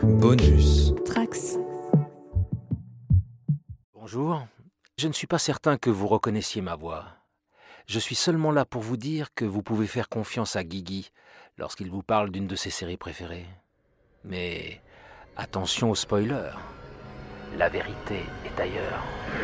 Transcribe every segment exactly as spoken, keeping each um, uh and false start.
Bonus. Trax. Bonjour, je ne suis pas certain que vous reconnaissiez ma voix. Je suis seulement là pour vous dire que vous pouvez faire confiance à Guigui lorsqu'il vous parle d'une de ses séries préférées. Mais attention aux spoilers, la vérité est ailleurs.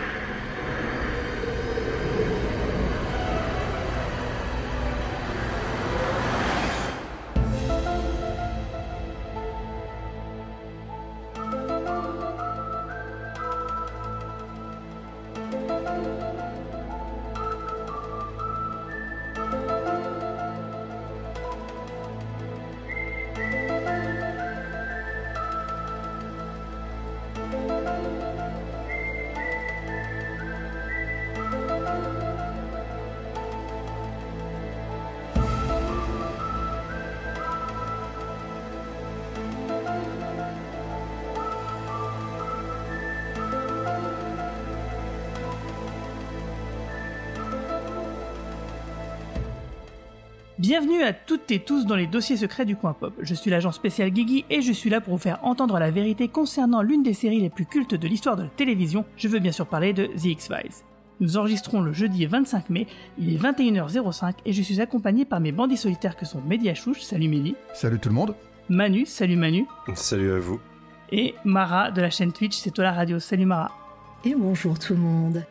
Bienvenue à toutes et tous dans les dossiers secrets du coin pop. Je suis l'agent spécial Guigui et je suis là pour vous faire entendre la vérité concernant l'une des séries les plus cultes de l'histoire de la télévision. Je veux bien sûr parler de The X-Files. Nous enregistrons le jeudi vingt-cinq mai, il est vingt et une heures cinq et je suis accompagné par mes bandits solitaires que sont Mehdi Achouch, salut Mehdi. Salut tout le monde. Manu, salut Manu. Salut à vous. Et Mara de la chaîne Twitch, c'est toi la radio, salut Mara. Et bonjour tout le monde.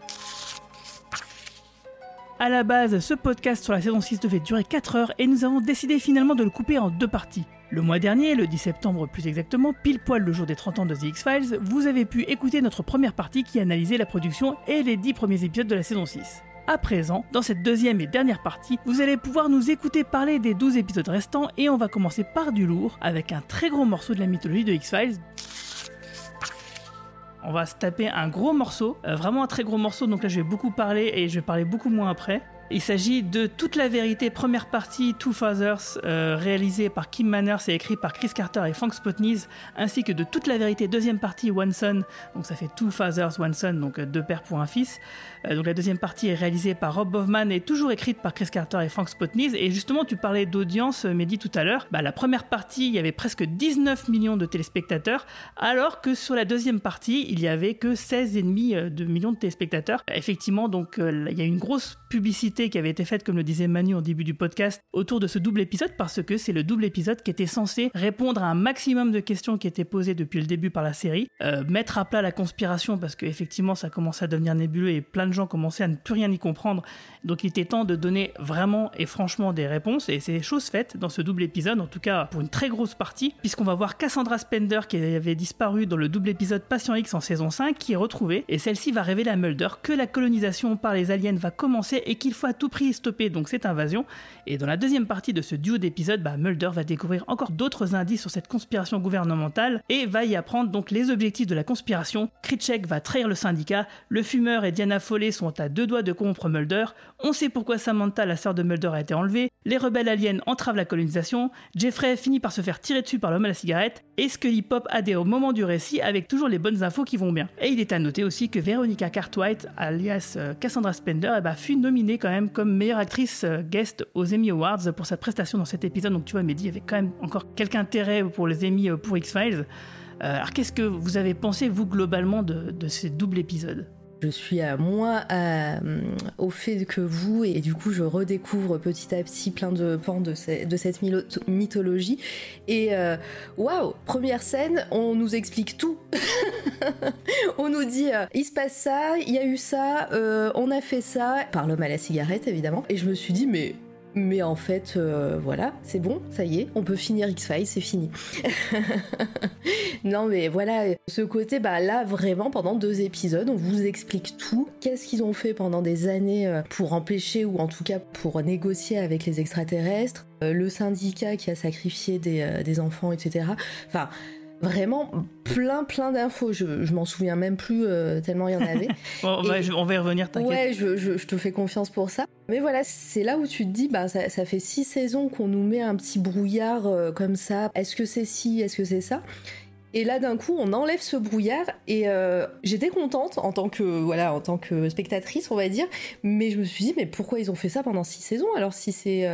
À la base, ce podcast sur la saison six devait durer quatre heures et nous avons décidé finalement de le couper en deux parties. Le mois dernier, le dix septembre plus exactement, pile poil le jour des trente ans de The X-Files, vous avez pu écouter notre première partie qui analysait la production et les dix premiers épisodes de la saison six. À présent, dans cette deuxième et dernière partie, vous allez pouvoir nous écouter parler des douze épisodes restants et on va commencer par du lourd avec un très gros morceau de la mythologie de X-Files. On va se taper un gros morceau, euh, vraiment un très gros morceau, donc là je vais beaucoup parler et je vais parler beaucoup moins après. Il s'agit de Toute la vérité, première partie, Two Fathers, euh, réalisée par Kim Manners et écrit par Chris Carter et Frank Spotnitz, ainsi que de Toute la vérité, deuxième partie, One Son, donc ça fait Two Fathers, One Son, donc deux pères pour un fils. Euh, donc la deuxième partie est réalisée par Rob Bowman et toujours écrite par Chris Carter et Frank Spotnitz. Et justement, tu parlais d'audience, Mehdi, tout à l'heure. Bah, la première partie, il y avait presque dix-neuf millions de téléspectateurs, alors que sur la deuxième partie, il y avait que seize virgule cinq de millions de téléspectateurs. Effectivement, donc euh, il y a une grosse publicité qui avait été faite, comme le disait Manu en début du podcast, autour de ce double épisode, parce que c'est le double épisode qui était censé répondre à un maximum de questions qui étaient posées depuis le début par la série, euh, mettre à plat la conspiration, parce qu'effectivement ça commençait à devenir nébuleux et plein de gens commençaient à ne plus rien y comprendre, donc il était temps de donner vraiment et franchement des réponses, et c'est chose faite dans ce double épisode, en tout cas pour une très grosse partie, puisqu'on va voir Cassandra Spender qui avait disparu dans le double épisode Patient X en saison cinq, qui est retrouvée, et celle-ci va révéler à Mulder que la colonisation par les aliens va commencer et qu'il faut à tout prix stopper donc cette invasion. Et dans la deuxième partie de ce duo d'épisodes, bah, Mulder va découvrir encore d'autres indices sur cette conspiration gouvernementale et va y apprendre donc les objectifs de la conspiration. Krycek va trahir le syndicat, le fumeur et Diana Foley sont à deux doigts de corrompre Mulder, on sait pourquoi Samantha, la sœur de Mulder, a été enlevée, les rebelles aliens entravent la colonisation, Jeffrey finit par se faire tirer dessus par l'homme à la cigarette, et Scully Pop adhère au moment du récit avec toujours les bonnes infos qui vont bien. Et il est à noter aussi que Veronica Cartwright, alias euh, Cassandra Spender, eh bah, fut nominée quand même comme meilleure actrice euh, guest aux Emmy Awards pour sa prestation dans cet épisode. Donc tu vois, Mehdi, il y avait quand même encore quelque intérêt pour les Emmy euh, pour X-Files. Euh, alors qu'est-ce que vous avez pensé, vous, globalement, de, de ces doubles épisodes ? Je suis à moins à, au fait que vous, et du coup je redécouvre petit à petit plein de pans de, ce, de cette mythologie. Et waouh, wow, première scène, on nous explique tout. On nous dit, euh, il se passe ça, il y a eu ça, euh, on a fait ça, par l'homme à la cigarette évidemment. Et je me suis dit, mais... Mais en fait, euh, voilà, c'est bon, ça y est, on peut finir X-Files, c'est fini. Non mais voilà, ce côté, bah là vraiment pendant deux épisodes, on vous explique tout. Qu'est-ce qu'ils ont fait pendant des années pour empêcher ou en tout cas pour négocier avec les extraterrestres, euh, le syndicat qui a sacrifié des, euh, des enfants, et cetera. Enfin... Vraiment plein plein d'infos, je, je m'en souviens même plus euh, tellement il y en avait. Bon, on, va, et, on va y revenir, t'inquiète. Ouais, je, je, je te fais confiance pour ça. Mais voilà, c'est là où tu te dis, bah ça, ça fait six saisons qu'on nous met un petit brouillard euh, comme ça. Est-ce que c'est ci, est-ce que c'est ça ? Et là d'un coup on enlève ce brouillard et euh, j'étais contente en tant que voilà en tant que spectatrice on va dire, mais je me suis dit mais pourquoi ils ont fait ça pendant six saisons alors si c'est euh,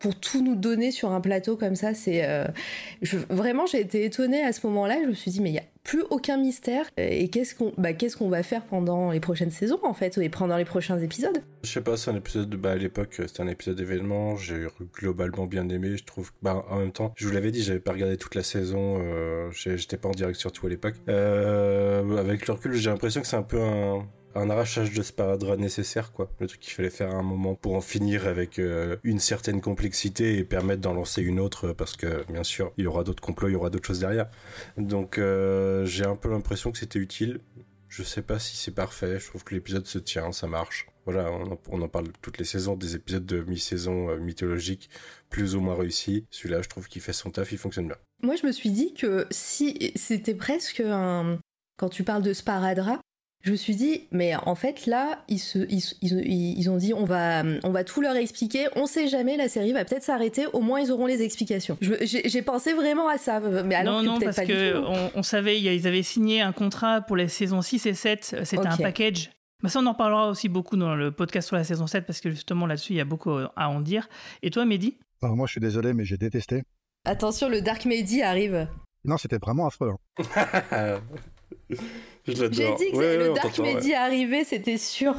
pour tout nous donner sur un plateau comme ça. C'est euh, je, vraiment, j'ai été étonnée à ce moment-là. Je me suis dit, mais il n'y a plus aucun mystère. Et qu'est-ce qu'on, bah, qu'est-ce qu'on va faire pendant les prochaines saisons, en fait, et pendant les prochains épisodes? Je sais pas, c'est un épisode, de, bah, à l'époque, c'était un épisode d'événement. J'ai globalement bien aimé. Je trouve que, bah, en même temps, je vous l'avais dit, j'avais pas regardé toute la saison. Euh, j'étais pas en direct surtout à l'époque. Euh, avec le recul, j'ai l'impression que c'est un peu un... un arrachage de sparadrap nécessaire, quoi. Le truc qu'il fallait faire à un moment pour en finir avec euh, une certaine complexité et permettre d'en lancer une autre, parce que, bien sûr, il y aura d'autres complots, il y aura d'autres choses derrière. Donc, euh, j'ai un peu l'impression que c'était utile. Je sais pas si c'est parfait, je trouve que l'épisode se tient, ça marche. Voilà, on en, on en parle toutes les saisons, des épisodes de mi-saison euh, mythologiques, plus ou moins réussis. Celui-là, je trouve qu'il fait son taf, il fonctionne bien. Moi, je me suis dit que si c'était presque un... Quand tu parles de sparadrap, je me suis dit, mais en fait, là, ils, se, ils, ils, ils ont dit, on va, on va tout leur expliquer, on sait jamais, la série va peut-être s'arrêter, au moins ils auront les explications. Je, j'ai, j'ai pensé vraiment à ça, mais alors non, que non, peut-être parce pas du tout. qu'on on savait, ils avaient signé un contrat pour les saisons six et sept, c'était okay. Un package. Mais ça, on en parlera aussi beaucoup dans le podcast sur la saison sept, parce que justement, là-dessus, il y a beaucoup à en dire. Et toi, Mehdi ? Alors moi, je suis désolé, mais j'ai détesté. Attention, le Dark Mehdi arrive. Non, c'était vraiment affreux. Hein. Je J'ai dit que ouais, le ouais, Dark Mehdi ouais. arrivait, c'était sûr.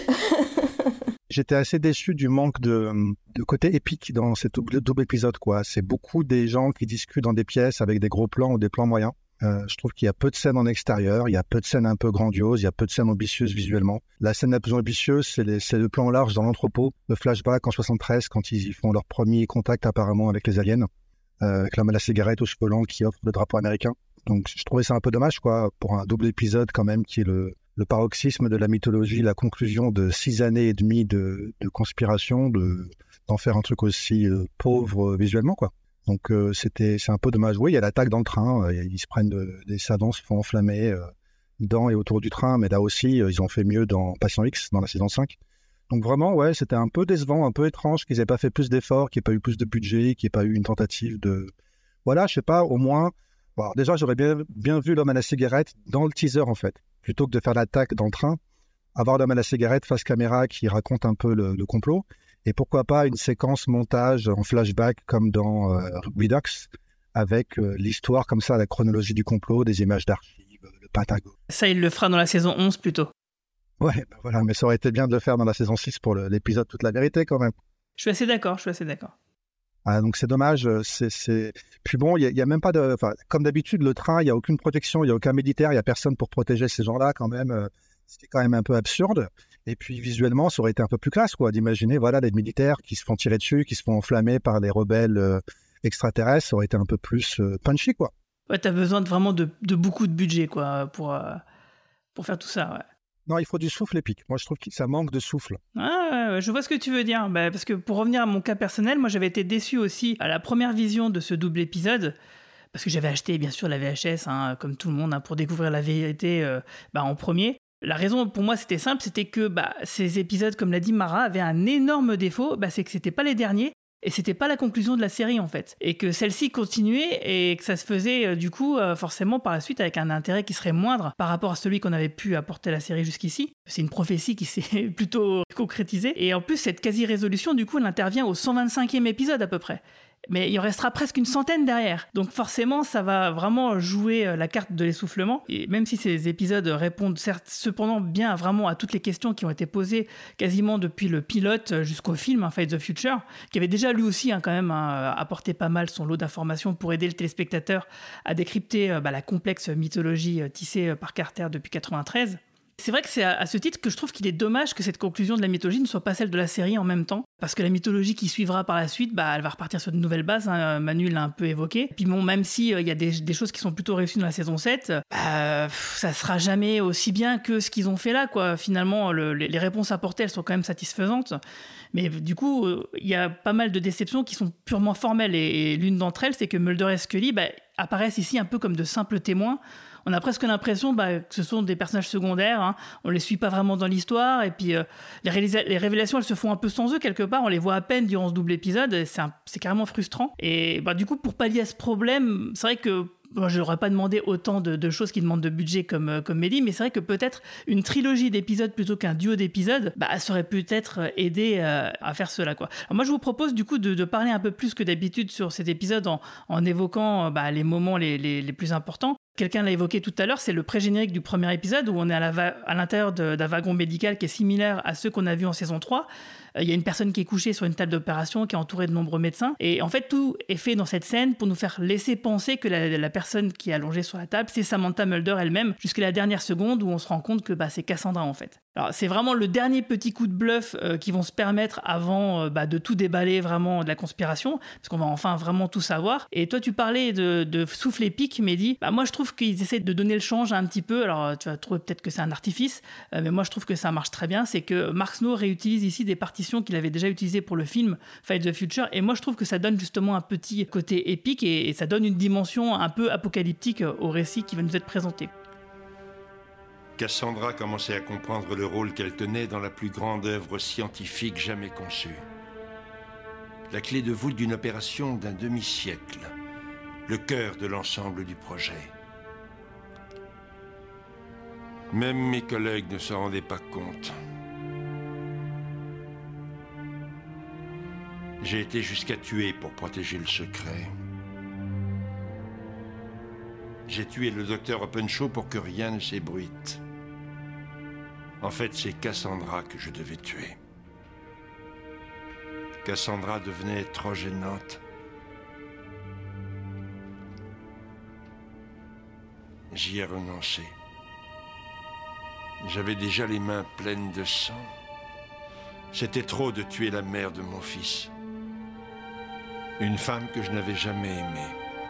J'étais assez déçu du manque de, de côté épique dans ce double, double épisode, quoi. C'est beaucoup des gens qui discutent dans des pièces avec des gros plans ou des plans moyens. Euh, je trouve qu'il y a peu de scènes en extérieur, il y a peu de scènes un peu grandioses, il y a peu de scènes ambitieuses visuellement. La scène la plus ambitieuse, c'est, les, c'est le plan large dans l'entrepôt, le flashback en soixante-treize, quand ils font leur premier contact apparemment avec les aliens, euh, avec l'homme à la cigarette aux cheveux longs qui offre le drapeau américain. Donc je trouvais ça un peu dommage, quoi, pour un double épisode quand même, qui est le, le paroxysme de la mythologie, la conclusion de six années et demie de, de conspiration, de, d'en faire un truc aussi euh, pauvre euh, visuellement, quoi. Donc euh, c'était, c'est un peu dommage. Oui, il y a l'attaque dans le train, euh, ils se prennent de, des savants, se font enflammer euh, dans et autour du train, mais là aussi, euh, ils ont fait mieux dans Patient X, dans la saison cinq. Donc vraiment, ouais, c'était un peu décevant, un peu étrange qu'ils n'aient pas fait plus d'efforts, qu'il n'y ait pas eu plus de budget, qu'il n'y ait pas eu une tentative de... Voilà, je sais pas, au moins... Bon, déjà, j'aurais bien, bien vu l'homme à la cigarette dans le teaser, en fait. Plutôt que de faire l'attaque dans le train, avoir l'homme à la cigarette face caméra qui raconte un peu le, le complot. Et pourquoi pas une séquence montage en flashback comme dans euh, Redux, avec euh, l'histoire comme ça, la chronologie du complot, des images d'archives, le Pentagone. Ça, il le fera dans la saison onze plutôt. Ouais, ben voilà, mais ça aurait été bien de le faire dans la saison six pour le, l'épisode Toute la vérité, quand même. Je suis assez d'accord, je suis assez d'accord. Ah, donc c'est dommage. C'est, c'est... Puis bon, il n'y a, a même pas de... Enfin, comme d'habitude, le train, il n'y a aucune protection, il n'y a aucun militaire, il n'y a personne pour protéger ces gens-là quand même. C'était quand même un peu absurde. Et puis visuellement, ça aurait été un peu plus classe, quoi, d'imaginer voilà, les militaires qui se font tirer dessus, qui se font enflammer par les rebelles euh, extraterrestres. Ça aurait été un peu plus euh, punchy, quoi. Ouais, t'as besoin de, vraiment de, de beaucoup de budget, quoi, pour, euh, pour faire tout ça, ouais. Non, il faut du souffle épique. Moi, je trouve que ça manque de souffle. Ah, ouais, je vois ce que tu veux dire. Bah, parce que pour revenir à mon cas personnel, moi, j'avais été déçu aussi à la première vision de ce double épisode. Parce que j'avais acheté, bien sûr, la V H S, hein, comme tout le monde, hein, pour découvrir la vérité euh, bah, en premier. La raison, pour moi, c'était simple. C'était que bah, ces épisodes, comme l'a dit Mara, avaient un énorme défaut. Bah, c'est que c'était pas les derniers. Et c'était pas la conclusion de la série, en fait. Et que celle-ci continuait et que ça se faisait, euh, du coup, euh, forcément, par la suite, avec un intérêt qui serait moindre par rapport à celui qu'on avait pu apporter à la série jusqu'ici. C'est une prophétie qui s'est plutôt concrétisée. Et en plus, cette quasi-résolution, du coup, elle intervient au cent vingt-cinquième épisode, à peu près. Mais il en restera presque une centaine derrière. Donc forcément, ça va vraiment jouer la carte de l'essoufflement. Et même si ces épisodes répondent certes, cependant bien vraiment à toutes les questions qui ont été posées quasiment depuis le pilote jusqu'au film, hein, Fight the Future, qui avait déjà lui aussi hein, quand même hein, apporté pas mal son lot d'informations pour aider le téléspectateur à décrypter bah, la complexe mythologie tissée par Carter depuis quatre-vingt-treize. C'est vrai que c'est à ce titre que je trouve qu'il est dommage que cette conclusion de la mythologie ne soit pas celle de la série en même temps, parce que la mythologie qui suivra par la suite, bah, elle va repartir sur de nouvelles bases, hein, Manu l'a un peu évoqué. Puis bon, même s'il euh, y a des, des choses qui sont plutôt réussies dans la saison sept, bah, pff, ça sera jamais aussi bien que ce qu'ils ont fait là, quoi. Finalement, le, les, les réponses apportées, elles sont quand même satisfaisantes. Mais du coup, il euh, y a pas mal de déceptions qui sont purement formelles, et, et l'une d'entre elles, c'est que Mulder et Scully bah, apparaissent ici un peu comme de simples témoins. On a presque l'impression bah, que ce sont des personnages secondaires, hein. On les suit pas vraiment dans l'histoire, et puis euh, les, réalisa- les révélations, elles se font un peu sans eux quelque part, on les voit à peine durant ce double épisode, et c'est, un, c'est carrément frustrant. Et bah, du coup, pour pallier à ce problème, c'est vrai que Bon, je n'aurais pas demandé autant de, de choses qui demandent de budget comme, comme Mehdi, mais c'est vrai que peut-être une trilogie d'épisodes plutôt qu'un duo d'épisodes, bah, ça aurait peut-être aidé euh, à faire cela, quoi. Alors moi, je vous propose du coup de, de parler un peu plus que d'habitude sur cet épisode en, en évoquant bah, les moments les, les, les plus importants. Quelqu'un l'a évoqué tout à l'heure, c'est le pré-générique du premier épisode où on est à, la va- à l'intérieur de, d'un wagon médical qui est similaire à ceux qu'on a vus en saison trois. Il euh, y a une personne qui est couchée sur une table d'opération, qui est entourée de nombreux médecins. Et en fait, tout est fait dans cette scène pour nous faire laisser penser que la, la personne qui est allongée sur la table, c'est Samantha Mulder elle-même, jusqu'à la dernière seconde où on se rend compte que bah, c'est Cassandra en fait. Alors, c'est vraiment le dernier petit coup de bluff euh, qu'ils vont se permettre avant euh, bah, de tout déballer vraiment de la conspiration, parce qu'on va enfin vraiment tout savoir. Et toi, tu parlais de, de souffle épique, Mehdi. Bah, moi, je trouve qu'ils essaient de donner le change un petit peu. Alors, tu vas trouver peut-être que c'est un artifice, euh, mais moi, je trouve que ça marche très bien. C'est que Mark Snow réutilise ici des partitions qu'il avait déjà utilisées pour le film Fight the Future. Et moi, je trouve que ça donne justement un petit côté épique et, et ça donne une dimension un peu apocalyptique au récit qui va nous être présenté. Cassandra commençait à comprendre le rôle qu'elle tenait dans la plus grande œuvre scientifique jamais conçue. La clé de voûte d'une opération d'un demi-siècle. Le cœur de l'ensemble du projet. Même mes collègues ne se rendaient pas compte. J'ai été jusqu'à tuer pour protéger le secret. J'ai tué le docteur Openshaw pour que rien ne s'ébruite. En fait, c'est Cassandra que je devais tuer. Cassandra devenait trop gênante. J'y ai renoncé. J'avais déjà les mains pleines de sang. C'était trop de tuer la mère de mon fils. Une femme que je n'avais jamais aimée.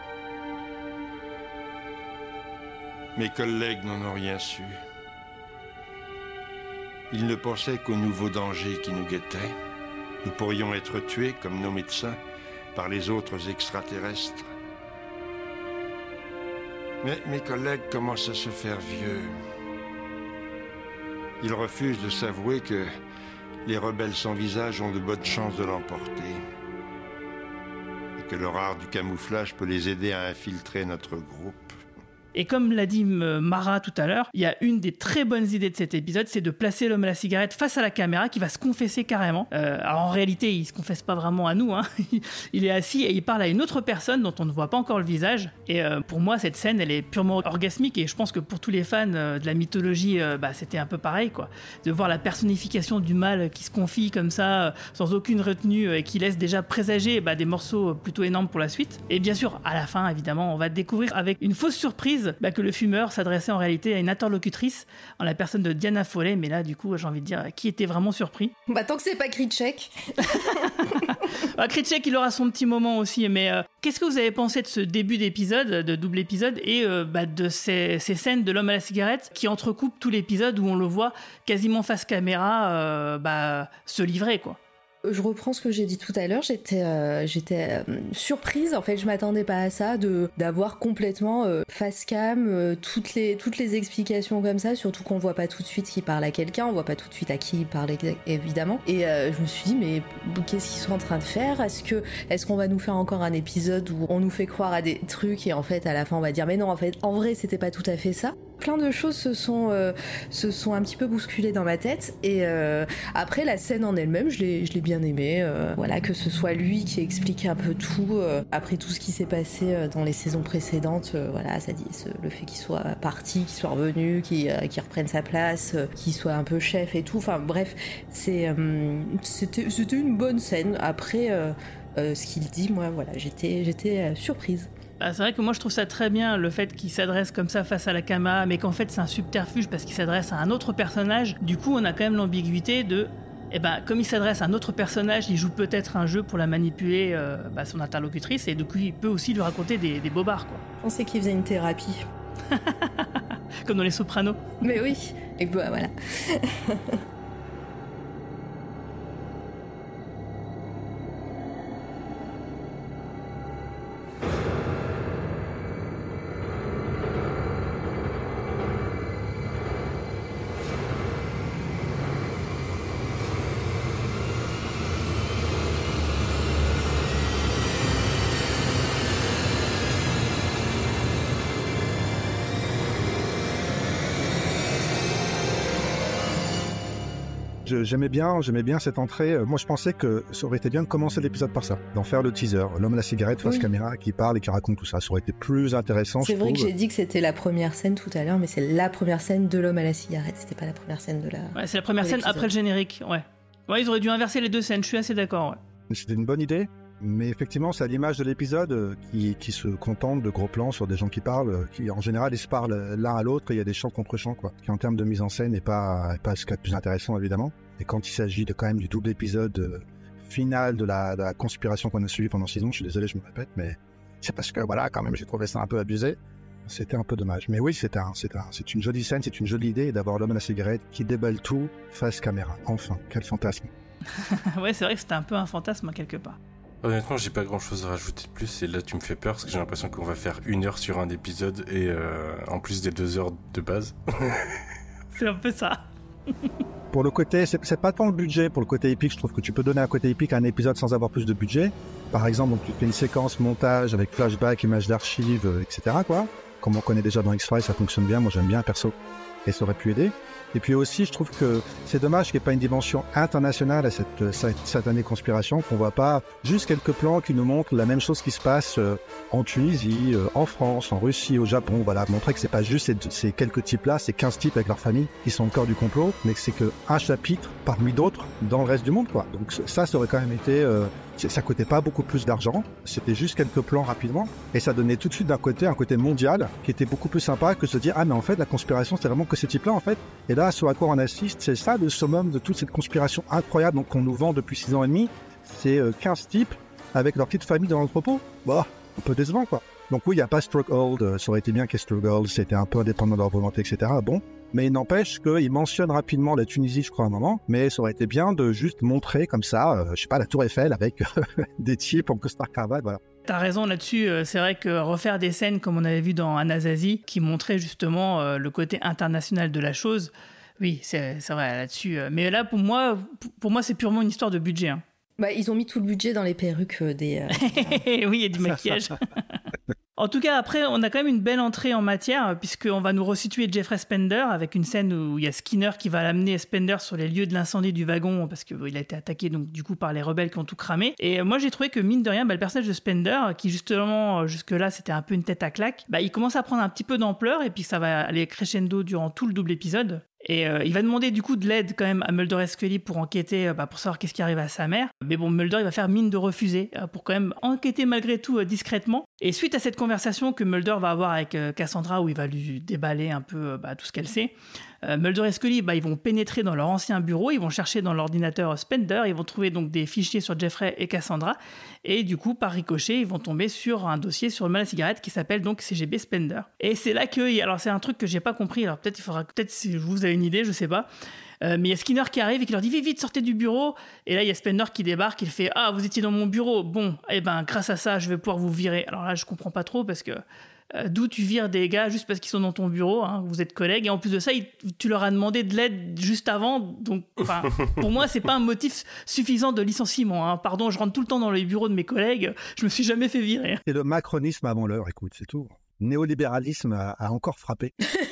Mes collègues n'en ont rien su. Ils ne pensaient qu'aux nouveaux dangers qui nous guettaient. Nous pourrions être tués, comme nos médecins, par les autres extraterrestres. Mais mes collègues commencent à se faire vieux. Ils refusent de s'avouer que les rebelles sans visage ont de bonnes chances de l'emporter. Et que leur art du camouflage peut les aider à infiltrer notre groupe. Et comme l'a dit Mara tout à l'heure, il y a une des très bonnes idées de cet épisode, c'est de placer l'homme à la cigarette face à la caméra qui va se confesser carrément. Euh, alors en réalité, il se confesse pas vraiment à nous, hein. Il est assis et il parle à une autre personne dont on ne voit pas encore le visage. Et euh, pour moi, cette scène, elle est purement orgasmique et je pense que pour tous les fans euh, de la mythologie, euh, bah, c'était un peu pareil, quoi. De voir la personnification du mal qui se confie comme ça, euh, sans aucune retenue euh, et qui laisse déjà présager bah, des morceaux plutôt énormes pour la suite. Et bien sûr, à la fin, évidemment, on va découvrir avec une fausse surprise Bah, que le fumeur s'adressait en réalité à une interlocutrice en la personne de Diana Foley, mais là du coup j'ai envie de dire qui était vraiment surpris. Bah tant que c'est pas Krycek. bah, Krycek il aura son petit moment aussi, mais euh, qu'est-ce que vous avez pensé de ce début d'épisode, de double épisode et euh, bah, de ces, ces scènes de l'homme à la cigarette qui entrecoupent tout l'épisode où on le voit quasiment face caméra euh, bah, se livrer quoi. Je reprends ce que j'ai dit tout à l'heure, j'étais, euh, j'étais euh, surprise, en fait je m'attendais pas à ça, de, d'avoir complètement euh, face cam, euh, toutes, les, toutes les explications comme ça, surtout qu'on voit pas tout de suite qui parle à quelqu'un, on voit pas tout de suite à qui il parle évidemment, et euh, je me suis dit mais qu'est-ce qu'ils sont en train de faire, est-ce, que, est-ce qu'on va nous faire encore un épisode où on nous fait croire à des trucs et en fait à la fin on va dire mais non en fait en vrai c'était pas tout à fait ça. Plein de choses se sont, euh, se sont un petit peu bousculées dans ma tête et euh, après la scène en elle-même je l'ai, je l'ai bien aimée, euh, voilà, que ce soit lui qui explique un peu tout euh, après tout ce qui s'est passé euh, dans les saisons précédentes, euh, voilà, ça dit ce, le fait qu'il soit parti, qu'il soit revenu, qu'il, euh, qu'il reprenne sa place, euh, qu'il soit un peu chef et tout, enfin bref c'est, euh, c'était, c'était une bonne scène. Après euh, euh, ce qu'il dit, moi voilà, j'étais, j'étais euh, surprise. Bah, c'est vrai que moi je trouve ça très bien le fait qu'il s'adresse comme ça face à la caméra, mais qu'en fait c'est un subterfuge parce qu'il s'adresse à un autre personnage. Du coup on a quand même l'ambiguïté de, eh ben, comme il s'adresse à un autre personnage, il joue peut-être un jeu pour la manipuler, euh, bah, son interlocutrice, et du coup il peut aussi lui raconter des, des bobards quoi. Je pensais qu'il faisait une thérapie. Comme dans Les Sopranos. Mais oui, et bah voilà. Je, j'aimais bien, j'aimais bien cette entrée. Moi, je pensais que ça aurait été bien de commencer l'épisode par ça, d'en faire le teaser, l'homme à la cigarette face oui. caméra qui parle et qui raconte tout ça. Ça aurait été plus intéressant. C'est je vrai trouve. que j'ai dit que c'était la première scène tout à l'heure, mais c'est la première scène de l'homme à la cigarette. C'était pas la première scène de la. Ouais, c'est la première scène après le générique. Ouais. Ouais, ils auraient dû inverser les deux scènes. Je suis assez d'accord. Ouais. C'était une bonne idée. Mais effectivement, c'est à l'image de l'épisode euh, qui, qui se contente de gros plans sur des gens qui parlent, euh, qui en général ils se parlent l'un à l'autre et il y a des chants contre chants, quoi, qui en termes de mise en scène n'est pas, est pas ce qu'il y a de plus intéressant évidemment. Et quand il s'agit de quand même du double épisode euh, final de la, de la conspiration qu'on a suivi pendant six ans, je suis désolé, je me répète, mais c'est parce que voilà, quand même, j'ai trouvé ça un peu abusé. C'était un peu dommage. Mais oui, c'est, un, c'est, un, c'est une jolie scène, c'est une jolie idée d'avoir l'homme à la cigarette qui déballe tout face caméra. Enfin, quel fantasme. Ouais, c'est vrai que c'était un peu un fantasme quelque part. Honnêtement, j'ai pas grand chose à rajouter de plus et là tu me fais peur parce que j'ai l'impression qu'on va faire une heure sur un épisode et euh, en plus des deux heures de base. C'est un peu ça. Pour le côté, c'est, c'est pas tant le budget, pour le côté épique, je trouve que tu peux donner un côté épique à un épisode sans avoir plus de budget. Par exemple, donc, tu fais une séquence montage avec flashback, images d'archives, euh, et cetera quoi. Comme on connaît déjà dans X-Files, ça fonctionne bien, moi j'aime bien perso et ça aurait pu aider. Et puis aussi, je trouve que c'est dommage qu'il n'y ait pas une dimension internationale à cette, cette, cette année conspiration, qu'on ne voit pas juste quelques plans qui nous montrent la même chose qui se passe euh, en Tunisie, euh, en France, en Russie, au Japon. Voilà, montrer que c'est pas juste ces, ces quelques types-là, ces quinze types avec leur famille qui sont au cœur du complot, mais que c'est qu'un chapitre parmi d'autres dans le reste du monde, quoi. Donc ça, ça aurait quand même été... Euh, ça coûtait pas beaucoup plus d'argent, c'était juste quelques plans rapidement, et ça donnait tout de suite d'un côté, un côté mondial, qui était beaucoup plus sympa que se dire « Ah, mais en fait, la conspiration, c'est vraiment que ces types-là, en fait. » Et là, ce à quoi on assiste, c'est ça le summum de toute cette conspiration incroyable donc, qu'on nous vend depuis six ans et demi. C'est euh, quinze types avec leur petite famille dans l'entrepôt. Bah, un peu décevant, quoi. Donc oui, il n'y a pas Strughold, euh, ça aurait été bien qu'il y ait Strughold, c'était un peu indépendant de leur volonté, et cetera. Bon, mais il n'empêche qu'il mentionne rapidement la Tunisie, je crois, à un moment, mais ça aurait été bien de juste montrer comme ça, euh, je sais pas, la Tour Eiffel avec des types en costard cravate, voilà. T'as raison là-dessus, c'est vrai que refaire des scènes comme on avait vu dans Anasazi, qui montraient justement euh, le côté international de la chose, oui, c'est, c'est vrai là-dessus. Mais là, pour moi, pour moi, c'est purement une histoire de budget. Hein. Bah, ils ont mis tout le budget dans les perruques des... Euh... oui, il y a du maquillage. En tout cas, après, on a quand même une belle entrée en matière, puisqu'on va nous resituer Jeffrey Spender, avec une scène où il y a Skinner qui va l'amener Spender sur les lieux de l'incendie du wagon, parce qu'il a été attaqué donc, du coup par les rebelles qui ont tout cramé. Et moi, j'ai trouvé que, mine de rien, bah, le personnage de Spender, qui justement, jusque-là, c'était un peu une tête à claque, bah, il commence à prendre un petit peu d'ampleur, et puis ça va aller crescendo durant tout le double épisode. Et euh, il va demander du coup de l'aide quand même à Mulder et Scully pour enquêter, euh, bah, pour savoir qu'est-ce qui arrive à sa mère. Mais bon, Mulder il va faire mine de refuser euh, pour quand même enquêter malgré tout euh, discrètement. Et suite à cette conversation que Mulder va avoir avec euh, Cassandra où il va lui déballer un peu euh, bah, tout ce qu'elle sait, euh, Mulder et Scully bah, ils vont pénétrer dans leur ancien bureau, ils vont chercher dans l'ordinateur Spender, ils vont trouver donc des fichiers sur Jeffrey et Cassandra. Et du coup, par ricochet, ils vont tomber sur un dossier sur le mal à cigarette qui s'appelle donc C G B Spender. Et c'est là que, alors c'est un truc que j'ai pas compris, alors peut-être il faudra, peut-être si vous avez une idée, je sais pas. Euh, mais il y a Skinner qui arrive et qui leur dit vite, vite, sortez du bureau. Et là, il y a Spender qui débarque, il fait ah, vous étiez dans mon bureau. Bon, et eh ben, grâce à ça, je vais pouvoir vous virer. Alors là, je comprends pas trop parce que euh, d'où tu vires des gars juste parce qu'ils sont dans ton bureau, hein, vous êtes collègues. Et en plus de ça, il, tu leur as demandé de l'aide juste avant. Donc, pour moi, c'est pas un motif suffisant de licenciement. Hein. Pardon, je rentre tout le temps dans les bureaux de mes collègues. Je me suis jamais fait virer. C'est le macronisme avant l'heure, écoute, c'est tout. Néolibéralisme a, a encore frappé.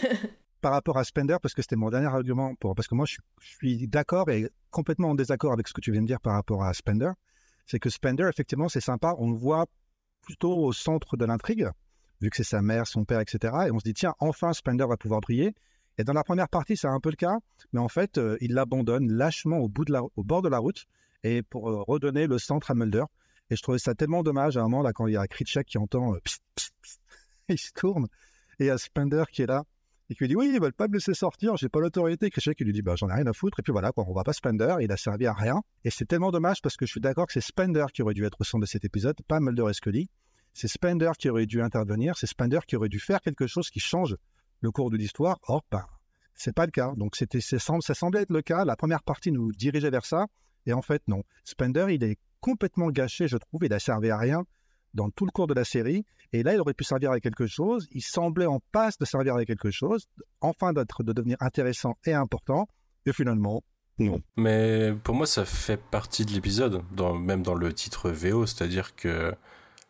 Par rapport à Spender, parce que c'était mon dernier argument, pour, parce que moi je suis, je suis d'accord et complètement en désaccord avec ce que tu viens de dire par rapport à Spender, c'est que Spender, effectivement, c'est sympa, on le voit plutôt au centre de l'intrigue, vu que c'est sa mère, son père, et cetera. Et on se dit, tiens, enfin Spender va pouvoir briller. Et dans la première partie, c'est un peu le cas, mais en fait, euh, il l'abandonne lâchement au, bout de la, au bord de la route et pour euh, redonner le centre à Mulder. Et je trouvais ça tellement dommage à un moment, là, quand il y a Krycek qui entend euh, psst, psst, psst, il se tourne, et il y a Spender qui est là. Et qui lui dit oui, ils veulent pas me laisser sortir, j'ai pas l'autorité. Krycek qui lui dit bah j'en ai rien à foutre. Et puis voilà, quoi, on va pas Spender, il a servi à rien. Et c'est tellement dommage parce que je suis d'accord que c'est Spender qui aurait dû être au centre de cet épisode, pas Mulder et Scully. C'est Spender qui aurait dû intervenir, c'est Spender qui aurait dû faire quelque chose qui change le cours de l'histoire. Or, ben, c'est pas le cas. Donc c'était, ça semblait être le cas. La première partie nous dirigeait vers ça, et en fait non. Spender, il est complètement gâché, je trouve. Il a servi à rien dans tout le cours de la série, et là il aurait pu servir à quelque chose, il semblait en passe de servir à quelque chose, enfin d'être, de devenir intéressant et important, et finalement, non. Mais pour moi ça fait partie de l'épisode, dans, même dans le titre V O, c'est-à-dire que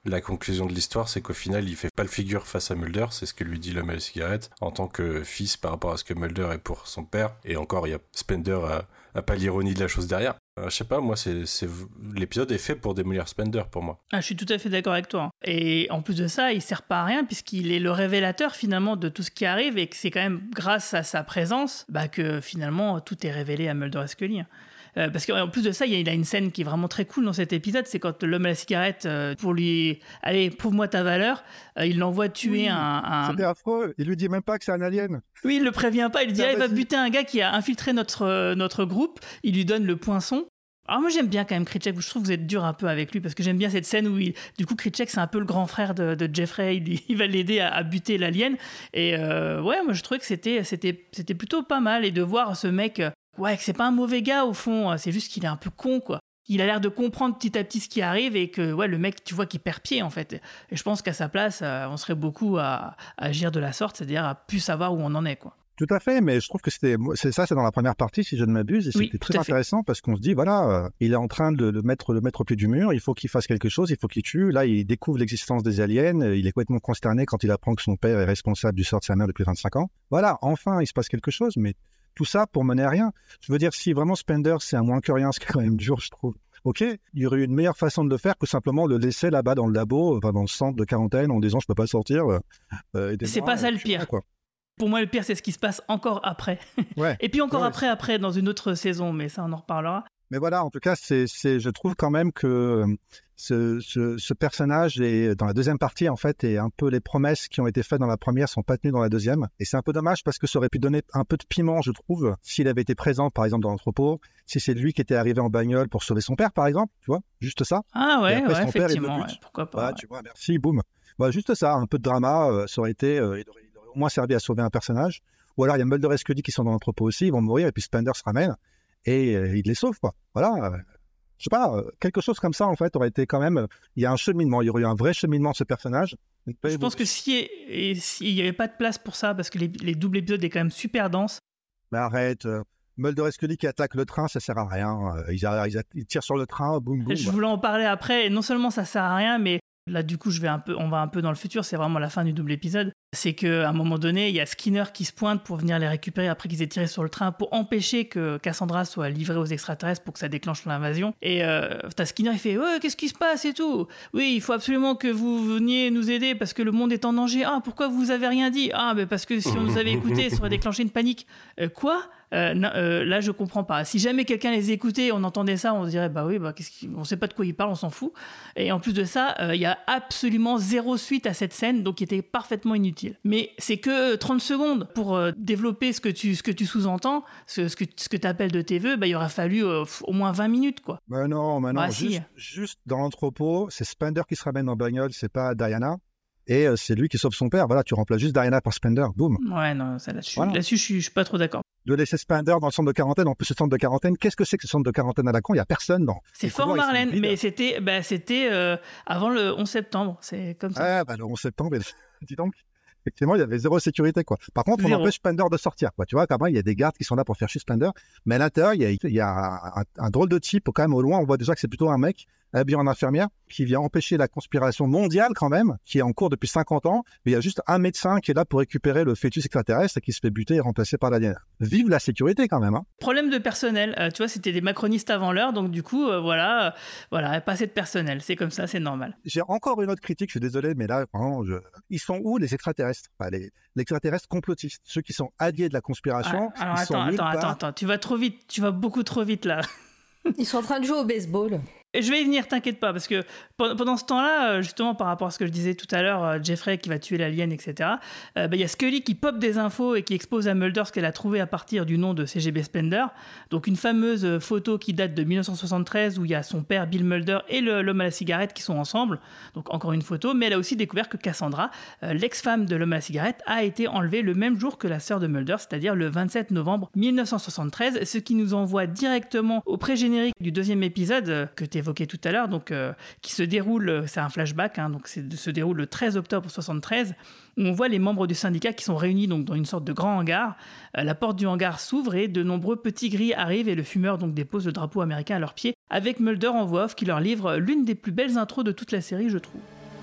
La conclusion de l'histoire, c'est qu'au final, il fait pas le figure face à Mulder, c'est ce que lui dit l'homme à la cigarette, en tant que fils par rapport à ce que Mulder est pour son père. Et encore, il y a Spender à, à pas l'ironie de la chose derrière. Euh, je sais pas, moi, c'est, c'est... l'épisode est fait pour démolir Spender, pour moi. Ah, je suis tout à fait d'accord avec toi. Et en plus de ça, il sert pas à rien, puisqu'il est le révélateur, finalement, de tout ce qui arrive, et que c'est quand même grâce à sa présence bah, que, finalement, tout est révélé à Mulder et Scully. Euh, parce qu'en plus de ça, il y a une scène qui est vraiment très cool dans cet épisode, c'est quand l'homme à la cigarette, euh, pour lui, allez, prouve-moi ta valeur, euh, il l'envoie tuer oui, un, un... C'était affreux, il lui dit même pas que c'est un alien. Oui, il le prévient pas, il dit, ah, il va buter un gars qui a infiltré notre, euh, notre groupe, il lui donne le poinçon. Alors moi j'aime bien quand même Krycek, je trouve que vous êtes dur un peu avec lui, parce que j'aime bien cette scène où il, du coup Krycek c'est un peu le grand frère de, de Jeffrey, il, il va l'aider à, à buter l'alien, et euh, ouais, moi je trouvais que c'était, c'était, c'était plutôt pas mal, et de voir ce mec... Ouais, que c'est pas un mauvais gars au fond, c'est juste qu'il est un peu con, quoi. Il a l'air de comprendre petit à petit ce qui arrive et que ouais, le mec, tu vois qu'il perd pied en fait. Et je pense qu'à sa place, euh, on serait beaucoup à, à agir de la sorte, c'est-à-dire à plus savoir où on en est, quoi. Tout à fait, mais je trouve que c'était, c'est ça, c'est dans la première partie, si je ne m'abuse, et oui, c'était très intéressant fait. Parce qu'on se dit, voilà, euh, il est en train de le mettre, le mettre au pied du mur, il faut qu'il fasse quelque chose, il faut qu'il tue. Là, il découvre l'existence des aliens, il est complètement consterné quand il apprend que son père est responsable du sort de sa mère depuis vingt-cinq ans. Voilà, enfin, il se passe quelque chose, mais tout ça pour mener à rien. Je veux dire, si vraiment Spender, c'est un moins que rien, ce qui est quand même dur, je trouve. Ok, il y aurait eu une meilleure façon de le faire que simplement le laisser là-bas dans le labo, enfin, dans le centre de quarantaine, en disant je peux pas sortir. Euh, c'est pas ça le pire. Là, quoi. Pour moi, le pire, c'est ce qui se passe encore après. Ouais. Et puis encore ouais, après, après, dans une autre saison, mais ça, on en reparlera. Mais voilà, en tout cas, c'est, c'est, je trouve quand même que ce, ce, ce personnage, est, dans la deuxième partie, en fait, et un peu les promesses qui ont été faites dans la première sont pas tenues dans la deuxième. Et c'est un peu dommage parce que ça aurait pu donner un peu de piment, je trouve, s'il avait été présent, par exemple, dans l'entrepôt, si c'est lui qui était arrivé en bagnole pour sauver son père, par exemple, tu vois, juste ça. Ah ouais, ouais, effectivement, ouais, pourquoi pas. Voilà, ouais. tu vois, merci, boum. Voilà, juste ça, un peu de drama, euh, ça aurait été, euh, il, aurait, il aurait au moins servi à sauver un personnage. Ou alors, il y a Mulder et Scully qui sont dans l'entrepôt aussi, ils vont mourir, et puis Spender se ramène, et euh, il les sauve, quoi. Voilà. Euh, Je sais pas, quelque chose comme ça, en fait, aurait été quand même... Il y a un cheminement, il y aurait eu un vrai cheminement de ce personnage. Je pense que s'il n'y avait pas de place pour ça, parce que les, les doubles épisodes est quand même super dense. Mais arrête, euh, Mulder et Scully qui attaquent le train, ça sert à rien. Ils, ils, ils tirent sur le train, boum, boum. Je voulais en parler après, et non seulement ça sert à rien, mais là, du coup, je vais un peu, on va un peu dans le futur, c'est vraiment la fin du double épisode. C'est qu'à un moment donné, il y a Skinner qui se pointe pour venir les récupérer après qu'ils aient tiré sur le train pour empêcher que Cassandra soit livrée aux extraterrestres pour que ça déclenche l'invasion. Et euh, t'as Skinner, il fait ouais, qu'est-ce qui se passe et tout. Oui, il faut absolument que vous veniez nous aider parce que le monde est en danger. Ah, pourquoi vous avez rien dit? Ah, mais parce que si on nous avait écouté, ça aurait déclenché une panique. Euh, quoi euh, non, euh, Là, je comprends pas. Si jamais quelqu'un les écoutait, on entendait ça, on se dirait bah oui, bah, qu'est-ce qui... on sait pas de quoi il parle, on s'en fout. Et en plus de ça, il euh, y a absolument zéro suite à cette scène, donc qui était parfaitement inutile. Mais c'est que trente secondes pour euh, développer ce que tu, ce que tu sous-entends, ce, ce que, ce que tu appelles de tes vœux, bah, il aurait fallu euh, au moins vingt minutes, quoi. Bah non, bah non. Bah, juste, si. juste dans l'entrepôt, c'est Spender qui se ramène en bagnole, c'est pas Diana. Et euh, c'est lui qui sauve son père. Voilà, tu remplaces juste Diana par Spender, boum. Ouais, non, ça, là-dessus, voilà. là-dessus je, suis, je suis pas trop d'accord. De laisser Spender dans le centre de quarantaine, en plus ce centre de quarantaine, qu'est-ce que c'est que ce centre de quarantaine à la con? Il n'y a personne dans. C'est Fort Marlène, mais c'était, bah, c'était euh, avant le onze septembre, c'est comme ça. Ah, bah le onze septembre, dis donc. Effectivement, il y avait zéro sécurité, quoi. Par contre, zéro. On empêche Spender de sortir, quoi. Tu vois, quand même, il y a des gardes qui sont là pour faire chier Spender. Mais à l'intérieur, il y a, il y a un, un drôle de type, quand même, au loin, on voit déjà que c'est plutôt un mec habillé en infirmière qui vient empêcher la conspiration mondiale, quand même, qui est en cours depuis cinquante ans. Mais il y a juste un médecin qui est là pour récupérer le fœtus extraterrestre et qui se fait buter et remplacer par l'alien. Vive la sécurité, quand même, hein. Problème de personnel. Euh, tu vois, c'était des macronistes avant l'heure, donc du coup, euh, voilà, euh, voilà, pas assez de personnel. C'est comme ça, c'est normal. J'ai encore une autre critique, je suis désolé, mais là, vraiment, je... ils sont où, les extraterrestres? Enfin, les... les extraterrestres complotistes, ceux qui sont alliés de la conspiration. Ah, alors attends, attends, attends, attends, tu vas trop vite, tu vas beaucoup trop vite là. Ils sont en train de jouer au baseball. Et je vais y venir, t'inquiète pas, parce que pendant ce temps-là, justement par rapport à ce que je disais tout à l'heure, Jeffrey qui va tuer l'alien, et cetera, il euh, bah, y a Scully qui pop des infos et qui expose à Mulder ce qu'elle a trouvé à partir du nom de C G B Spender. Donc une fameuse photo qui date de dix-neuf cent soixante-treize où il y a son père Bill Mulder et le, l'homme à la cigarette qui sont ensemble. Donc encore une photo, mais elle a aussi découvert que Cassandra, euh, l'ex-femme de l'homme à la cigarette, a été enlevée le même jour que la sœur de Mulder, c'est-à-dire le vingt-sept novembre dix-neuf cent soixante-treize, ce qui nous envoie directement au pré-générique du deuxième épisode euh, que tu évoquais tout à l'heure, donc euh, qui se déroule, c'est un flashback, hein, donc c'est, se déroule le treize octobre soixante-treize, où on voit les membres du syndicat qui sont réunis donc dans une sorte de grand hangar. Euh, la porte du hangar s'ouvre et de nombreux petits gris arrivent et le fumeur donc dépose le drapeau américain à leurs pieds, avec Mulder en voix off qui leur livre l'une des plus belles intros de toute la série, je trouve.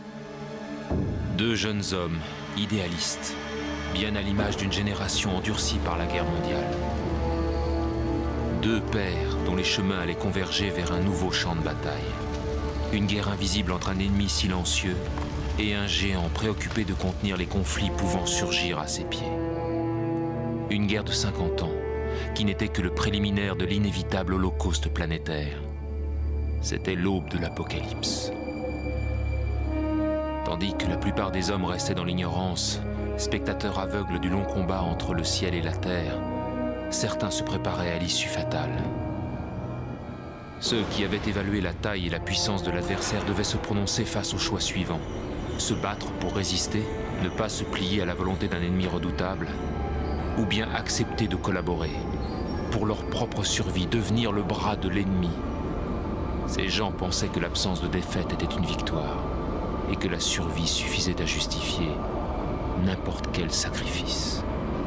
Deux jeunes hommes, idéalistes, bien à l'image d'une génération endurcie par la guerre mondiale. Deux pères dont les chemins allaient converger vers un nouveau champ de bataille. Une guerre invisible entre un ennemi silencieux et un géant préoccupé de contenir les conflits pouvant surgir à ses pieds. Une guerre de cinquante ans, qui n'était que le préliminaire de l'inévitable holocauste planétaire. C'était l'aube de l'apocalypse. Tandis que la plupart des hommes restaient dans l'ignorance, spectateurs aveugles du long combat entre le ciel et la terre, certains se préparaient à l'issue fatale. Ceux qui avaient évalué la taille et la puissance de l'adversaire devaient se prononcer face au choix suivant. Se battre pour résister, ne pas se plier à la volonté d'un ennemi redoutable, ou bien accepter de collaborer, pour leur propre survie, devenir le bras de l'ennemi. Ces gens pensaient que l'absence de défaite était une victoire, et que la survie suffisait à justifier n'importe quel sacrifice.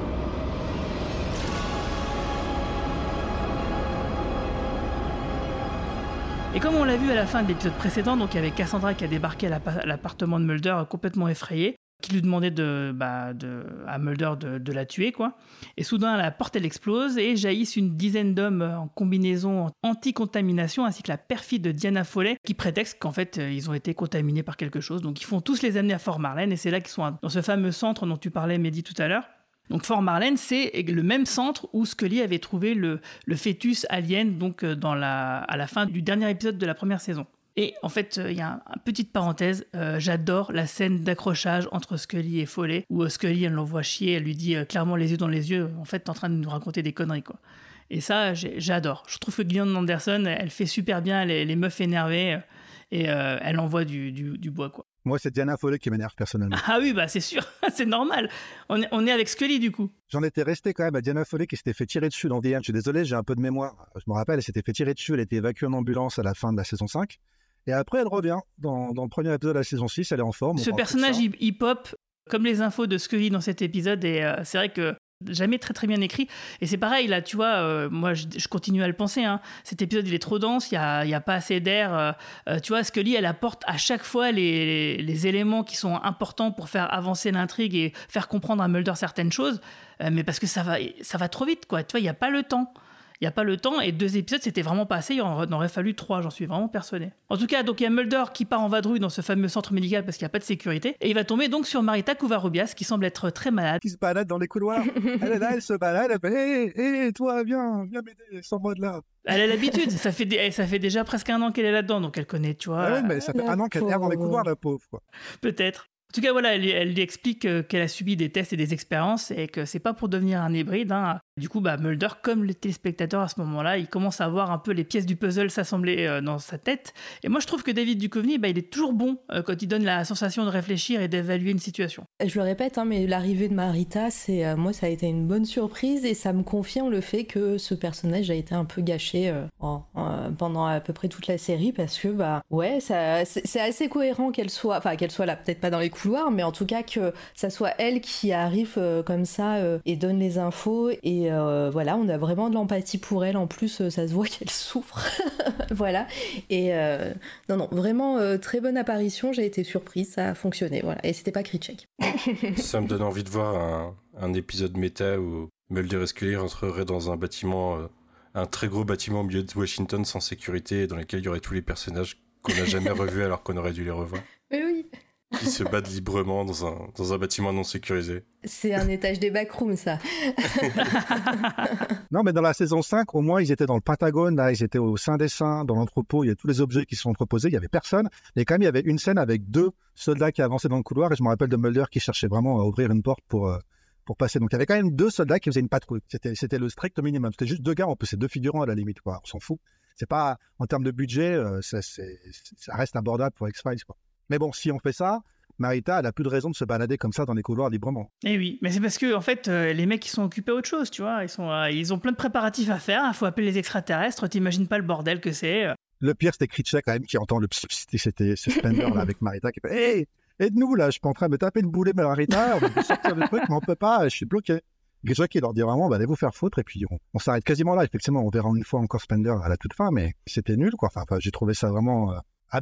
Et comme on l'a vu à la fin de l'épisode précédent, donc il y avait Cassandra qui a débarqué à, l'app- à l'appartement de Mulder complètement effrayée, qui lui demandait de, bah, de, à Mulder de, de la tuer, quoi. Et soudain, la porte, elle explose et jaillissent une dizaine d'hommes en combinaison anti-contamination, ainsi que la perfide de Diana Foley, qui prétexte qu'en fait, ils ont été contaminés par quelque chose. Donc ils font tous les amener à Fort Marlène, et c'est là qu'ils sont dans ce fameux centre dont tu parlais, Mehdi, tout à l'heure. Donc Fort Marlène, c'est le même centre où Scully avait trouvé le, le fœtus alien, donc dans la, à la fin du dernier épisode de la première saison. Et en fait, il euh, y a une petite parenthèse, euh, j'adore la scène d'accrochage entre Scully et Foley, où euh, Scully, elle l'envoie chier, elle lui dit euh, clairement les yeux dans les yeux, en fait, t'es en train de nous raconter des conneries, quoi. Et ça, j'ai, j'adore. Je trouve que Gillian Anderson, elle fait super bien les, les meufs énervées, euh, et euh, elle envoie du, du, du bois, quoi. Moi, c'est Diana Foley qui m'énerve personnellement. Ah oui, bah c'est sûr, c'est normal. On est, on est avec Scully, du coup. J'en étais resté quand même à Diana Foley qui s'était fait tirer dessus dans The End. Je suis désolé, j'ai un peu de mémoire. Je me rappelle, elle s'était fait tirer dessus, elle a été évacuée en ambulance à la fin de la saison cinq. Et après, elle revient. Dans, dans le premier épisode de la saison six, elle est en forme. Ce personnage hip-hop, comme les infos de Scully dans cet épisode, et euh, c'est vrai que jamais très très bien écrit. Et c'est pareil, là, tu vois, euh, moi, je, je continue à le penser. Hein. Cet épisode, il est trop dense, il n'y a, y a pas assez d'air. Euh, euh, tu vois, Scully, elle apporte à chaque fois les, les éléments qui sont importants pour faire avancer l'intrigue et faire comprendre à Mulder certaines choses. Euh, mais parce que ça va, ça va trop vite, quoi. Tu vois, il n'y a pas le temps. Il n'y a pas le temps, et deux épisodes, c'était vraiment pas assez, il en aurait fallu trois, j'en suis vraiment persuadé. En tout cas, donc il y a Mulder qui part en vadrouille dans ce fameux centre médical parce qu'il n'y a pas de sécurité, et il va tomber donc sur Marita Covarrubias, qui semble être très malade. Qui se balade dans les couloirs. Elle est là, elle se balade, elle fait « Hé, hé, toi, viens, viens m'aider, sors-moi de là ». Elle a l'habitude, ça fait, des, ça fait déjà presque un an qu'elle est là-dedans, donc elle connaît, tu vois. Ah ouais, mais ça fait un an qu'elle erre dans les couloirs, la pauvre, quoi. Peut-être. En tout cas, voilà, elle, elle lui explique euh, qu'elle a subi des tests et des expériences et que c'est pas pour devenir un hybride. Hein. Du coup, bah, Mulder, comme le téléspectateur à ce moment-là, il commence à voir un peu les pièces du puzzle s'assembler euh, dans sa tête. Et moi, je trouve que David Duchovny, bah, il est toujours bon euh, quand il donne la sensation de réfléchir et d'évaluer une situation. Je le répète, hein, mais l'arrivée de Marita, c'est, euh, moi, ça a été une bonne surprise et ça me confirme le fait que ce personnage a été un peu gâché euh, en, en, pendant à peu près toute la série parce que, bah, ouais, ça, c'est, c'est assez cohérent qu'elle soit, enfin, qu'elle soit là, peut-être pas dans les couloirs, mais en tout cas que ça soit elle qui arrive euh, comme ça euh, et donne les infos et euh, voilà, on a vraiment de l'empathie pour elle. En plus, euh, ça se voit qu'elle souffre. Voilà. Et euh, non, non, vraiment euh, très bonne apparition. J'ai été surprise, ça a fonctionné. Voilà. Et c'était pas Krycek. Ça me donne envie de voir un, un épisode méta où Mulder et Scully rentreraient dans un bâtiment, euh, un très gros bâtiment au milieu de Washington sans sécurité, dans lequel il y aurait tous les personnages qu'on n'a jamais revus alors qu'on aurait dû les revoir. Mais oui. Qui se battent librement dans un, dans un bâtiment non sécurisé. C'est un étage des backrooms, ça. Non, mais dans la saison cinq, au moins, ils étaient dans le Pentagone, là, ils étaient au sein des saints, dans l'entrepôt, il y a tous les objets qui sont entreposés, il n'y avait personne. Et quand même, il y avait une scène avec deux soldats qui avançaient dans le couloir, et je me rappelle de Mulder qui cherchait vraiment à ouvrir une porte pour, euh, pour passer. Donc, il y avait quand même deux soldats qui faisaient une patrouille. C'était, c'était le strict minimum. C'était juste deux gars, on peut, c'est deux figurants à la limite, quoi. On s'en fout. C'est pas, en termes de budget, euh, ça, c'est, ça reste abordable pour X-Files, quoi. Mais bon, si on fait ça, Marita, elle a plus de raison de se balader comme ça dans les couloirs librement. Eh oui, mais c'est parce que en fait, euh, les mecs ils sont occupés à autre chose, tu vois. Ils sont, euh, ils ont plein de préparatifs à faire. Il faut appeler les extraterrestres. T'imagines pas le bordel que c'est. Euh. Le pire, c'était Krycek quand même qui entend le pss, pss, c'était ce Spender là avec Marita qui fait hey, aide-nous là, je suis pas en train de me taper une boulée Marita, on veut sortir le truc, mais on peut pas, je suis bloqué. Krycek qui leur dit vraiment, bah, allez vous faire foutre et puis on, on s'arrête quasiment là. Effectivement, on verra une fois encore Spender à la toute fin, mais c'était nul quoi. Enfin, enfin j'ai trouvé ça vraiment euh, aberrant.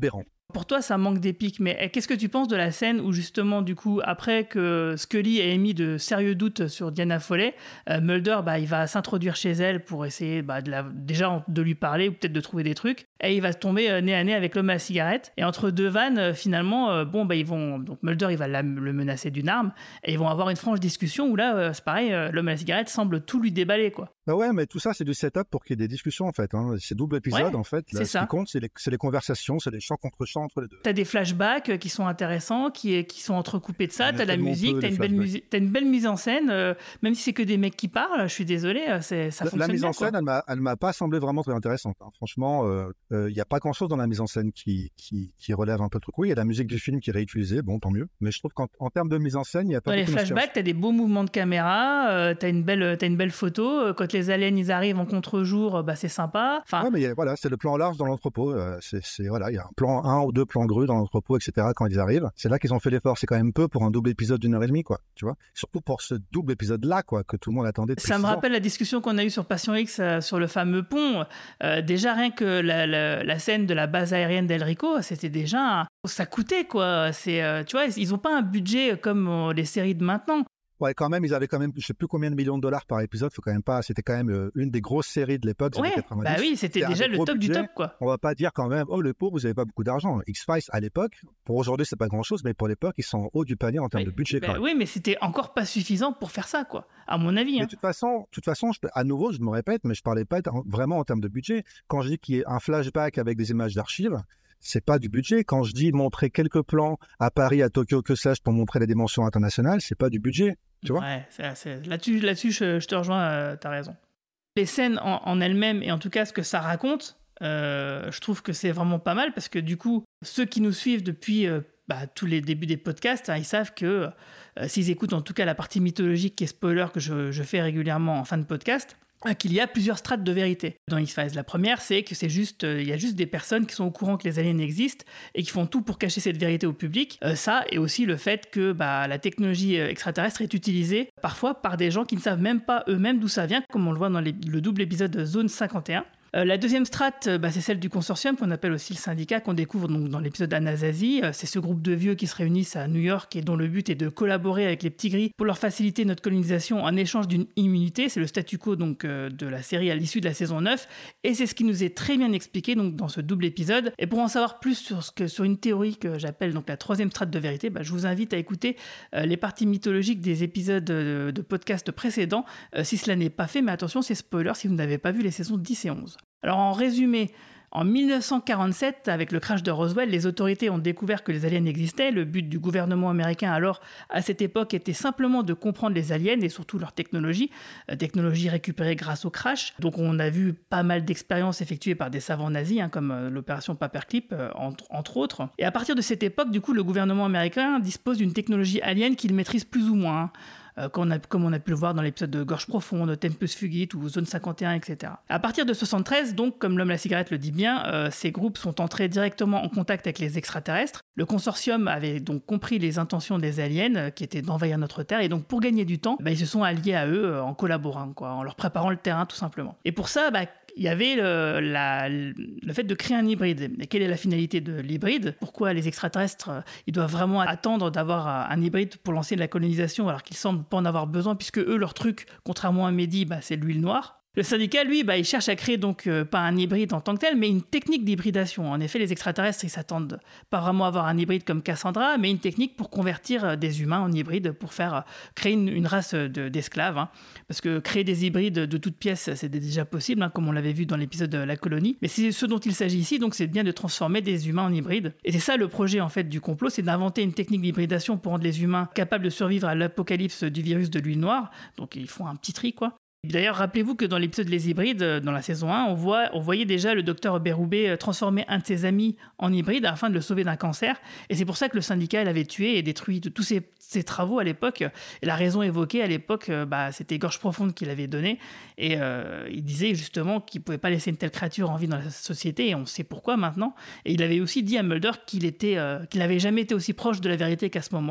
Pour toi, ça manque d'épique, mais qu'est-ce que tu penses de la scène où justement, du coup, après que Scully ait émis de sérieux doutes sur Diana Folley, euh, Mulder, bah, il va s'introduire chez elle pour essayer bah, de la, déjà de lui parler ou peut-être de trouver des trucs, et il va tomber euh, nez à nez avec l'homme à la cigarette. Et entre deux vannes, euh, finalement, euh, bon, bah, ils vont, donc Mulder, il va la, le menacer d'une arme, et ils vont avoir une franche discussion où là, euh, c'est pareil, euh, l'homme à la cigarette semble tout lui déballer, quoi. Bah ouais, mais tout ça, c'est du setup pour qu'il y ait des discussions, en fait. Hein. C'est double épisode, Ouais, en fait. Là, c'est ce ça. qui compte, c'est les, c'est les conversations, c'est les chants contre chants entre les deux. T'as des flashbacks qui sont intéressants, qui, qui sont entrecoupés de ça, On t'as la tellement musique, peu, t'as les une, belle flashbacks. musi- t'as une belle mise en scène, euh, même si c'est que des mecs qui parlent, je suis désolé, euh, c'est, ça La, fonctionne la mise bien, en scène, quoi. elle m'a, elle m'a pas semblé vraiment très intéressante. Hein. Franchement, il euh, euh, y a pas grand-chose dans la mise en scène qui, qui, qui relève un peu le truc. Oui, il y a la musique du film qui est réutilisée, bon, tant mieux. Mais je trouve qu'en en termes de mise en scène, il y a pas Dans les beaucoup d'inspiration. flashbacks, t'as des beaux mouvements de caméra, euh, t'as une belle, t'as une belle photo. euh, Quand les aliens ils arrivent en contre-jour, euh, bah c'est sympa. Enfin, Ouais, mais il y a- voilà, c'est le plan large dans l'entrepôt. euh, c'est, c'est- voilà, il y a un plan, un ou deux plans grues dans l'entrepôt, et cetera. Quand ils arrivent, c'est là qu'ils ont fait l'effort. C'est quand même peu pour un double épisode d'une heure et demie, quoi. Tu vois, surtout pour ce double épisode-là, quoi, que tout le monde attendait depuis ça me six ans. rappelle la discussion qu'on a eue sur Passion X euh, sur le fameux pont. Euh, déjà rien que la, la, la scène de la base aérienne d'El Rico, c'était déjà, ça coûtait quoi. C'est, euh, tu vois, ils ont pas un budget comme euh, les séries de maintenant. Ouais, quand même, ils avaient quand même, je sais plus combien de millions de dollars par épisode. Faut quand même pas. C'était quand même euh, une des grosses séries de l'époque, des Ouais, années quatre-vingt-dix. bah oui, c'était C'était un déjà des le gros top du budgets. top quoi. On va pas dire quand même, oh le pauvre, vous avez pas beaucoup d'argent. X-Files à l'époque, pour aujourd'hui c'est pas grand chose, mais pour l'époque ils sont en haut du panier en termes Oui, de budget bah quand même. oui, mais c'était encore pas suffisant pour faire ça quoi, à mon avis. Mais Hein. de toute façon, de toute façon, je, à nouveau, je me répète, mais je parlais pas en- vraiment en termes de budget. Quand je dis qu'il y a un flashback avec des images d'archives, c'est pas du budget. Quand je dis montrer quelques plans à Paris, à Tokyo, que sais-je, pour montrer les dimensions internationales, c'est pas du budget. Tu vois Ouais, c'est, c'est- là-dessus, là-dessus je, je te rejoins, euh, t'as raison. Les scènes en, en elles-mêmes, et en tout cas ce que ça raconte, euh, je trouve que c'est vraiment pas mal, parce que du coup, ceux qui nous suivent depuis euh, bah, tous les débuts des podcasts, hein, ils savent que euh, s'ils écoutent en tout cas la partie mythologique qui est spoiler que je, je fais régulièrement en fin de podcast, euh, qu'il y a plusieurs strates de vérité dans X-Files. La première, c'est que c'est juste, euh, il y a juste des personnes qui sont au courant que les aliens existent et qui font tout pour cacher cette vérité au public. Euh, ça, et aussi le fait que bah, la technologie euh, extraterrestre est utilisée parfois par des gens qui ne savent même pas eux-mêmes d'où ça vient, comme on le voit dans les- le double épisode de Zone cinquante et un. Euh, la deuxième strate, euh, bah, c'est celle du consortium qu'on appelle aussi le syndicat, qu'on découvre donc dans l'épisode Anasazi. Euh, c'est ce groupe de vieux qui se réunissent à New York et dont le but est de collaborer avec les petits gris pour leur faciliter notre colonisation en échange d'une immunité. C'est le statu quo donc, euh, de la série à l'issue de la saison neuf. Et c'est ce qui nous est très bien expliqué donc, dans ce double épisode. Et pour en savoir plus sur, ce que, sur une théorie que j'appelle donc, la troisième strate de vérité, bah, je vous invite à écouter euh, les parties mythologiques des épisodes de, de podcast précédents, euh, si cela n'est pas fait. Mais attention, c'est spoiler si vous n'avez pas vu les saisons dix et onze. Alors en résumé, en mille neuf cent quarante-sept, avec le crash de Roswell, les autorités ont découvert que les aliens existaient. Le but du gouvernement américain alors, à cette époque, était simplement de comprendre les aliens et surtout leur technologie, euh, technologie récupérée grâce au crash. Donc on a vu pas mal d'expériences effectuées par des savants nazis, hein, comme euh, l'opération Paperclip, euh, entre, entre autres. Et à partir de cette époque, du coup, le gouvernement américain dispose d'une technologie alien qu'il maîtrise plus ou moins, hein. Euh, on a, comme on a pu le voir dans l'épisode de Gorge Profonde, Tempus Fugit ou Zone cinquante et un, et cetera. À partir de soixante-treize, donc, comme l'homme à la cigarette le dit bien, euh, ces groupes sont entrés directement en contact avec les extraterrestres. Le consortium avait donc compris les intentions des aliens, euh, qui étaient d'envahir notre Terre, et donc pour gagner du temps, bah, ils se sont alliés à eux euh, en collaborant, quoi, en leur préparant le terrain tout simplement. Et pour ça, bah, il y avait le, la, le fait de créer un hybride. Et quelle est la finalité de l'hybride ? Pourquoi les extraterrestres, euh, ils doivent vraiment attendre d'avoir un, un hybride pour lancer de la colonisation alors qu'ils semblent pas en avoir besoin, puisque eux, leur truc, contrairement à Mehdi, bah, c'est l'huile noire. Le syndicat, lui, bah, il cherche à créer donc euh, pas un hybride en tant que tel, mais une technique d'hybridation. En effet, les extraterrestres, ils s'attendent pas vraiment à avoir un hybride comme Cassandra, mais une technique pour convertir euh, des humains en hybrides, pour faire euh, créer une, une race de, d'esclaves. Hein. Parce que créer des hybrides de toutes pièces, c'est déjà possible, hein, comme on l'avait vu dans l'épisode de La Colonie. Mais c'est ce dont il s'agit ici, donc c'est bien de transformer des humains en hybrides. Et c'est ça le projet en fait du complot, c'est d'inventer une technique d'hybridation pour rendre les humains capables de survivre à l'apocalypse du virus de l'huile noire. Donc ils font un petit tri, quoi. D'ailleurs, rappelez-vous que dans l'épisode Les Hybrides, dans la saison un, on, voit, on voyait déjà le docteur Beroubé transformer un de ses amis en hybride afin de le sauver d'un cancer. Et c'est pour ça que le syndicat l'avait tué et détruit de tous ses, ses travaux à l'époque. Et la raison évoquée à l'époque, bah, c'était Gorge Profonde qui l'avait donnée. Et euh, il disait justement qu'il ne pouvait pas laisser une telle créature en vie dans la société. Et on sait pourquoi maintenant. Et il avait aussi dit à Mulder qu'il était, euh, qu'il n'avait jamais été aussi proche de la vérité qu'à ce moment-là. Et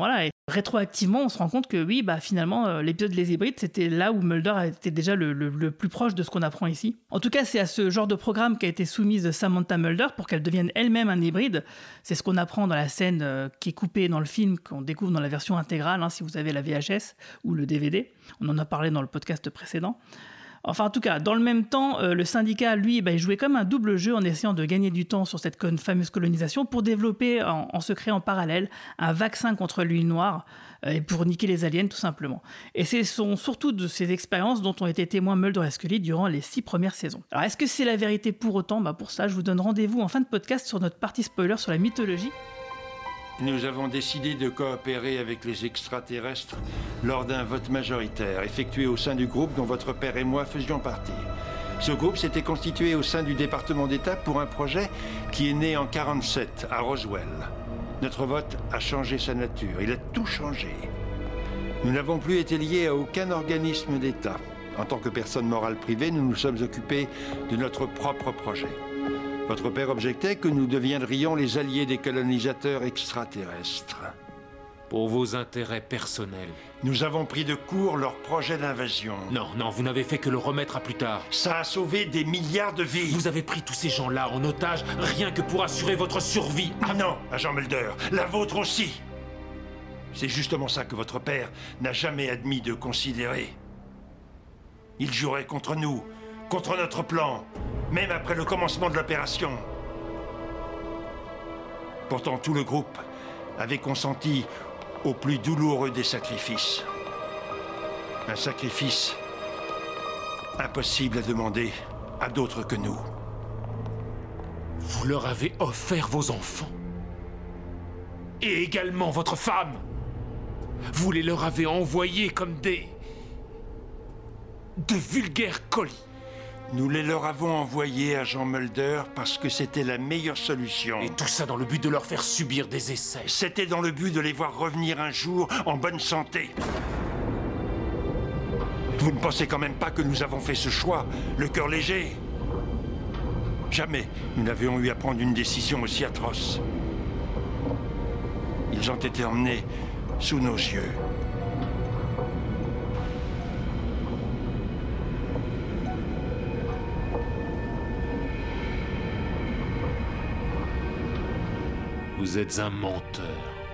rétroactivement, on se rend compte que oui, bah finalement, euh, l'épisode Les Hybrides, c'était là où Mulder était déjà le, le, le plus proche de ce qu'on apprend ici. En tout cas, c'est à ce genre de programme qu'a été soumise Samantha Mulder pour qu'elle devienne elle-même un hybride. C'est ce qu'on apprend dans la scène euh, qui est coupée dans le film, qu'on découvre dans la version intégrale, hein, si vous avez la V H S ou le D V D. On en a parlé dans le podcast précédent. Enfin, en tout cas, dans le même temps, euh, le syndicat, lui, bah, il jouait comme un double jeu en essayant de gagner du temps sur cette con- fameuse colonisation pour développer en, en secret, en parallèle, un vaccin contre l'huile noire euh, et pour niquer les aliens, tout simplement. Et ce sont surtout de ces expériences dont ont été témoins Mulder et Scully durant les six premières saisons. Alors, est-ce que c'est la vérité pour autant ? Bah, pour ça, je vous donne rendez-vous en fin de podcast sur notre partie spoiler sur la mythologie. Nous avons décidé de coopérer avec les extraterrestres lors d'un vote majoritaire effectué au sein du groupe dont votre père et moi faisions partie. Ce groupe s'était constitué au sein du département d'État pour un projet qui est né en quarante-sept à Roswell. Notre vote a changé sa nature, il a tout changé. Nous n'avons plus été liés à aucun organisme d'État. En tant que personne morale privée, nous nous sommes occupés de notre propre projet. Votre père objectait que nous deviendrions les alliés des colonisateurs extraterrestres. Pour vos intérêts personnels. Nous avons pris de court leur projet d'invasion. Non, non, vous n'avez fait que le remettre à plus tard. Ça a sauvé des milliards de vies. Vous avez pris tous ces gens-là en otage, rien que pour assurer votre survie. Ah non, agent Mulder, la vôtre aussi. C'est justement ça que votre père n'a jamais admis de considérer. Il jouerait contre nous, contre notre plan, même après le commencement de l'opération. Pourtant, tout le groupe avait consenti au plus douloureux des sacrifices. Un sacrifice impossible à demander à d'autres que nous. Vous leur avez offert vos enfants. Et également votre femme. Vous les leur avez envoyés comme des... de vulgaires colis. Nous les leur avons envoyés, agent Mulder, parce que c'était la meilleure solution. Et tout ça dans le but de leur faire subir des essais. C'était dans le but de les voir revenir un jour en bonne santé. Vous ne pensez quand même pas que nous avons fait ce choix, le cœur léger? Jamais nous n'avions eu à prendre une décision aussi atroce. Ils ont été emmenés sous nos yeux. Vous êtes un menteur.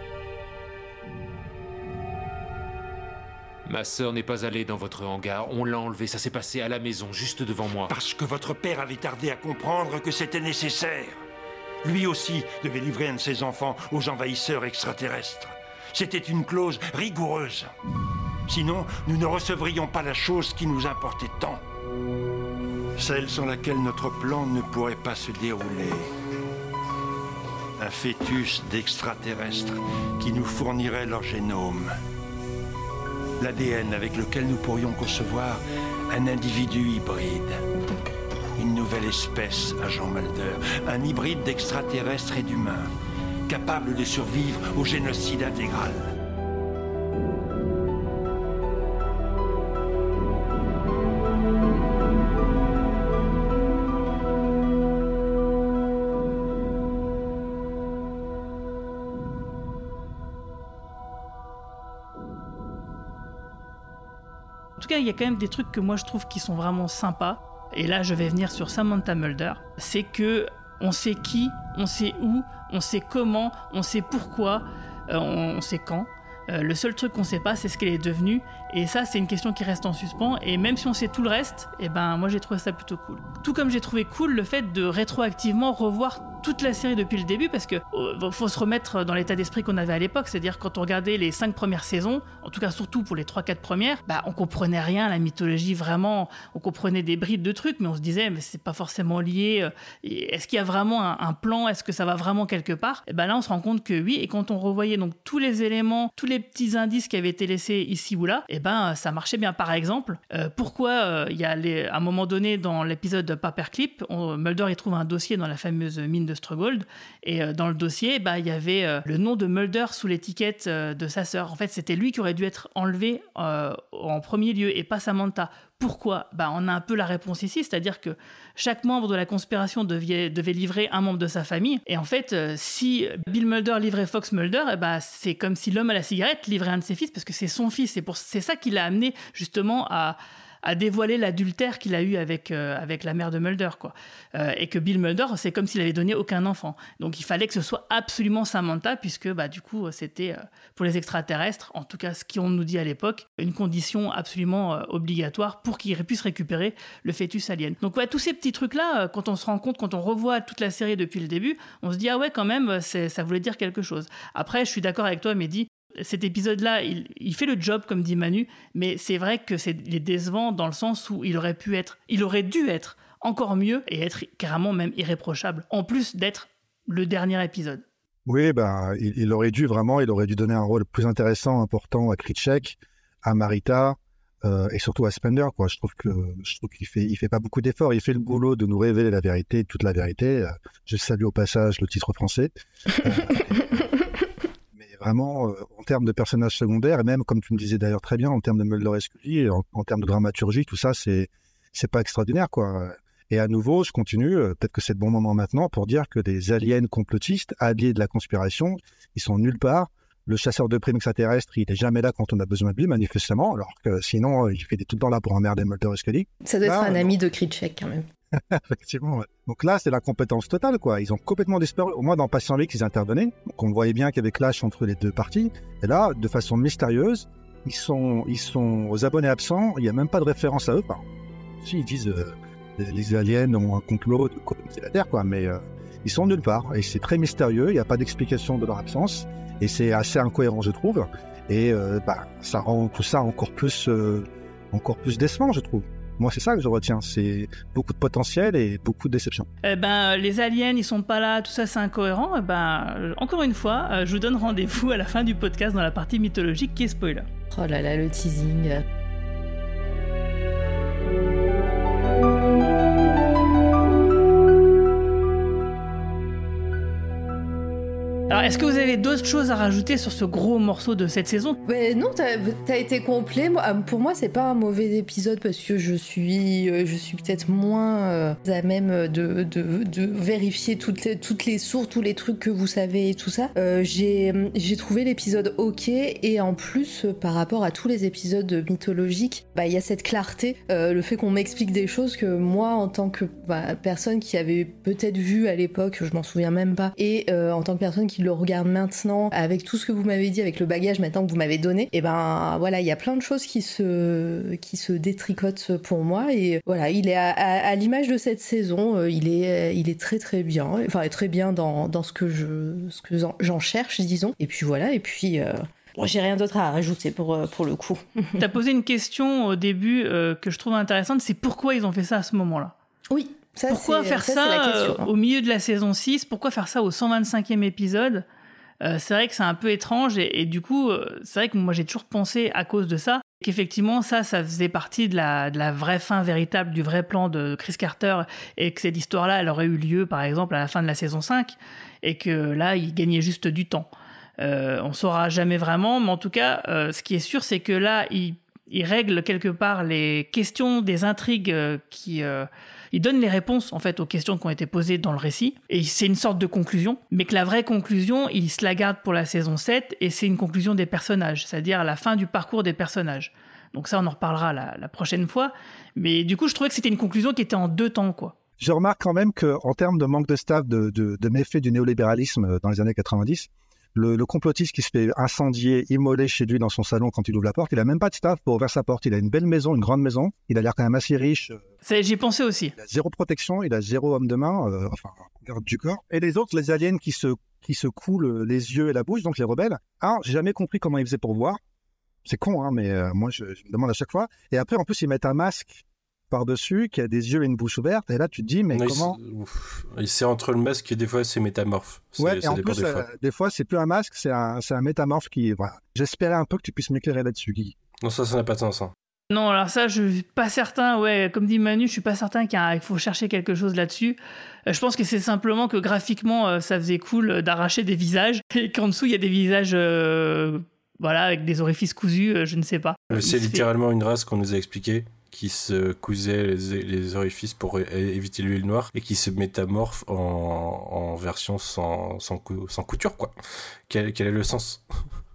Ma sœur n'est pas allée dans votre hangar. On l'a enlevée. Ça s'est passé à la maison, juste devant moi. Parce que votre père avait tardé à comprendre que c'était nécessaire. Lui aussi devait livrer un de ses enfants aux envahisseurs extraterrestres. C'était une clause rigoureuse. Sinon, nous ne recevrions pas la chose qui nous importait tant. Celle sans laquelle notre plan ne pourrait pas se dérouler. Un fœtus d'extraterrestres qui nous fournirait leur génome. L'A D N avec lequel nous pourrions concevoir un individu hybride. Une nouvelle espèce, agent Mulder. Un hybride d'extraterrestres et d'humains, capable de survivre au génocide intégral. En tout cas, il y a quand même des trucs que moi je trouve qui sont vraiment sympas. Et là, je vais venir sur Samantha Mulder. C'est que on sait qui, on sait où, on sait comment, on sait pourquoi, euh, on, on sait quand. Euh, le seul truc qu'on sait pas, c'est ce qu'elle est devenue. Et ça, c'est une question qui reste en suspens. Et même si on sait tout le reste, eh ben, moi j'ai trouvé ça plutôt cool. Tout comme j'ai trouvé cool le fait de rétroactivement revoir toute la série depuis le début, parce que euh, faut se remettre dans l'état d'esprit qu'on avait à l'époque, c'est-à-dire quand on regardait les cinq premières saisons, en tout cas surtout pour les trois quatre premières, bah on comprenait rien à la mythologie, vraiment, on comprenait des bribes de trucs, mais on se disait mais c'est pas forcément lié, euh, est-ce qu'il y a vraiment un, un plan, est-ce que ça va vraiment quelque part? Et ben là on se rend compte que oui, et quand on revoyait donc tous les éléments, tous les petits indices qui avaient été laissés ici ou là, et ben ça marchait bien. Par exemple, euh, pourquoi il euh, y a les, à un moment donné dans l'épisode Paperclip, on, Mulder il trouve un dossier dans la fameuse mine de Struggold. Et euh, dans le dossier, bah, il y avait euh, le nom de Mulder sous l'étiquette euh, de sa sœur. En fait, c'était lui qui aurait dû être enlevé euh, en premier lieu et pas Samantha. Pourquoi ? Bah, on a un peu la réponse ici, c'est-à-dire que chaque membre de la conspiration devait, devait livrer un membre de sa famille. Et en fait, euh, si Bill Mulder livrait Fox Mulder, eh bah, c'est comme si l'homme à la cigarette livrait un de ses fils, parce que c'est son fils. C'est, pour, c'est ça qui l'a amené justement à... à dévoiler l'adultère qu'il a eu avec, euh, avec la mère de Mulder, quoi. Euh, et que Bill Mulder, c'est comme s'il avait donné aucun enfant. Donc il fallait que ce soit absolument Samantha, puisque bah, du coup, c'était, euh, pour les extraterrestres, en tout cas ce qu'on nous dit à l'époque, une condition absolument euh, obligatoire pour qu'ils puissent récupérer le fœtus alien. Donc ouais, tous ces petits trucs-là, euh, quand on se rend compte, quand on revoit toute la série depuis le début, on se dit, ah ouais, quand même, c'est, ça voulait dire quelque chose. Après, je suis d'accord avec toi, Mehdi, cet épisode-là, il, il fait le job, comme dit Manu, mais c'est vrai que c'est, il est décevant dans le sens où il aurait pu être, il aurait dû être encore mieux et être carrément même irréprochable, en plus d'être le dernier épisode. Oui, ben, il, il aurait dû vraiment, il aurait dû donner un rôle plus intéressant, important à Krycek, à Marita euh, et surtout à Spender, quoi. Je trouve que je trouve qu'il fait, il fait pas beaucoup d'efforts. Il fait le boulot de nous révéler la vérité, toute la vérité. Je salue au passage le titre français. Euh, Vraiment, euh, en termes de personnages secondaires, et même, comme tu me disais d'ailleurs très bien, en termes de Mulder et Scully, en, en termes de dramaturgie, tout ça, c'est, c'est pas extraordinaire, quoi. Et à nouveau, je continue, euh, peut-être que c'est le bon moment maintenant pour dire que des aliens complotistes, alliés de la conspiration, ils sont nulle part. Le chasseur de primes extraterrestre, il est jamais là quand on a besoin de lui, manifestement, alors que sinon, il fait des tout le temps là pour emmerder Mulder et Scully. Ça doit là, être un non. ami de Krycek, quand même. Effectivement, ouais. Donc là, c'est la compétence totale, quoi. Ils ont complètement disparu. Au moins, dans Patient X, ils intervenaient. Donc, on voyait bien qu'il y avait clash entre les deux parties. Et là, de façon mystérieuse, ils sont, ils sont aux abonnés absents. Il n'y a même pas de référence à eux. Enfin, si, ils disent euh, les, les aliens ont un complot de coloniser la Terre, quoi. Mais euh, ils sont nulle part. Et c'est très mystérieux. Il n'y a pas d'explication de leur absence. Et c'est assez incohérent, je trouve. Et euh, bah, ça rend tout ça encore plus, euh, encore plus décevant, je trouve. Moi, c'est ça que je retiens, c'est beaucoup de potentiel et beaucoup de déception. Eh ben, les aliens, ils sont pas là, tout ça, c'est incohérent. Eh ben, encore une fois, euh, je vous donne rendez-vous à la fin du podcast dans la partie mythologique qui est spoiler. Oh là là, le teasing. Alors, est-ce que vous avez d'autres choses à rajouter sur ce gros morceau de cette saison ? Mais non, t'as, t'as été complet. Moi, pour moi, c'est pas un mauvais épisode parce que je suis, je suis peut-être moins euh, à même de, de, de vérifier toutes les, toutes les sources, tous les trucs que vous savez et tout ça. Euh, j'ai, j'ai trouvé l'épisode ok et en plus, par rapport à tous les épisodes mythologiques, bah, il y a cette clarté, euh, le fait qu'on m'explique des choses que moi, en tant que bah, personne qui avait peut-être vu à l'époque, je m'en souviens même pas, et euh, en tant que personne qui le regarde maintenant, avec tout ce que vous m'avez dit, avec le bagage maintenant que vous m'avez donné, et ben voilà, il y a plein de choses qui se, qui se détricotent pour moi, et voilà, il est à, à, à l'image de cette saison, il est, il est très très bien, enfin très bien dans, dans ce que je, ce que j'en cherche, disons, et puis voilà, et puis... Euh... Bon, j'ai rien d'autre à rajouter pour, pour le coup. T'as posé une question au début euh, que je trouve intéressante, c'est pourquoi ils ont fait ça à ce moment-là ? Oui. Ça, pourquoi faire ça, ça question, hein. euh, au milieu de la saison six ? Pourquoi faire ça au cent vingt-cinquième épisode ? euh, C'est vrai que c'est un peu étrange et, et du coup, euh, c'est vrai que moi j'ai toujours pensé à cause de ça qu'effectivement ça, ça faisait partie de la, de la vraie fin véritable, du vrai plan de Chris Carter et que cette histoire-là, elle aurait eu lieu par exemple à la fin de la saison cinq et que là, il gagnait juste du temps. Euh, on saura jamais vraiment, mais en tout cas, euh, ce qui est sûr, c'est que là, il, il règle quelque part les questions des intrigues euh, qui... Euh, il donne les réponses en fait aux questions qui ont été posées dans le récit et c'est une sorte de conclusion, mais que la vraie conclusion, il se la garde pour la saison sept et c'est une conclusion des personnages, c'est-à-dire à la fin du parcours des personnages. Donc ça, on en reparlera la, la prochaine fois, mais du coup, je trouvais que c'était une conclusion qui était en deux temps, quoi. Je remarque quand même qu'en termes de manque de staff, de, de, de méfaits du néolibéralisme dans les années quatre-vingt-dix, Le, le complotiste qui se fait incendier, immoler chez lui dans son salon quand il ouvre la porte, il a même pas de staff pour ouvrir sa porte. Il a une belle maison, une grande maison. Il a l'air quand même assez riche. C'est, j'y ai pensé aussi. Il a zéro protection, il a zéro homme de main, euh, enfin, garde du corps. Et les autres, les aliens qui se, qui se coulent les yeux et la bouche, donc les rebelles. Ah, j'ai jamais compris comment ils faisaient pour voir. C'est con, hein, mais euh, moi, je, je me demande à chaque fois. Et après, en plus, ils mettent un masque par-dessus, qui a des yeux et une bouche ouverte, et là tu te dis, mais non, comment... Il c'est entre le masque et des fois c'est métamorphe. C'est, ouais, ça et en dépend plus, des euh, fois. des fois c'est plus un masque, c'est un, c'est un métamorphe qui... Voilà. J'espérais un peu que tu puisses m'éclairer là-dessus, Guy. Non, ça, ça n'a pas de sens. Hein. Non, alors ça, je suis pas certain. Ouais, comme dit Manu, je suis pas certain qu'il y a- qu'il faut chercher quelque chose là-dessus. Euh, je pense que c'est simplement que graphiquement, euh, ça faisait cool euh, d'arracher des visages et qu'en dessous, il y a des visages, euh, voilà, avec des orifices cousus. euh, je ne sais pas. Mais Il c'est se fait- littéralement une race qu'on nous a expliqué qui se cousait les, les orifices pour é- éviter l'huile noire et qui se métamorphe en, en version sans, sans, cou- sans couture, quoi. Quel, quel est le sens?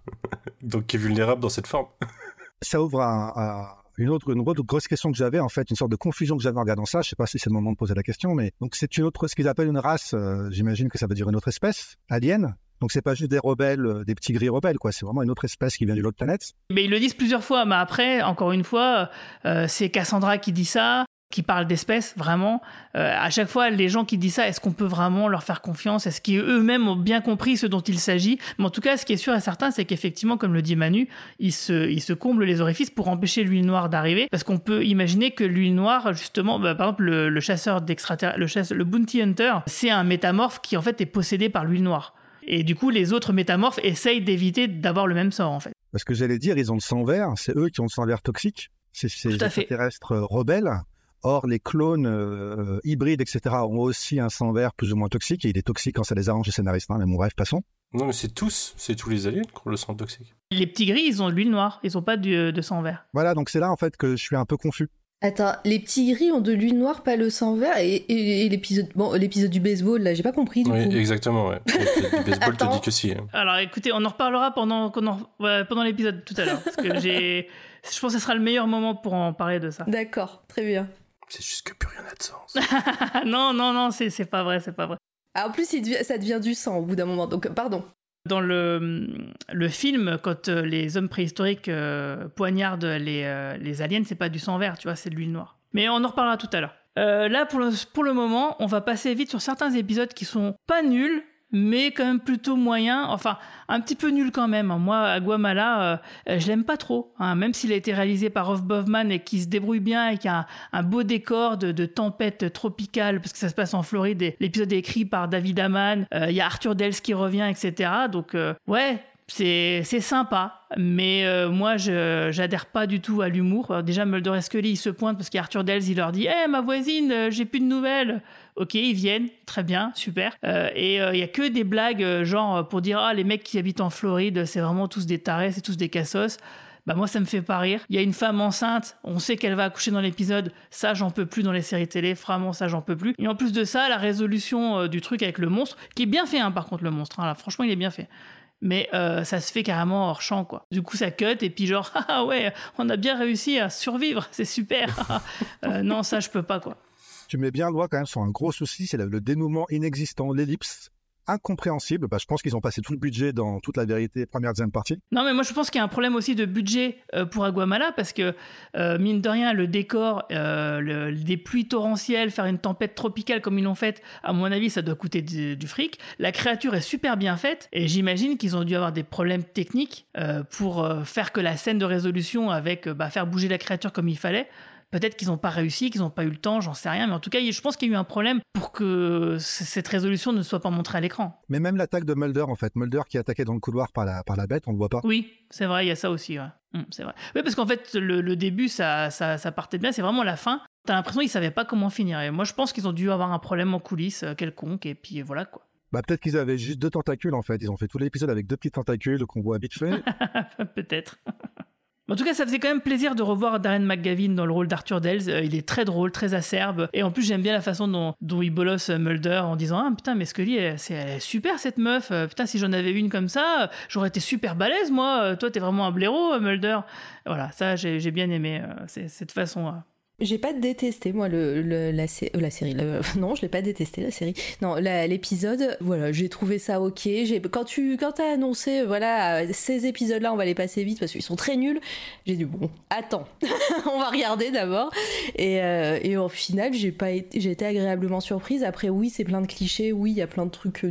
Donc qui est vulnérable dans cette forme. Ça ouvre à, à une, autre, une autre grosse question que j'avais, en fait, une sorte de confusion que j'avais en regardant ça. Je sais pas si c'est le moment de poser la question, mais donc c'est une autre, ce qu'ils appellent une race, euh, j'imagine que ça veut dire une autre espèce, alien. Donc c'est pas juste des rebelles, euh, des petits gris rebelles, quoi. C'est vraiment une autre espèce qui vient d'une autre planète. Mais ils le disent plusieurs fois. Mais après, encore une fois, euh, c'est Cassandra qui dit ça, qui parle d'espèces, vraiment. Euh, à chaque fois, les gens qui disent ça, est-ce qu'on peut vraiment leur faire confiance? Est-ce qu'eux-mêmes ont bien compris ce dont il s'agit? Mais en tout cas, ce qui est sûr et certain, c'est qu'effectivement, comme le dit Manu, ils se, ils se comblent les orifices pour empêcher l'huile noire d'arriver. Parce qu'on peut imaginer que l'huile noire, justement, bah, par exemple, le, le chasseur d'extraterrestres, le, chasse, le bounty hunter, c'est un métamorphe qui, en fait, est possédé par l'huile noire. Et du coup, les autres métamorphes essayent d'éviter d'avoir le même sort, en fait. Parce que j'allais dire, ils ont le sang vert, c'est eux qui ont le sang vert toxique. C'est ces Tout à fait. extraterrestres euh, rebelles. Or, les clones euh, hybrides, et cetera, ont aussi un sang vert plus ou moins toxique, et il est toxique quand ça les arrange les scénaristes, hein, mais bon, bref, passons. Non, mais c'est tous, c'est tous les aliens qui ont le sang toxique. Les petits gris, ils ont de l'huile noire, ils ont pas de, de sang vert. Voilà, donc c'est là, en fait, que je suis un peu confus. Attends, les petits gris ont de l'huile noire, pas le sang vert, et, et- et l'épisode bon, l'épisode du baseball, là, j'ai pas compris, du Oui, coup. exactement, ouais. Le baseball te Attends. dit que si. hein. Alors écoutez, on en reparlera pendant, qu'on en- ouais, pendant l'épisode tout à l'heure, parce que j'ai... Je pense que ce sera le meilleur moment pour en parler de ça. D'accord, très bien. C'est juste que plus rien n'a de sens. non, non, non, c'est, c'est pas vrai, c'est pas vrai. Ah, en plus, il devient- ça devient du sang au bout d'un moment, donc pardon. Dans le, le film, quand euh, les hommes préhistoriques euh, poignardent les, euh, les aliens, c'est pas du sang vert, tu vois, c'est de l'huile noire. Mais on en reparlera tout à l'heure. Euh, là, pour le, pour le moment, on va passer vite sur certains épisodes qui sont pas nuls, mais quand même plutôt moyens. Enfin, un petit peu nuls quand même. Moi, Aguamala, euh, je l'aime pas trop. Hein, même s'il a été réalisé par Rolf Bovman et qui se débrouille bien et qui a un, un beau décor de, de tempête tropicale, parce que ça se passe en Floride. Et l'épisode est écrit par David Amann. Il euh, y a Arthur Dales qui revient, et cetera. Donc, euh, ouais... C'est, c'est sympa, mais euh, moi, je j'adhère pas du tout à l'humour. Alors, déjà, Mulder et Scully, ils se pointent parce qu'Arthur Dales, il leur dit « Hé, hey, ma voisine, euh, j'ai plus de nouvelles !» Ok, ils viennent, très bien, super. Euh, et il euh, y a que des blagues, euh, genre, pour dire « Ah, les mecs qui habitent en Floride, c'est vraiment tous des tarés, c'est tous des cassos. » Bah moi, ça me fait pas rire. Il y a une femme enceinte, on sait qu'elle va accoucher dans l'épisode. Ça, j'en peux plus dans les séries télé. Vraiment, ça, j'en peux plus. Et en plus de ça, la résolution euh, du truc avec le monstre, qui est bien fait, hein, par contre, le monstre. Hein, là, franchement, il est bien fait. Mais euh, ça se fait carrément hors champ, quoi. Du coup, ça cut, et puis genre, ah ouais, on a bien réussi à survivre, c'est super. euh, non, ça, je peux pas, quoi. Tu mets bien le doigt quand même sur un gros souci, c'est le, le dénouement inexistant, l'ellipse, incompréhensible. Bah, je pense qu'ils ont passé tout le budget dans toute la vérité, première, deuxième partie. Non, mais moi, je pense qu'il y a un problème aussi de budget euh, pour Aguamala, parce que, euh, mine de rien, le décor, euh, le, des pluies torrentielles, faire une tempête tropicale comme ils l'ont fait, à mon avis, ça doit coûter du, du fric. La créature est super bien faite, et j'imagine qu'ils ont dû avoir des problèmes techniques euh, pour euh, faire que la scène de résolution avec euh, bah, faire bouger la créature comme il fallait. Peut-être qu'ils n'ont pas réussi, qu'ils n'ont pas eu le temps, j'en sais rien. Mais en tout cas, je pense qu'il y a eu un problème pour que c- cette résolution ne soit pas montrée à l'écran. Mais même l'attaque de Mulder, en fait, Mulder qui est attaqué dans le couloir par la, par la bête, on le voit pas. Oui, c'est vrai, il y a ça aussi. Ouais. Hum, c'est vrai. Oui, parce qu'en fait, le, le début, ça, ça, ça partait bien. C'est vraiment la fin. T'as l'impression qu'ils ne savaient pas comment finir. Et moi, je pense qu'ils ont dû avoir un problème en coulisses euh, quelconque. Et puis voilà, quoi. Bah, peut-être qu'ils avaient juste deux tentacules, en fait. Ils ont fait tout l'épisode avec deux petits tentacules qu'on voit vite fait. Peut-être. En tout cas, ça faisait quand même plaisir de revoir Darren McGavin dans le rôle d'Arthur Dales. Euh, il est très drôle, très acerbe. Et en plus, j'aime bien la façon dont, dont il bolosse Mulder en disant « Ah putain, mais Scully, elle, c'est, elle est super cette meuf. Euh, Putain, si j'en avais une comme ça, j'aurais été super balèze, moi. Euh, Toi, t'es vraiment un blaireau, Mulder. » Voilà, ça, j'ai, j'ai bien aimé euh, c'est, cette façon. Euh. J'ai pas détesté, moi, le, le- la, sé- euh, la série. le- non, je l'ai pas détesté, la série. Non, la- l'épisode, voilà, j'ai trouvé ça ok. J'ai, quand tu quand t'as annoncé, voilà, ces épisodes-là, on va les passer vite parce qu'ils sont très nuls, j'ai dit, bon, attends, on va regarder d'abord. Et, euh, et au final, j'ai, pas été, j'ai été agréablement surprise. Après, oui, c'est plein de clichés, oui, il y a plein de trucs nuls.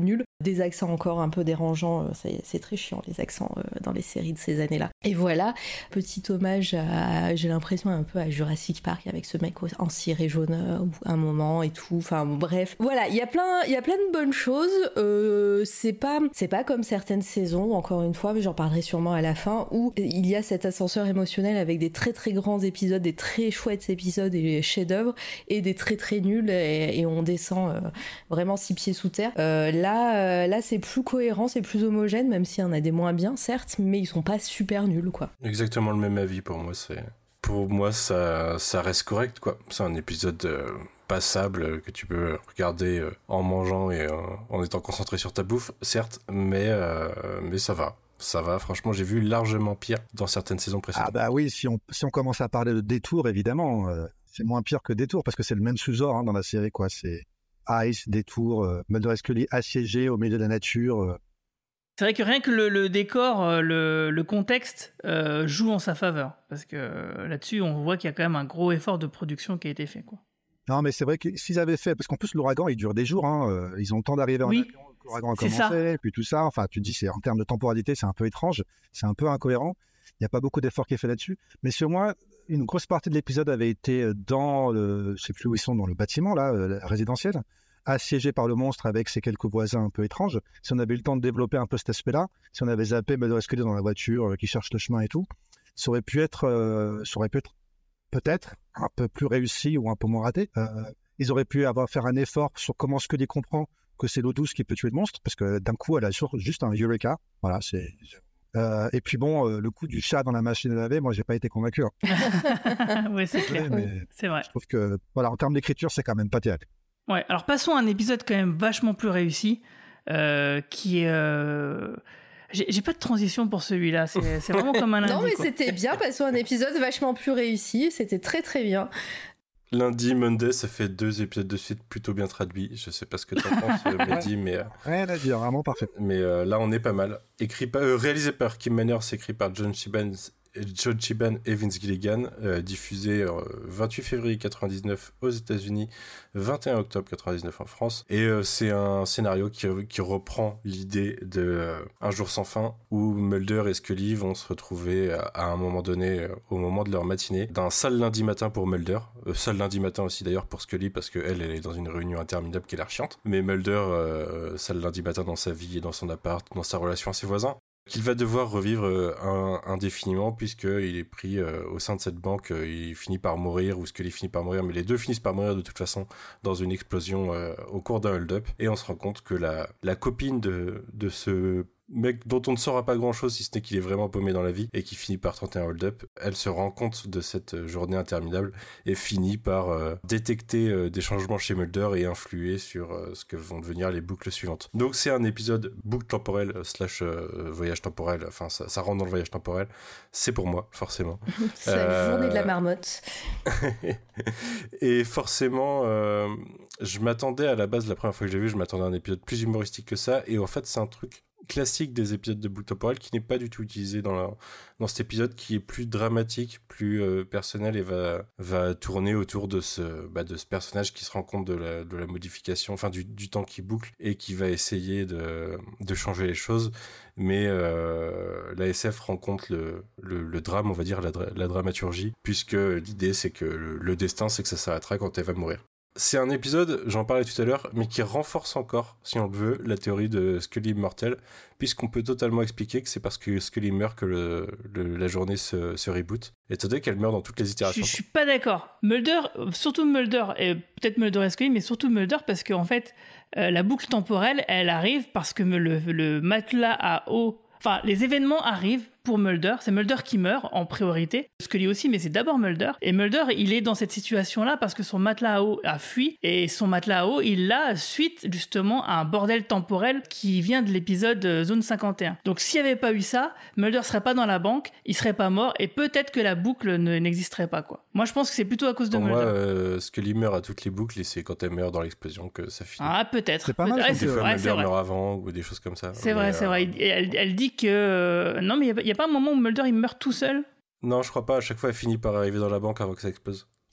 des accents encore un peu dérangeants, c'est, c'est très chiant les accents euh, dans les séries de ces années-là. Et voilà, petit hommage à, j'ai l'impression un peu à Jurassic Park avec ce mec en ciré jaune euh, un moment et tout, enfin bon, bref. Voilà, il y a plein, il y a plein de bonnes choses, euh, c'est pas, c'est pas comme certaines saisons, encore une fois, mais j'en parlerai sûrement à la fin, où il y a cet ascenseur émotionnel avec des très très grands épisodes, des très chouettes épisodes et chefs-d'œuvre, et des très très nuls, et, et on descend euh, vraiment six pieds sous terre. Euh, là, euh, là c'est plus cohérent, c'est plus homogène, même s'il y en a des moins bien, certes, mais ils sont pas super nuls, quoi. Exactement le même avis pour moi, c'est... Pour moi, ça, ça reste correct, quoi. C'est un épisode euh, passable que tu peux regarder euh, en mangeant et euh, en étant concentré sur ta bouffe, certes, mais, euh, mais ça va. Ça va, franchement, j'ai vu largement pire dans certaines saisons précédentes. Ah bah oui, si on, si on commence à parler de détour, évidemment, euh, c'est moins pire que détour, parce que c'est le même sous-genre hein, dans la série, quoi. C'est Ice, détour, euh, Mulder et Scully assiégés au milieu de la nature. Euh. C'est vrai que rien que le, le décor, le, le contexte euh, joue en sa faveur. Parce que euh, là-dessus, on voit qu'il y a quand même un gros effort de production qui a été fait, quoi. Non, mais c'est vrai que s'ils avaient fait... Parce qu'en plus, l'ouragan, il dure des jours. Hein, euh, ils ont le temps d'arriver en oui, avion, l'ouragan a commencé, puis tout ça. Enfin, tu te dis, c'est, en termes de temporalité, c'est un peu étrange. C'est un peu incohérent. Il n'y a pas beaucoup d'efforts qui est fait là-dessus. Mais sur moi, une grosse partie de l'épisode avait été dans le... Je ne sais plus où ils sont, dans le bâtiment, là, euh, résidentiel, assiégé par le monstre avec ses quelques voisins un peu étranges. Si on avait eu le temps de développer un peu cet aspect-là, si on avait zappé Mulder et Scully dans la voiture euh, qui cherche le chemin et tout, ça aurait pu être, euh, ça aurait pu être peut-être un peu plus réussi ou un peu moins raté. Euh, ils auraient pu avoir faire un effort sur comment Scully comprend que c'est l'eau douce qui peut tuer le monstre, parce que d'un coup, elle a juste un Eureka. Voilà, c'est... Euh, et puis bon, euh, le coup du chat dans la machine à laver, moi, j'ai pas été convaincu. Hein. Oui, c'est clair. Mais c'est vrai. Je trouve que, voilà, en termes d'écriture, c'est quand même pas terrible. Ouais, alors passons à un épisode quand même vachement plus réussi, euh, qui est... Euh... J'ai, j'ai pas de transition pour celui-là, c'est, c'est vraiment comme un lundi. Non mais quoi. C'était bien, passons à un épisode vachement plus réussi, c'était très très bien. Lundi, Monday, ça fait deux épisodes de suite plutôt bien traduits. Je sais pas ce que t'en penses, Mehdi, mais... Euh, Rien à dire, vraiment parfait. Mais euh, là, on est pas mal. Écrit par, euh, réalisé par Kim Manners, écrit par John Shiban, John Shiban et Vince Gilligan, euh, diffusé euh, vingt-huit février quatre-vingt-dix-neuf aux États-Unis, vingt et un octobre quatre-vingt-dix-neuf en France. Et euh, c'est un scénario qui, qui reprend l'idée de euh, Un jour sans fin, où Mulder et Scully vont se retrouver à, à un moment donné, euh, au moment de leur matinée, d'un sale lundi matin pour Mulder, euh, sale lundi matin aussi d'ailleurs pour Scully, parce qu'elle, elle est dans une réunion interminable qui a l'air chiante. Mais Mulder, euh, sale lundi matin dans sa vie et dans son appart, dans sa relation à ses voisins, qu'il va devoir revivre euh, un, indéfiniment puisqu'il est pris euh, au sein de cette banque, euh, il finit par mourir, ou Scully finit par mourir, mais les deux finissent par mourir de toute façon dans une explosion euh, au cours d'un hold-up, et on se rend compte que la, la copine de, de ce mec dont on ne saura pas grand chose si ce n'est qu'il est vraiment paumé dans la vie et qui finit par tenter un hold-up, elle se rend compte de cette journée interminable et finit par euh, détecter euh, des changements chez Mulder et influer sur euh, ce que vont devenir les boucles suivantes. Donc c'est un épisode boucle temporelle slash euh, voyage temporel, enfin ça, ça rentre dans le voyage temporel, c'est pour moi forcément. C'est la euh... journée de la marmotte. Et forcément euh, je m'attendais à la base, la première fois que j'ai vu, je m'attendais à un épisode plus humoristique que ça, et en fait c'est un truc classique des épisodes de boucle temporelle qui n'est pas du tout utilisé dans, la, dans cet épisode, qui est plus dramatique, plus euh, personnel, et va, va tourner autour de ce, bah, de ce personnage qui se rend compte de la, de la modification, enfin du, du temps qui boucle, et qui va essayer de, de changer les choses. Mais euh, la S F rencontre le, le, le drame, on va dire, la, la dramaturgie, puisque l'idée c'est que le, le destin c'est que ça s'arrêtera quand elle va mourir. C'est un épisode, j'en parlais tout à l'heure, mais qui renforce encore, si on le veut, la théorie de Scully immortel, puisqu'on peut totalement expliquer que c'est parce que Scully meurt que le, le, la journée se, se reboot, étant donné qu'elle meurt dans toutes les itérations. Je, je suis pas d'accord. Mulder, surtout Mulder, et peut-être Mulder et Scully, mais surtout Mulder, parce qu'en fait, euh, la boucle temporelle, elle arrive parce que le, le matelas à eau... Enfin, les événements arrivent pour Mulder, c'est Mulder qui meurt en priorité, Scully aussi, mais c'est d'abord Mulder. Et Mulder, il est dans cette situation-là parce que son matelas à eau a fui, et son matelas à eau, il l'a suite justement à un bordel temporel qui vient de l'épisode Zone cinquante et un. Donc s'il n'y avait pas eu ça, Mulder serait pas dans la banque, il serait pas mort, et peut-être que la boucle ne, n'existerait pas, quoi. Moi, je pense que c'est plutôt à cause de Pour Mulder. Pour moi, euh, Scully meurt à toutes les boucles, et c'est quand elle meurt dans l'explosion que ça finit. Ah, peut-être. C'est pas mal. Ouais, des fois, ouais, Mulder meurt avant, ou des choses comme ça. C'est mais, vrai, euh... c'est vrai. Et elle, elle dit que... Non, mais il n'y a, a pas un moment où Mulder, il meurt tout seul? Non, je crois pas. À chaque fois, elle finit par arriver dans la banque avant que ça explose.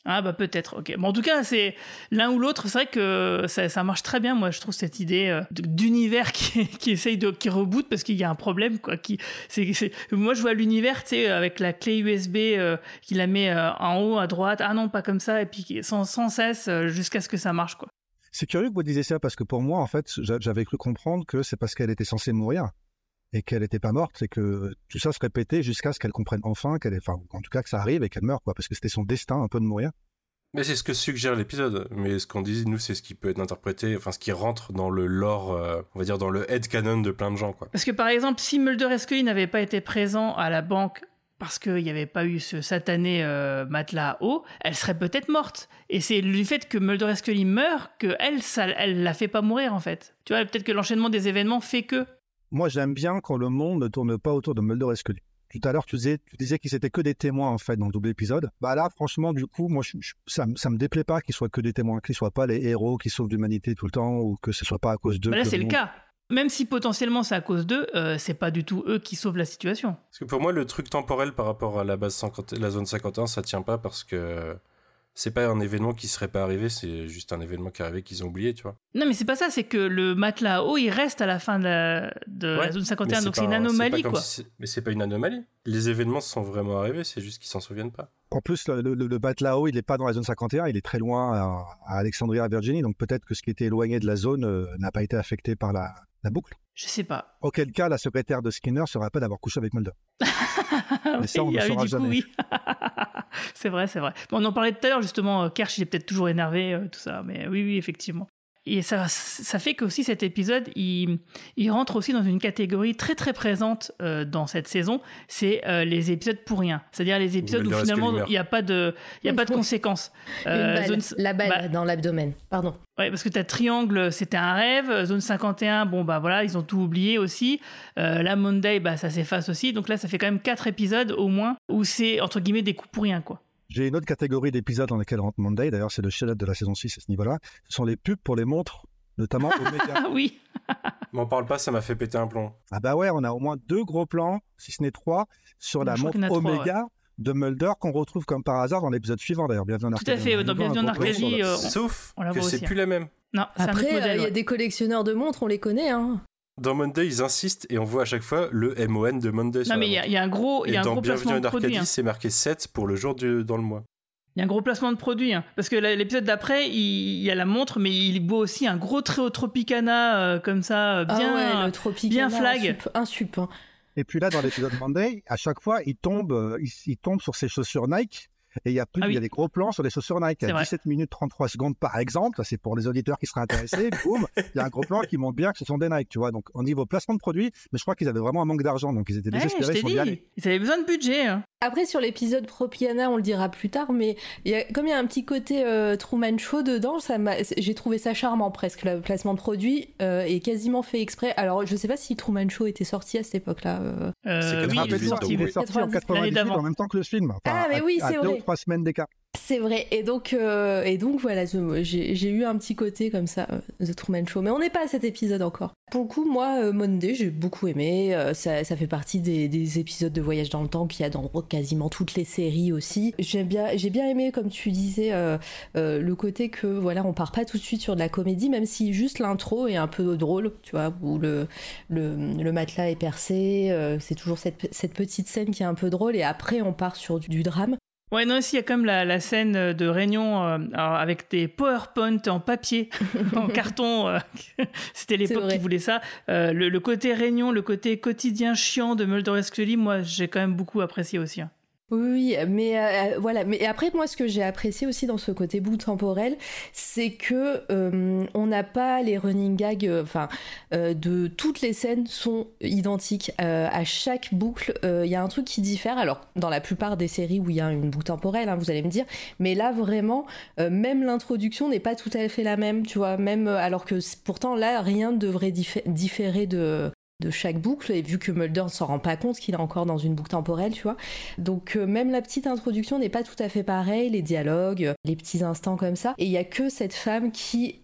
Ah bah peut-être, ok. Bon, en tout cas, c'est l'un ou l'autre. C'est vrai que ça, ça marche très bien. Moi, je trouve cette idée euh, d'univers qui, qui essaye de qui reboot parce qu'il y a un problème, quoi. Qui, c'est, c'est... Moi, je vois l'univers, tu sais, avec la clé U S B euh, qui la met euh, en haut à droite. Ah non, pas comme ça. Et puis sans, sans cesse euh, jusqu'à ce que ça marche, quoi. C'est curieux que vous disiez ça parce que pour moi, en fait, j'avais cru comprendre que c'est parce qu'elle était censée mourir et qu'elle n'était pas morte, c'est que tout ça se répétait jusqu'à ce qu'elle comprenne enfin qu'elle est, enfin, en tout cas que ça arrive et qu'elle meure, quoi, parce que c'était son destin un peu de mourir. Mais c'est ce que suggère l'épisode. Mais ce qu'on dit, nous, c'est ce qui peut être interprété, enfin, ce qui rentre dans le lore, euh, on va dire, dans le headcanon de plein de gens, quoi. Parce que par exemple, si Mulder et Scully n'avaient pas été présents à la banque parce qu'il n'y avait pas eu ce satané euh, matelas haut, elle serait peut-être morte. Et c'est le fait que Mulder et Scully meurent que elle, ça, elle la fait pas mourir, en fait. Tu vois, peut-être que l'enchaînement des événements fait que... Moi, j'aime bien quand le monde ne tourne pas autour de Mulder et Scully. Tout à l'heure, tu disais, tu disais qu'ils étaient que des témoins, en fait, dans le double épisode. Bah là, franchement, du coup, moi, je, je, ça, ça me déplaît pas qu'ils soient que des témoins, qu'ils soient pas les héros qui sauvent l'humanité tout le temps, ou que ce soit pas à cause d'eux. Bah là, c'est le monde... cas. Même si potentiellement c'est à cause d'eux, euh, c'est pas du tout eux qui sauvent la situation. Parce que pour moi, le truc temporel par rapport à la base cinquante, la zone cinquante et un, ça tient pas parce que c'est pas un événement qui serait pas arrivé, c'est juste un événement qui est arrivé qu'ils ont oublié, tu vois. Non, mais c'est pas ça, c'est que le matelas haut, il reste à la fin de la, de ouais, la zone cinquante et un, donc c'est une anomalie, quoi. Si mais c'est pas une anomalie. Les événements sont vraiment arrivés, c'est juste qu'ils s'en souviennent pas. En plus, le, le, le matelas haut, il est pas dans la zone cinquante et un, il est très loin à, à Alexandria, Virginie, donc peut-être que ce qui était éloigné de la zone euh, n'a pas été affecté par la, la boucle. Je sais pas. Auquel cas, la secrétaire de Skinner se rappelle d'avoir couché avec Mulder. Mais ça, on oui, ne saura oui, jamais. Coup, oui. C'est vrai, c'est vrai. Bon, on en parlait tout à l'heure, justement, Kersh, il est peut-être toujours énervé, euh, tout ça, mais oui, oui, effectivement. Et ça, ça fait qu'aussi cet épisode, il, il rentre aussi dans une catégorie très très présente euh, dans cette saison, c'est euh, les épisodes pour rien. C'est-à-dire les épisodes où finalement il n'y a pas de, il y a pas de conséquences. Euh, balle, zone... La balle bah... dans l'abdomen, pardon. Ouais, parce que t'as Triangle, c'était un rêve. Zone cinquante et un, bon bah voilà, ils ont tout oublié aussi. Euh, la Monday, bah ça s'efface aussi. Donc là, ça fait quand même quatre épisodes au moins où c'est entre guillemets des coups pour rien, quoi. J'ai une autre catégorie d'épisodes dans lesquels rentre Monday, d'ailleurs c'est le chef de la saison six à ce niveau-là, ce sont les pubs pour les montres, notamment Omega. Oui. M'en parle pas, ça m'a fait péter un plomb. Ah bah ouais, on a au moins deux gros plans, si ce n'est trois, sur la montre Omega trois, ouais. de Mulder qu'on retrouve comme par hasard dans l'épisode suivant d'ailleurs. Bienvenue en Arcadia. Tout à fait, dans Bienvenue en Arcadia. Euh, Sauf que c'est plus la même. Non, après, il euh, y a ouais. des collectionneurs de montres, on les connaît, hein. Dans Monday, ils insistent et on voit à chaque fois le M O N de Monday. Non, mais il y, y a un gros, y a un gros placement de produit. Dans Bienvenue en Arcadia, hein. c'est marqué sept pour le jour du, dans le mois. Il y a un gros placement de produit, hein, parce que l'épisode d'après, il, il y a la montre, mais il boit aussi un gros Treo Tropicana, euh, comme ça, bien, ah ouais, le Tropicana, bien flag. Un sup. Un sup hein. Et puis là, dans l'épisode Monday, à chaque fois, il tombe, il, il tombe sur ses chaussures Nike. Et il y a plus, ah oui. il y a des gros plans sur les chaussures Nike. À dix-sept minutes trente-trois secondes par exemple, ça c'est pour les auditeurs qui seraient intéressés. Boum, il y a un gros plan qui montre bien que ce sont des Nike, tu vois. Donc au niveau placement de produits, mais je crois qu'ils avaient vraiment un manque d'argent, donc ils étaient désespérés. Ouais, je t'ai dit, ils avaient besoin de budget. Hein. Après sur l'épisode Propiana, on le dira plus tard, mais il y a, comme il y a un petit côté euh, Truman Show dedans, ça m'a, j'ai trouvé ça charmant presque. Le placement de produits euh, est quasiment fait exprès. Alors je sais pas si Truman Show était sorti à cette époque-là. Euh... Euh, c'est oui, il est sorti, il est sorti en quatre-vingt-dix-huit en même temps que le film. Enfin, ah mais oui, à, c'est à vrai. deux ou trois semaines d'écart. C'est vrai, et donc, euh, et donc voilà, j'ai, j'ai eu un petit côté comme ça, euh, The Truman Show, mais on n'est pas à cet épisode encore. Pour le coup, moi, euh, Monday, j'ai beaucoup aimé, euh, ça, ça fait partie des, des épisodes de voyage dans le temps qu'il y a dans quasiment toutes les séries aussi. J'aime bien, j'ai bien aimé, comme tu disais, euh, euh, le côté que, voilà, on part pas tout de suite sur de la comédie, même si juste l'intro est un peu drôle, tu vois, où le, le, le matelas est percé, euh, c'est toujours cette, cette petite scène qui est un peu drôle, et après on part sur du, du drame. Ouais, non, aussi, il y a quand même la, la scène de réunion euh, alors avec des PowerPoint en papier, en carton. Euh, c'était l'époque qui voulait ça. Euh, le, le côté réunion, le côté quotidien chiant de Mulder et Scully, moi, j'ai quand même beaucoup apprécié aussi. Hein. Oui, mais euh, voilà. Mais après, moi, ce que j'ai apprécié aussi dans ce côté bout temporel, c'est que euh, on n'a pas les running gags. Enfin, euh, euh, de toutes les scènes sont identiques. Euh, à chaque boucle, il euh, y a un truc qui diffère. Alors, dans la plupart des séries où il y a une boucle temporelle, hein, vous allez me dire. Mais là, vraiment, euh, même l'introduction n'est pas tout à fait la même. Tu vois, même alors que pourtant là, rien ne devrait diffé- différer de de chaque boucle, et vu que Mulder ne s'en rend pas compte qu'il est encore dans une boucle temporelle, tu vois. Donc euh, même la petite introduction n'est pas tout à fait pareille, les dialogues, les petits instants comme ça. Et il y a que cette femme qui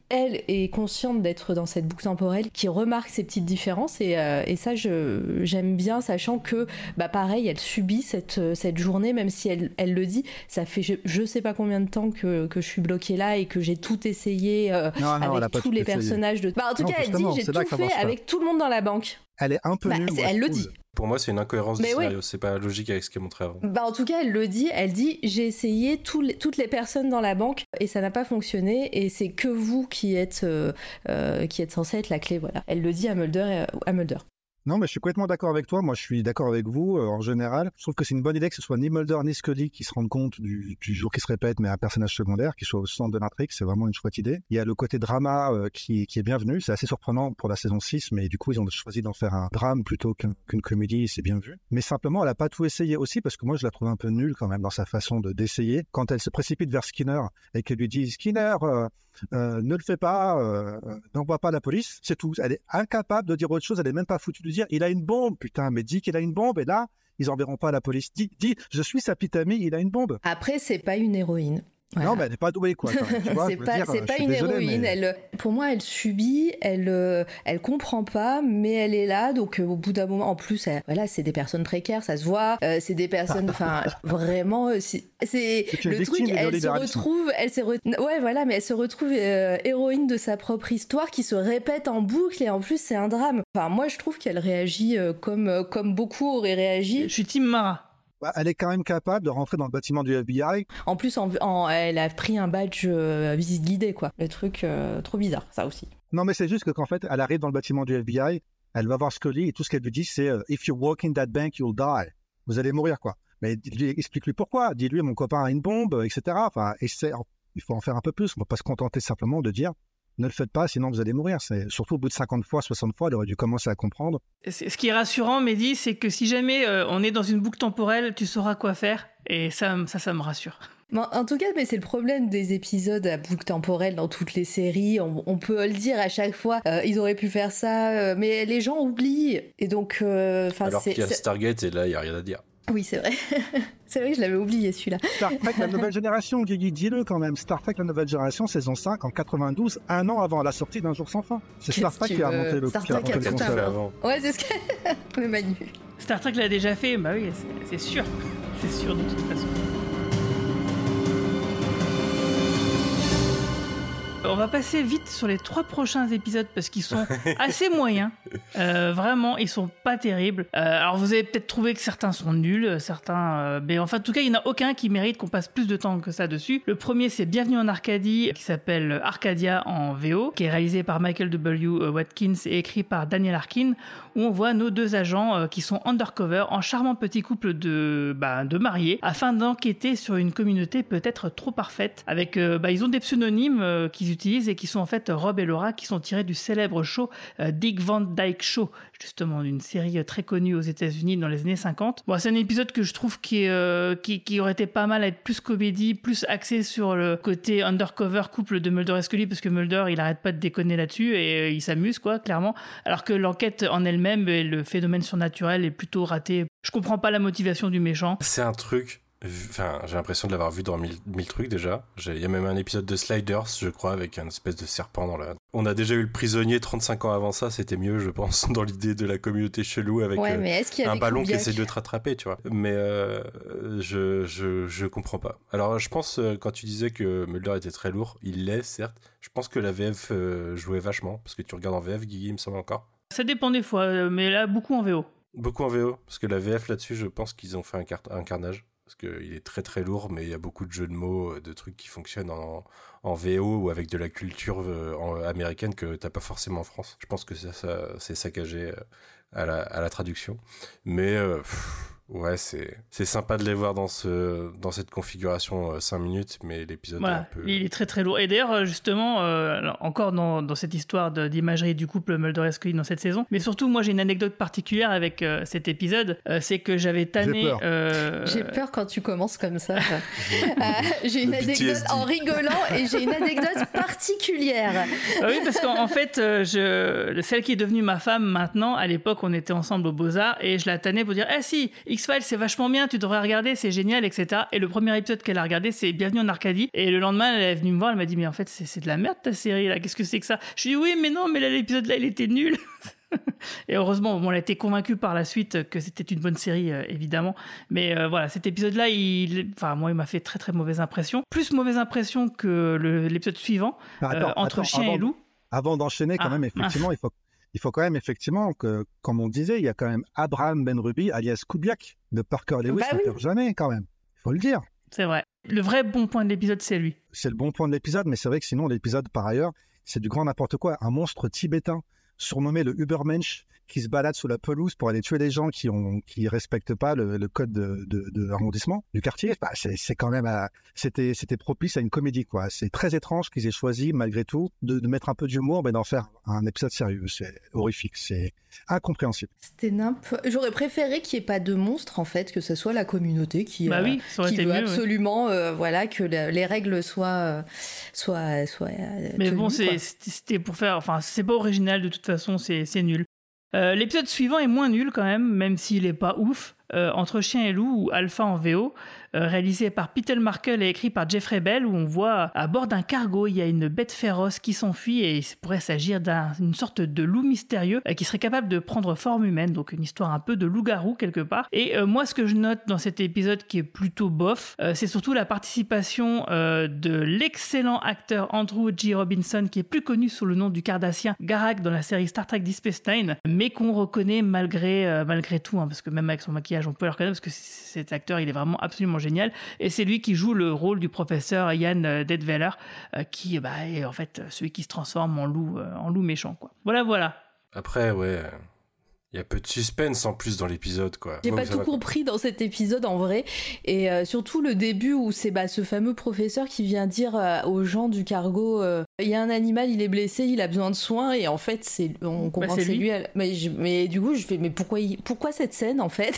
elle est consciente d'être dans cette boucle temporelle, qui remarque ces petites différences et, euh, et ça je, j'aime bien, sachant que bah pareil, elle subit cette, cette journée, même si elle, elle le dit, ça fait je, je sais pas combien de temps que, que je suis bloquée là et que j'ai tout essayé euh, non, non, avec tous les essayé. personnages de... Bah en tout non, cas elle dit j'ai tout fait avec tout le monde dans la banque. Elle est un peu bah, nulle. C'est, elle le dit. Pour moi, c'est une incohérence mais du scénario. Oui. C'est pas logique avec ce qui est montré avant. Bah, en tout cas, elle le dit. Elle dit j'ai essayé tout les, toutes les personnes dans la banque et ça n'a pas fonctionné. Et c'est que vous qui êtes, euh, euh, qui êtes censé être la clé. Voilà. Elle le dit à Mulder. Et à Mulder. Non, mais je suis complètement d'accord avec toi. Moi, je suis d'accord avec vous. Euh, en général, je trouve que c'est une bonne idée que ce soit ni Mulder ni Scully qui se rendent compte du, du jour qui se répète, mais un personnage secondaire qui soit au centre de l'intrigue. C'est vraiment une chouette idée. Il y a le côté drama euh, qui, qui est bienvenu. C'est assez surprenant pour la saison six, mais du coup, ils ont choisi d'en faire un drame plutôt qu'un, qu'une comédie. C'est bien vu. Mais simplement, elle a pas tout essayé aussi, parce que moi, je la trouve un peu nulle quand même dans sa façon de d'essayer. Quand elle se précipite vers Skinner et qu'elle lui dit Skinner, euh, euh, ne le fais pas, euh, n'envoie pas la police, c'est tout. Elle est incapable de dire autre chose. Elle est même pas foutue de dire il a une bombe. Putain, mais dis qu'il a une bombe et là, ils enverront pas la police. Dis, dis, je suis sa petite amie, il a une bombe. Après, c'est pas une héroïne. Voilà. Non, mais elle n'est pas douée, quoi. Quand même, tu vois, c'est pas, dire, c'est pas une désolé, héroïne. mais... Elle, pour moi, elle subit, elle, euh, elle comprend pas, mais elle est là. Donc, euh, au bout d'un moment, en plus, elle, voilà, c'est des personnes précaires, ça se voit. Euh, c'est des personnes, enfin, vraiment, euh, c'est, c'est, c'est le truc. Elle se retrouve, elle se, re... ouais, voilà, mais elle se retrouve euh, héroïne de sa propre histoire qui se répète en boucle et en plus, c'est un drame. Enfin, moi, je trouve qu'elle réagit euh, comme, euh, comme beaucoup auraient réagi. Je suis Team Mara. Elle est quand même capable de rentrer dans le bâtiment du F B I. En plus, en, en, elle a pris un badge euh, visite guidée, quoi. Le truc euh, trop bizarre, ça aussi. Non, mais c'est juste que qu'en fait, elle arrive dans le bâtiment du F B I, elle va voir Scully et tout ce qu'elle lui dit, c'est uh, If you walk in that bank, you'll die. Vous allez mourir, quoi. Mais dis-lui, explique-lui pourquoi. Dis-lui, mon copain a une bombe, et cetera. Enfin, essaie, il faut en faire un peu plus. On ne peut pas se contenter simplement de dire ne le faites pas, sinon vous allez mourir. C'est, surtout au bout de cinquante fois, soixante fois, elle aurait dû commencer à comprendre. C'est, ce qui est rassurant, Mehdi, c'est que si jamais euh, on est dans une boucle temporelle, tu sauras quoi faire. Et ça, ça, ça me rassure. Bon, en tout cas, mais c'est le problème des épisodes à boucle temporelle dans toutes les séries. On, on peut le dire à chaque fois, euh, ils auraient pu faire ça, euh, mais les gens oublient. Et donc, euh, alors c'est, qu'il y a c'est... Stargate et là, il n'y a rien à dire. Oui, c'est vrai. C'est vrai que je l'avais oublié, celui-là. Star Trek, la nouvelle génération, Guigui, dis-le quand même. Star Trek, la nouvelle génération, saison cinq, en quatre-vingt-douze, un an avant la sortie d'Un jour sans fin. C'est Star Trek qui a monté le, Star qui a Trek monté le a concept. avant. Ouais, c'est ce que... Mais Manu. Star Trek l'a déjà fait, bah oui, c'est, c'est sûr. C'est sûr de toute façon. On va passer vite sur les trois prochains épisodes parce qu'ils sont assez moyens. Euh, vraiment, ils sont pas terribles. Euh, alors vous avez peut-être trouvé que certains sont nuls, certains... Euh, mais enfin, en tout cas, il n'y en a aucun qui mérite qu'on passe plus de temps que ça dessus. Le premier, c'est Bienvenue en Arcadie, qui s'appelle Arcadia en V O, qui est réalisé par Michael W. Watkins et écrit par Daniel Arkin, où on voit nos deux agents euh, qui sont undercover en charmant petit couple de, bah, de mariés, afin d'enquêter sur une communauté peut-être trop parfaite. Avec, euh, bah, ils ont des pseudonymes euh, qu'ils utilisent et qui sont en fait Rob et Laura, qui sont tirés du célèbre show euh, Dick Van Dyke Show, justement d'une série très connue aux États-Unis dans les années cinquante. Bon, c'est un épisode que je trouve qui, est, euh, qui, qui aurait été pas mal à être plus comédie, plus axé sur le côté undercover couple de Mulder et Scully, parce que Mulder il arrête pas de déconner là-dessus et euh, il s'amuse quoi, clairement, alors que l'enquête en elle-même et le phénomène surnaturel est plutôt raté. Je comprends pas la motivation du méchant. C'est un truc... Enfin, j'ai l'impression de l'avoir vu dans mille, mille trucs déjà. Il y a même un épisode de Sliders, je crois, avec un espèce de serpent dans la... On a déjà eu le prisonnier trente-cinq ans avant ça, c'était mieux, je pense, dans l'idée de la communauté chelou avec ouais, mais est-ce qu'il y euh, un ballon Kubiak qui essaie de te rattraper, tu vois. Mais euh, je, je, je comprends pas. Alors, je pense, quand tu disais que Mulder était très lourd, il l'est, certes. Je pense que la V F euh, jouait vachement, parce que tu regardes en V F, Guigui, il me semble encore. Ça dépend des fois, mais là, beaucoup en V O. Beaucoup en V O, parce que la V F là-dessus, je pense qu'ils ont fait un, car- un carnage. Parce qu'il est très très lourd, mais il y a beaucoup de jeux de mots, de trucs qui fonctionnent en, en V O ou avec de la culture euh, en, américaine que t'as pas forcément en France. Je pense que ça, ça, c'est saccagé euh, à, la, à la traduction. Mais euh, pff, ouais, c'est, c'est sympa de les voir dans, ce, dans cette configuration euh, cinq minutes, mais l'épisode voilà, est un peu... il est très très lourd. Et d'ailleurs, justement, euh, encore dans, dans cette histoire de, d'imagerie du couple Mulder et Scully dans cette saison, mais surtout, moi j'ai une anecdote particulière avec euh, cet épisode, euh, c'est que j'avais tanné... J'ai peur. Euh... J'ai peur quand tu commences comme ça. euh, j'ai une Le anecdote P T S D. en rigolant et j'ai une anecdote particulière. Ah oui, parce qu'en en fait, euh, je, celle qui est devenue ma femme maintenant, à l'époque, on était ensemble aux Beaux-Arts et je la tannais pour dire « Eh si, X-Files c'est vachement bien, tu devrais regarder, c'est génial, et cetera. Et le premier épisode qu'elle a regardé, c'est Bienvenue en Arcadie. Et le lendemain, elle est venue me voir, elle m'a dit mais en fait c'est, c'est de la merde ta série là, qu'est-ce que c'est que ça? Je lui ai dit oui mais non, mais là l'épisode là il était nul. Et heureusement, bon, elle a été convaincue par la suite que c'était une bonne série, euh, évidemment. Mais euh, voilà, cet épisode-là, il, enfin, moi, il m'a fait très très mauvaise impression. Plus mauvaise impression que le, l'épisode suivant, attends, euh, entre attends, chien avant, et loup. Avant d'enchaîner, quand Ah, même, effectivement, il faut, il faut quand même, effectivement, que, comme on disait, il y a quand même Abraham Benrubi, alias Kubiak, de Parker Lewis, Bah ne oui. perd jamais, quand même. Il faut le dire. C'est vrai. Le vrai bon point de l'épisode, c'est lui. C'est le bon point de l'épisode, mais c'est vrai que sinon, l'épisode, par ailleurs, c'est du grand n'importe quoi. Un monstre tibétain, surnommé le Übermensch, qui se balade sous la pelouse pour aller tuer les gens qui ont qui respectent pas le, le code de, de, de arrondissement du quartier. Bah, c'est, c'est quand même à, c'était c'était propice à une comédie, quoi. C'est très étrange qu'ils aient choisi malgré tout de, de mettre un peu d'humour, mais d'en faire un épisode sérieux. C'est horrifique, c'est incompréhensible. C'était nimp. J'aurais préféré qu'il n'y ait pas de monstre en fait, que ce soit la communauté qui, Bah euh, oui, ça aurait qui été veut mieux, absolument, euh, voilà, que le- les règles soient, euh, soient, soient. euh, Mais tenues, bon, c'est, quoi. c'était c'était pour faire. Enfin, c'est pas original de toute façon, c'est, c'est nul. Euh, l'épisode suivant est moins nul quand même, même s'il est pas ouf. Euh, Entre chien et loup ou Alpha en V O, euh, réalisé par Peter Markle et écrit par Jeffrey Bell, où on voit à bord d'un cargo, il y a une bête féroce qui s'enfuit et il pourrait s'agir d'une sorte de loup mystérieux euh, qui serait capable de prendre forme humaine, donc une histoire un peu de loup-garou quelque part. Et euh, moi, ce que je note dans cet épisode qui est plutôt bof, euh, c'est surtout la participation euh, de l'excellent acteur Andrew G. Robinson, qui est plus connu sous le nom du Cardassien Garak dans la série Star Trek Deep Space Nine, mais qu'on reconnaît malgré, euh, malgré tout, hein, parce que même avec son maquillage, on peut le reconnaître parce que cet acteur, il est vraiment absolument génial. Et c'est lui qui joue le rôle du professeur Ian Deadweller, euh, qui bah, est en fait celui qui se transforme en loup, euh, en loup méchant, quoi. Voilà, voilà. Après, ouais, il y a peu de suspense en plus dans l'épisode, quoi. J'ai Donc, pas ça tout va, quoi. compris dans cet épisode en vrai, et euh, surtout le début où c'est bah, ce fameux professeur qui vient dire euh, aux gens du cargo euh, il y a un animal, il est blessé, il a besoin de soins, et en fait c'est on comprend c'est que c'est lui. lui. elle- Mais, je- mais du coup je fais mais pourquoi il- pourquoi cette scène en fait?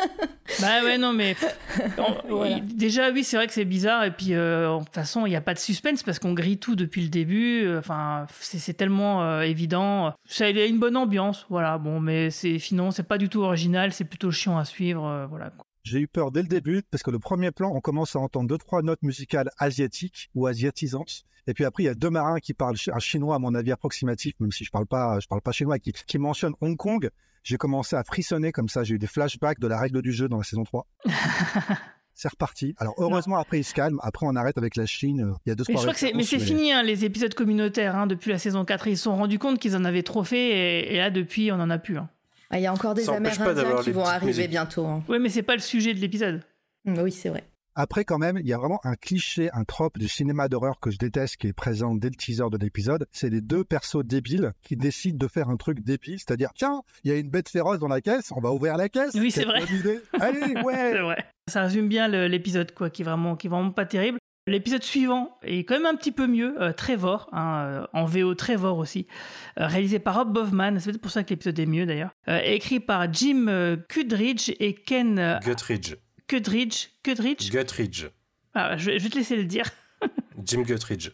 Bah ouais, non, mais on- Voilà. il- déjà, oui, c'est vrai que c'est bizarre. Et puis, euh, de toute façon, il n'y a pas de suspense parce qu'on grille tout depuis le début. Euh, Enfin, c'est c'est tellement euh, évident. Ça, il y a une bonne ambiance, voilà. Bon, mais c'est sinon, c'est pas du tout original. C'est plutôt chiant à suivre, euh, voilà. quoi. J'ai eu peur dès le début parce que le premier plan, on commence à entendre deux trois notes musicales asiatiques ou asiatisantes. Et puis après, il y a deux marins qui parlent chi- un chinois, à mon avis approximatif, même si je parle pas, je parle pas chinois, qui, qui mentionnent Hong Kong. J'ai commencé à frissonner comme ça. J'ai eu des flashbacks de la règle du jeu dans la saison trois. C'est reparti. Alors heureusement, après il se calme. Après, on arrête avec la Chine. euh, Il y a deux Mais trois je crois que c'est, mais c'est références, fini, hein, les épisodes communautaires, hein, depuis la saison quatre. Ils se sont rendus compte qu'ils en avaient trop fait. Et, et là, depuis, on en a plus. Hein. Ah, il y a encore des Ça empêche pas Amérindiens d'avoir qui les vont petites arriver musiques. bientôt. hein. Ouais, mais c'est pas le sujet de l'épisode. Oui, c'est vrai. Après, quand même, il y a vraiment un cliché, un trope du cinéma d'horreur que je déteste, qui est présent dès le teaser de l'épisode. C'est les deux persos débiles qui décident de faire un truc débile, c'est-à-dire, tiens, il y a une bête féroce dans la caisse, on va ouvrir la caisse. Oui, c'est Quelle vrai. bonne idée. Allez, ouais. C'est vrai. Ça résume bien le- l'épisode, quoi, qui est vraiment, qui est vraiment pas terrible. L'épisode suivant est quand même un petit peu mieux, euh, Trevor, hein, euh, en V O Trevor aussi, euh, réalisé par Rob Bowman, c'est peut-être pour ça que l'épisode est mieux d'ailleurs, euh, écrit par Jim euh, Kudridge et Ken euh, Guttridge. Kudridge, Kudridge, Guttridge. ah, je, vais, je vais te laisser le dire, Jim Guttridge.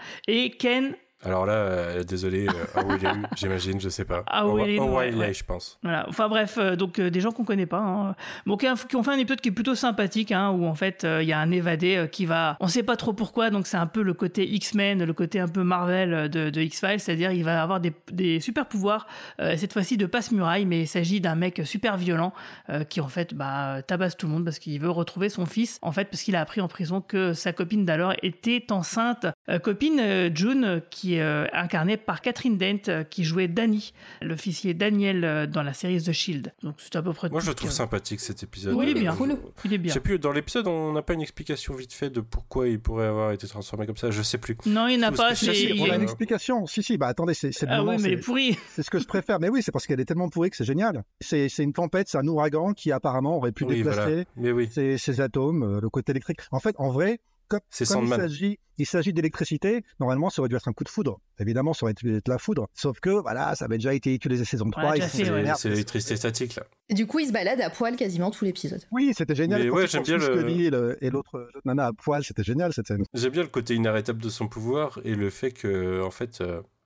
et Ken, Alors là, euh, désolé, euh, où il est eu, j'imagine, je sais pas. Ah, où il est, En ouais, Wiley, ouais. je pense. voilà, enfin bref, euh, donc euh, des gens qu'on connaît pas, hein. Bon, qui, a- qui ont fait un épisode qui est plutôt sympathique, hein, où en fait il y a un évadé euh, qui va, on sait pas trop pourquoi, donc c'est un peu le côté X-Men, le côté un peu Marvel euh, de, de X-Files, c'est-à-dire il va avoir des, des super pouvoirs, euh, cette fois-ci de passe-muraille, mais il s'agit d'un mec super violent euh, qui en fait bah, tabasse tout le monde parce qu'il veut retrouver son fils, en fait parce qu'il a appris en prison que sa copine d'alors était enceinte, euh, copine euh, June euh, qui est euh, incarnée par Catherine Dent euh, qui jouait Danny, l'officier Daniel euh, dans la série The Shield. Donc c'est à peu près Moi, tout je ce le trouve que- sympathique cet épisode. Oui, il est Euh, bien. je- Cool. Il est Je bien. sais plus, dans l'épisode, on n'a pas une explication vite fait de pourquoi il pourrait avoir été transformé comme ça, je sais plus. Non, il n'y en a Tout pas. ce C'est... que je sais, On a Euh, une explication. Si, si, bah attendez, c'est c'est le Ah moment, oui, mais c'est- elle est pourrie. c'est ce que je préfère. Mais oui, c'est parce qu'elle est tellement pourrie que c'est génial. C'est c'est une tempête, c'est un ouragan qui apparemment aurait pu Oui, déplacer voilà. Mais oui, ces, ces atomes, euh, le côté électrique. En fait, en vrai, comme, c'est comme il Sandman. s'agit, il s'agit d'électricité, normalement, ça aurait dû être un coup de foudre. Évidemment, ça aurait dû être la foudre. Sauf que, voilà, ça avait déjà été utilisé saison trois. déjà ils se fait, sont dit, ouais. merde, C'est l'électricité statique, là. Et du coup, il se balade à poil quasiment tout l'épisode. Oui, c'était génial. Mais Quand ouais, ils j'aime poursuivent bien le- Scully et le- et l'autre l'autre nana à poil, c'était génial cette scène. J'aime bien le côté inarrêtable de son pouvoir et le fait que, en fait, euh,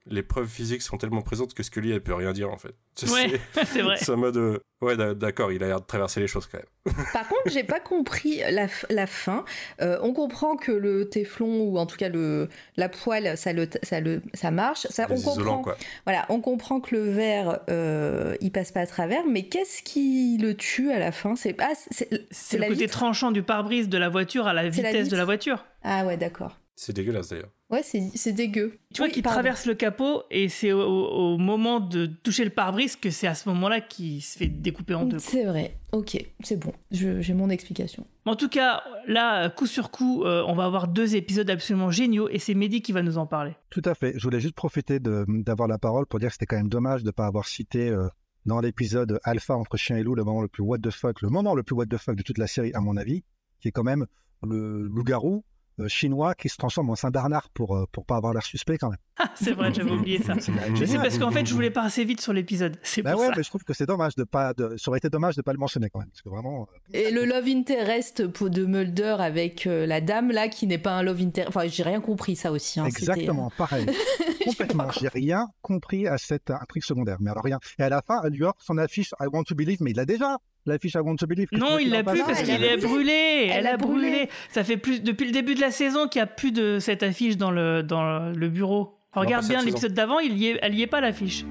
les preuves physiques sont tellement présentes que Scully, elle peut rien dire, en fait. C'est, ouais, c'est, c'est vrai. C'est un mode, euh, ouais, d'accord, il a l'air de traverser les choses, quand même. Par contre, j'ai pas compris la, la fin. Euh, on comprend que le téflon, ou en tout cas le, la poêle, ça, le, ça, le, ça marche. Ça, les on isolants, comprend, quoi. Voilà, on comprend que le verre, euh, il passe pas à travers, mais qu'est-ce qui le tue à la fin? C'est, ah, c'est, c'est, c'est la le côté vitre tranchant du pare-brise de la voiture à la C'est la vitesse de vitre la voiture. Ah ouais, d'accord. C'est dégueulasse, d'ailleurs. Ouais, c'est, c'est dégueu. Tu vois Oui, qu'il pardon. traverse le capot et c'est au, au moment de toucher le pare-brise que c'est à ce moment-là qu'il se fait découper en deux. C'est vrai. Ok, c'est bon. Je, j'ai mon explication. En tout cas, là, coup sur coup, euh, on va avoir deux épisodes absolument géniaux et c'est Mehdi qui va nous en parler. Tout à fait. Je voulais juste profiter de, d'avoir la parole pour dire que c'était quand même dommage de ne pas avoir cité euh, dans l'épisode Alpha entre chien et loup le moment le plus what the fuck, le moment le plus what the fuck de toute la série, à mon avis, qui est quand même le loup-garou Euh, chinois qui se transforme en Saint-Bernard pour, euh, pour pas avoir l'air suspect quand même. Ah, c'est vrai, j'avais oublié ça. C'est, c'est, c'est parce qu'en fait, je voulais pas assez vite sur l'épisode. C'est bah pour ouais, ça. mais je trouve que c'est dommage de pas. De... Ça aurait été dommage de pas le mentionner quand même, parce que vraiment. Euh... Et le love interest de Mulder avec euh, la dame là, qui n'est pas un love interest. Enfin, j'ai rien compris ça aussi. Hein, Exactement, c'était... pareil. Complètement. J'ai rien compris à cette intrigue secondaire. Mais alors rien. Et à la fin, elle lui offre son affiche I Want to Believe, mais il l'a déjà. L'affiche I Want to Believe. Non, il l'a plus pas parce là, qu'il elle a est brûlé. Elle, Elle a a brûlé. brûlé. Ça fait plus depuis le début de la saison qu'il y a plus de cette affiche dans le dans le bureau. Enfin, Non, regarde pas bien cette l'épisode d'avant, il y est, elle y est pas l'affiche.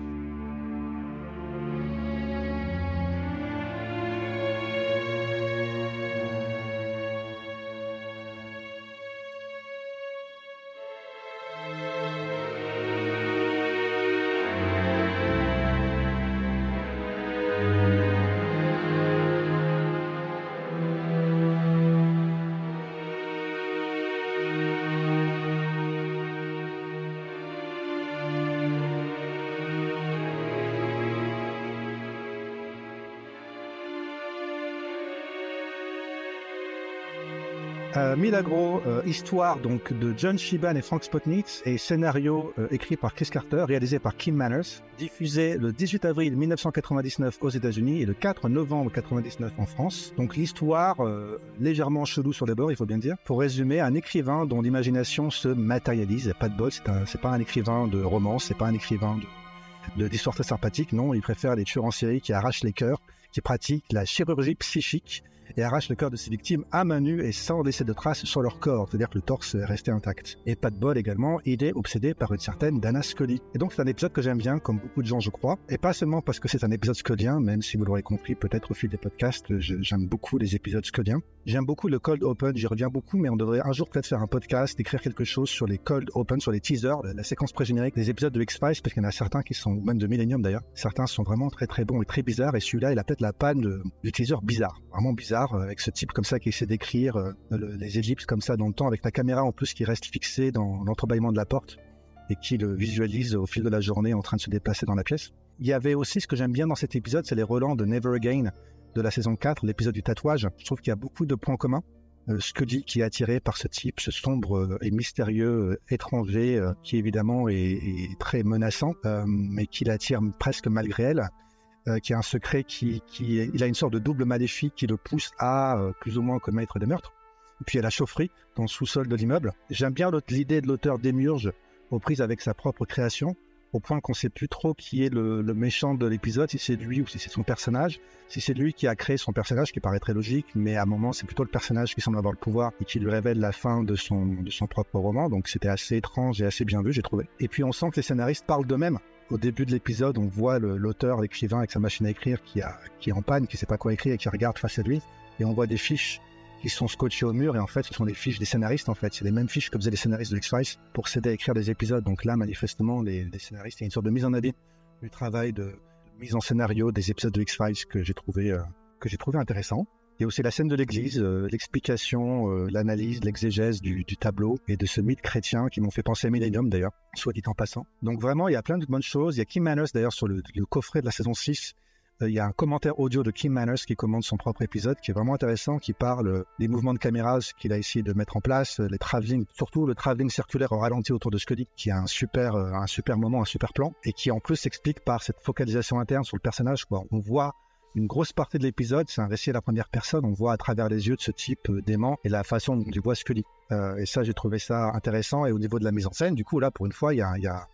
Euh, Milagro, euh, histoire donc de John Shiban et Frank Spotnitz et scénario euh, écrit par Chris Carter, réalisé par Kim Manners, diffusé le dix-huit avril mille neuf cent quatre-vingt-dix-neuf aux États-Unis et le quatre novembre quatre-vingt-dix-neuf en France. Donc l'histoire euh, légèrement chelou sur les bords, il faut bien dire. Pour résumer, un écrivain dont l'imagination se matérialise, pas de bol, c'est, un, c'est pas un écrivain de romance, c'est pas un écrivain de, de, d'histoire très sympathique, non, il préfère les tueurs en série qui arrachent les cœurs, qui pratiquent la chirurgie psychique et arrache le cœur de ses victimes à main nue et sans laisser de traces sur leur corps, c'est-à-dire que le torse est resté intact. Et pas de bol également, il est obsédé par une certaine Dana Scully. Et donc c'est un épisode que j'aime bien, comme beaucoup de gens je crois, et pas seulement parce que c'est un épisode scullien, même si vous l'aurez compris peut-être au fil des podcasts, je, j'aime beaucoup les épisodes sculliens. J'aime beaucoup le cold open, j'y reviens beaucoup, mais on devrait un jour peut-être faire un podcast, écrire quelque chose sur les cold open, sur les teasers, la, la séquence pré-générique des épisodes de X-Files, parce qu'il y en a certains qui sont, même de Millennium d'ailleurs, certains sont vraiment très très bons et très bizarres, et celui-là il a peut-être la panne de, du teaser bizarre, vraiment bizarre, avec ce type comme ça qui essaie d'écrire euh, le, les ellipses comme ça dans le temps, avec la caméra en plus qui reste fixée dans l'entrebâillement de la porte et qui le visualise au fil de la journée en train de se déplacer dans la pièce. Il y avait aussi ce que j'aime bien dans cet épisode, c'est les relents de Never Again de la saison quatre, l'épisode du tatouage. Je trouve qu'il y a beaucoup de points communs. Euh, Scully qui est attiré par ce type, ce sombre euh, et mystérieux euh, étranger euh, qui évidemment est, est très menaçant, euh, mais qui l'attire presque malgré elle. Euh, qui a un secret qui, qui... Il a une sorte de double maléfique qui le pousse à euh, plus ou moins commettre des meurtres. Et puis il y a la chaufferie dans le sous-sol de l'immeuble. J'aime bien l'idée de l'auteur Démiurge aux prises avec sa propre création, au point qu'on ne sait plus trop qui est le, le méchant de l'épisode, si c'est lui ou si c'est son personnage. Si c'est lui qui a créé son personnage, qui paraît très logique, mais à un moment c'est plutôt le personnage qui semble avoir le pouvoir et qui lui révèle la fin de son, de son propre roman. Donc c'était assez étrange et assez bien vu, j'ai trouvé. Et puis on sent que les scénaristes parlent d'eux-mêmes. Au début de l'épisode, on voit le, l'auteur, l'écrivain avec sa machine à écrire qui, a, qui est en panne, qui ne sait pas quoi écrire et qui regarde face à lui. Et on voit des fiches qui sont scotchées au mur et en fait, ce sont des fiches des scénaristes en fait. C'est les mêmes fiches que faisaient les scénaristes de X-Files pour s'aider à écrire des épisodes. Donc là, manifestement, les, les scénaristes, il y a une sorte de mise en abîme du travail de, de mise en scénario des épisodes de X-Files que j'ai trouvé, euh, que j'ai trouvé intéressant. Il y a aussi la scène de l'église, euh, l'explication, euh, l'analyse, l'exégèse du, du tableau et de ce mythe chrétien qui m'ont fait penser à Millennium d'ailleurs, soit dit en passant. Donc vraiment, il y a plein de bonnes choses. Il y a Kim Manners d'ailleurs sur le, le coffret de la saison six. Euh, il y a un commentaire audio de Kim Manners qui commande son propre épisode qui est vraiment intéressant, qui parle euh, des mouvements de caméra qu'il a essayé de mettre en place, euh, les travelling, surtout le travelling circulaire au ralenti autour de Scully, qui a un super, euh, un super moment, un super plan, et qui en plus s'explique par cette focalisation interne sur le personnage, quoi. On voit une grosse partie de l'épisode, c'est un récit à la première personne, on voit à travers les yeux de ce type euh, dément et la façon dont il voit Scully. Euh, et ça, j'ai trouvé ça intéressant. Et au niveau de la mise en scène, du coup, là, pour une fois, il y a, il y a,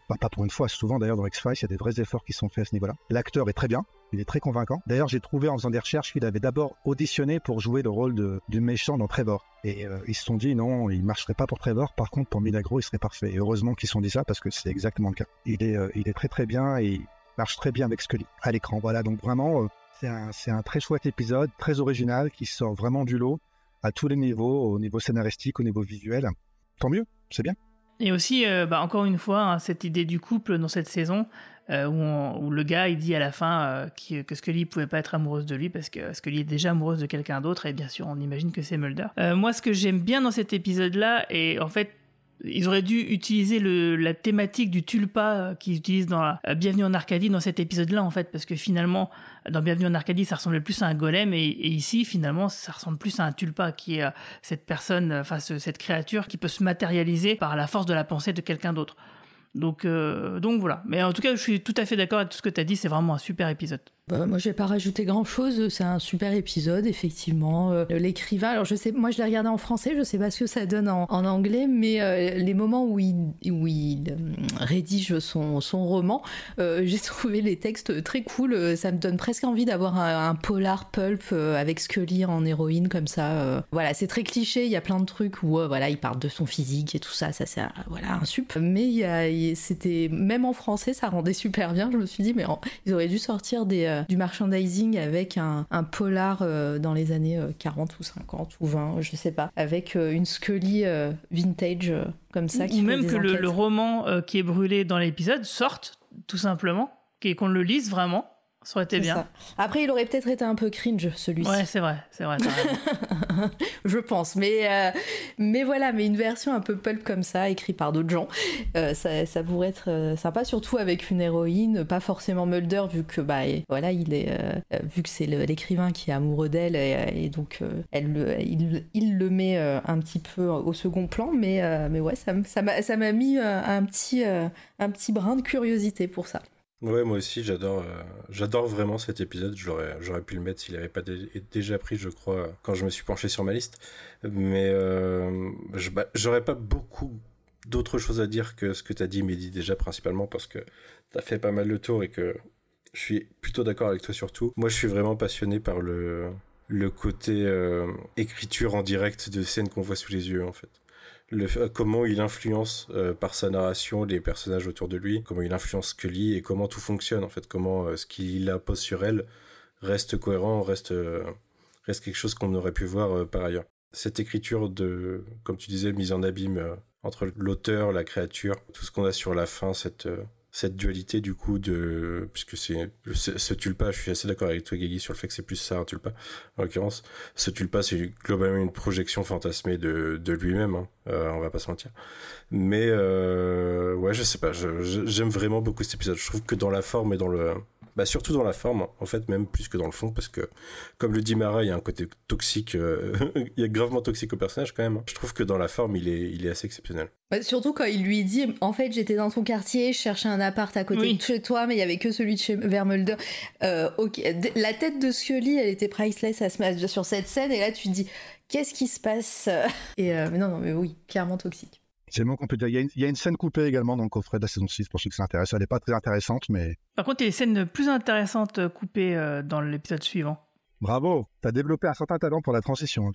Bah, pas pour une fois, souvent d'ailleurs dans X-Files, il y a des vrais efforts qui sont faits à ce niveau-là. L'acteur est très bien, il est très convaincant. D'ailleurs, j'ai trouvé en faisant des recherches qu'il avait d'abord auditionné pour jouer le rôle de, du méchant dans Trevor. Et euh, ils se sont dit non, il marcherait pas pour Trevor, par contre pour Milagro, il serait parfait. Et heureusement qu'ils se sont dit ça parce que c'est exactement le cas. Il est, euh, il est très très bien et il marche très bien avec Scully à l'écran. Voilà, donc vraiment, euh, c'est, un, c'est un très chouette épisode, très original, qui sort vraiment du lot à tous les niveaux, au niveau scénaristique, au niveau visuel. Tant mieux, c'est bien. Et aussi, euh, bah, encore une fois, hein, cette idée du couple dans cette saison, euh, où, on, où le gars il dit à la fin euh, qui, que Scully pouvait pas être amoureuse de lui parce que Scully est déjà amoureuse de quelqu'un d'autre, et bien sûr, on imagine que c'est Mulder. Euh, moi, ce que j'aime bien dans cet épisode-là, et en fait, ils auraient dû utiliser le, la thématique du tulpa qu'ils utilisent dans la, euh, Bienvenue en Arcadie dans cet épisode-là, en fait, parce que finalement, dans Bienvenue en Arcadie, ça ressemblait plus à un golem, et, et ici, finalement, ça ressemble plus à un tulpa, qui est euh, cette personne, enfin, euh, cette créature qui peut se matérialiser par la force de la pensée de quelqu'un d'autre. Donc, euh, donc voilà. Mais en tout cas, je suis tout à fait d'accord avec tout ce que tu as dit, c'est vraiment un super épisode. Bah, moi, je vais pas rajouter grand-chose. C'est un super épisode, effectivement. Euh, l'écrivain, alors je sais, moi, je l'ai regardé en français. Je sais pas ce que ça donne en, en anglais, mais euh, les moments où il, où il euh, rédige son, son roman, euh, j'ai trouvé les textes très cool. Ça me donne presque envie d'avoir un, un polar pulp euh, avec Scully en héroïne comme ça. Euh. Voilà, c'est très cliché. Il y a plein de trucs où euh, voilà, il parle de son physique et tout ça. Ça, c'est un, voilà un sup. Mais il y a, il, c'était même en français, ça rendait super bien. Je me suis dit, mais en, ils auraient dû sortir des euh, du merchandising avec un, un polar euh, dans les années euh, quarante ou cinquante ou vingt, je sais pas, avec euh, une Scully euh, vintage euh, comme ça. Ou, qui ou même que le, enquêtes. le roman euh, qui est brûlé dans l'épisode sorte, tout simplement, et qu'on le lise vraiment. Ça aurait été C'est bien. ça. Après, il aurait peut-être été un peu cringe, celui-ci. Ouais, c'est vrai, c'est vrai. t'as raison. Je pense, mais euh, mais voilà, mais une version un peu pulp comme ça, écrite par d'autres gens, euh, ça, ça pourrait être euh, sympa, surtout avec une héroïne, pas forcément Mulder, vu que bah et, voilà, il est euh, vu que c'est le, l'écrivain qui est amoureux d'elle, et, et donc euh, elle le, il, il le met euh, un petit peu au second plan, mais euh, mais ouais, ça, ça m'a ça m'a mis euh, un petit euh, un petit brin de curiosité pour ça. Ouais, moi aussi, j'adore, euh, j'adore vraiment cet épisode. J'aurais, j'aurais pu le mettre s'il n'avait pas dé- déjà pris, je crois, quand je me suis penché sur ma liste. Mais euh, je, bah, j'aurais pas beaucoup d'autres choses à dire que ce que tu as dit, Mehdi, déjà, principalement parce que tu as fait pas mal le tour et que je suis plutôt d'accord avec toi surtout. Moi, je suis vraiment passionné par le, le côté euh, écriture en direct de scènes qu'on voit sous les yeux, en fait. Le, comment il influence euh, par sa narration les personnages autour de lui, comment il influence Scully et comment tout fonctionne en fait, comment euh, ce qu'il impose sur elle reste cohérent, reste, euh, reste quelque chose qu'on aurait pu voir euh, par ailleurs. Cette écriture de, comme tu disais, mise en abîme euh, entre l'auteur, la créature, tout ce qu'on a sur la fin, cette, euh, cette dualité du coup de, puisque c'est, ce, ce tulpa, je suis assez d'accord avec toi Guigui sur le fait que c'est plus ça un tulpa en l'occurrence. Ce tulpa c'est globalement une projection fantasmée de, de lui-même, hein. Euh, on va pas se mentir. Mais euh, ouais, je sais pas, je, je, j'aime vraiment beaucoup cet épisode. Je trouve que dans la forme et dans le, bah surtout dans la forme, en fait, même plus que dans le fond, parce que comme le dit Mara, il y a un côté toxique, euh, il y a gravement toxique au personnage quand même. Je trouve que dans la forme, il est, il est assez exceptionnel. Bah, surtout quand il lui dit, en fait, j'étais dans ton quartier, je cherchais un appart à côté Oui. de chez toi, mais il y avait que celui de chez Vermulder. Euh, ok, la tête de Scully, elle était priceless à se mettre sur cette scène, et là tu te dis, qu'est-ce qui se passe? Et euh, mais non, non, mais oui, clairement toxique. C'est le mot qu'on peut dire. Il y, a une, il y a une scène coupée également dans le coffret de la saison six pour ceux qui s'intéressent. Elle n'est pas très intéressante, mais Par contre, il y a des scènes plus intéressantes coupées euh, dans l'épisode suivant. bravo, tu as développé un certain talent pour la transition.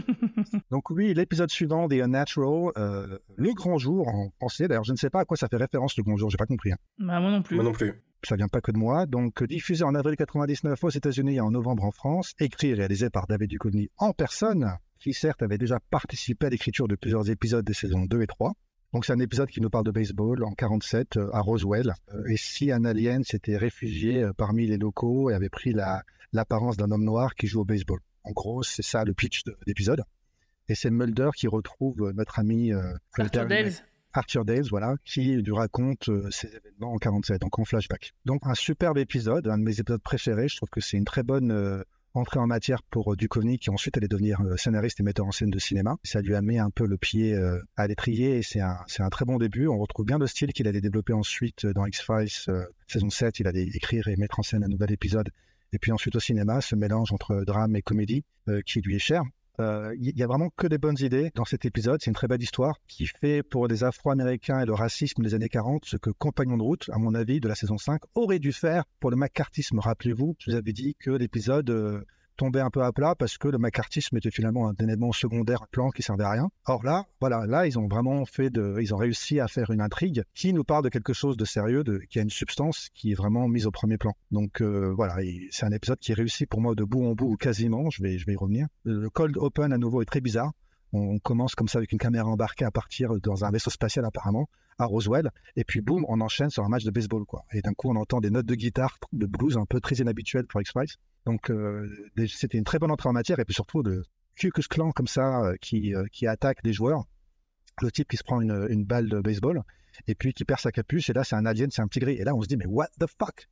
Donc oui, l'épisode suivant, The Unnatural, euh, le grand jour en français. D'ailleurs, je ne sais pas à quoi ça fait référence, le grand jour, j'ai pas compris. Hein. Bah, moi non plus. Moi non plus. Ça vient pas que de moi. Donc diffusé en avril quatre-vingt-dix-neuf aux États-Unis et en novembre en France, écrit et réalisé par David Duchovny en personne, qui certes avait déjà participé à l'écriture de plusieurs épisodes des saisons deux et trois. Donc c'est un épisode qui nous parle de baseball en quarante-sept euh, à Roswell. Euh, et si un alien s'était réfugié euh, parmi les locaux et avait pris la, l'apparence d'un homme noir qui joue au baseball. En gros, c'est ça le pitch de l'épisode. Et c'est Mulder qui retrouve euh, notre ami euh, Arthur Dales. Arthur Dales, voilà, qui lui raconte euh, ces événements en quarante-sept, donc en flashback. Donc un superbe épisode, un de mes épisodes préférés. Je trouve que c'est une très bonne euh, entrée en matière pour euh, Duchovny, qui ensuite allait devenir euh, scénariste et metteur en scène de cinéma. Ça lui a mis un peu le pied euh, à l'étrier et c'est un, c'est un très bon début. On retrouve bien le style qu'il allait développer ensuite dans X-Files euh, saison sept. Il allait écrire et mettre en scène un nouvel épisode. Et puis ensuite au cinéma, ce mélange entre drame et comédie euh, qui lui est cher. Il euh, y, y a vraiment que des bonnes idées dans cet épisode. C'est une très belle histoire qui fait pour les Afro-Américains et le racisme des années quarante ce que Compagnon de route, à mon avis, de la saison cinq, aurait dû faire pour le macartisme. Rappelez-vous, je vous avais dit que l'épisode euh, tombait un peu à plat parce que le macartisme était finalement un élément secondaire, un plan qui servait à rien. Or là, voilà, là, ils ont vraiment fait de, ils ont réussi à faire une intrigue qui nous parle de quelque chose de sérieux, de, qui a une substance qui est vraiment mise au premier plan. Donc euh, voilà, c'est un épisode qui est réussi pour moi de bout en bout ou quasiment. Je vais, je vais y revenir. Le cold open à nouveau est très bizarre. On commence comme ça avec une caméra embarquée à partir dans un vaisseau spatial apparemment à Roswell, et puis boum, on enchaîne sur un match de baseball, quoi. Et d'un coup, on entend des notes de guitare, de blues un peu très inhabituelles pour X-Files. Donc, euh, c'était une très bonne entrée en matière, et puis surtout le Ku Klux Klan comme ça euh, qui, euh, qui attaque des joueurs, le type qui se prend une, une balle de baseball, et puis qui perd sa capuche, et là, c'est un alien, c'est un petit gris, et là, on se dit, mais what the fuck.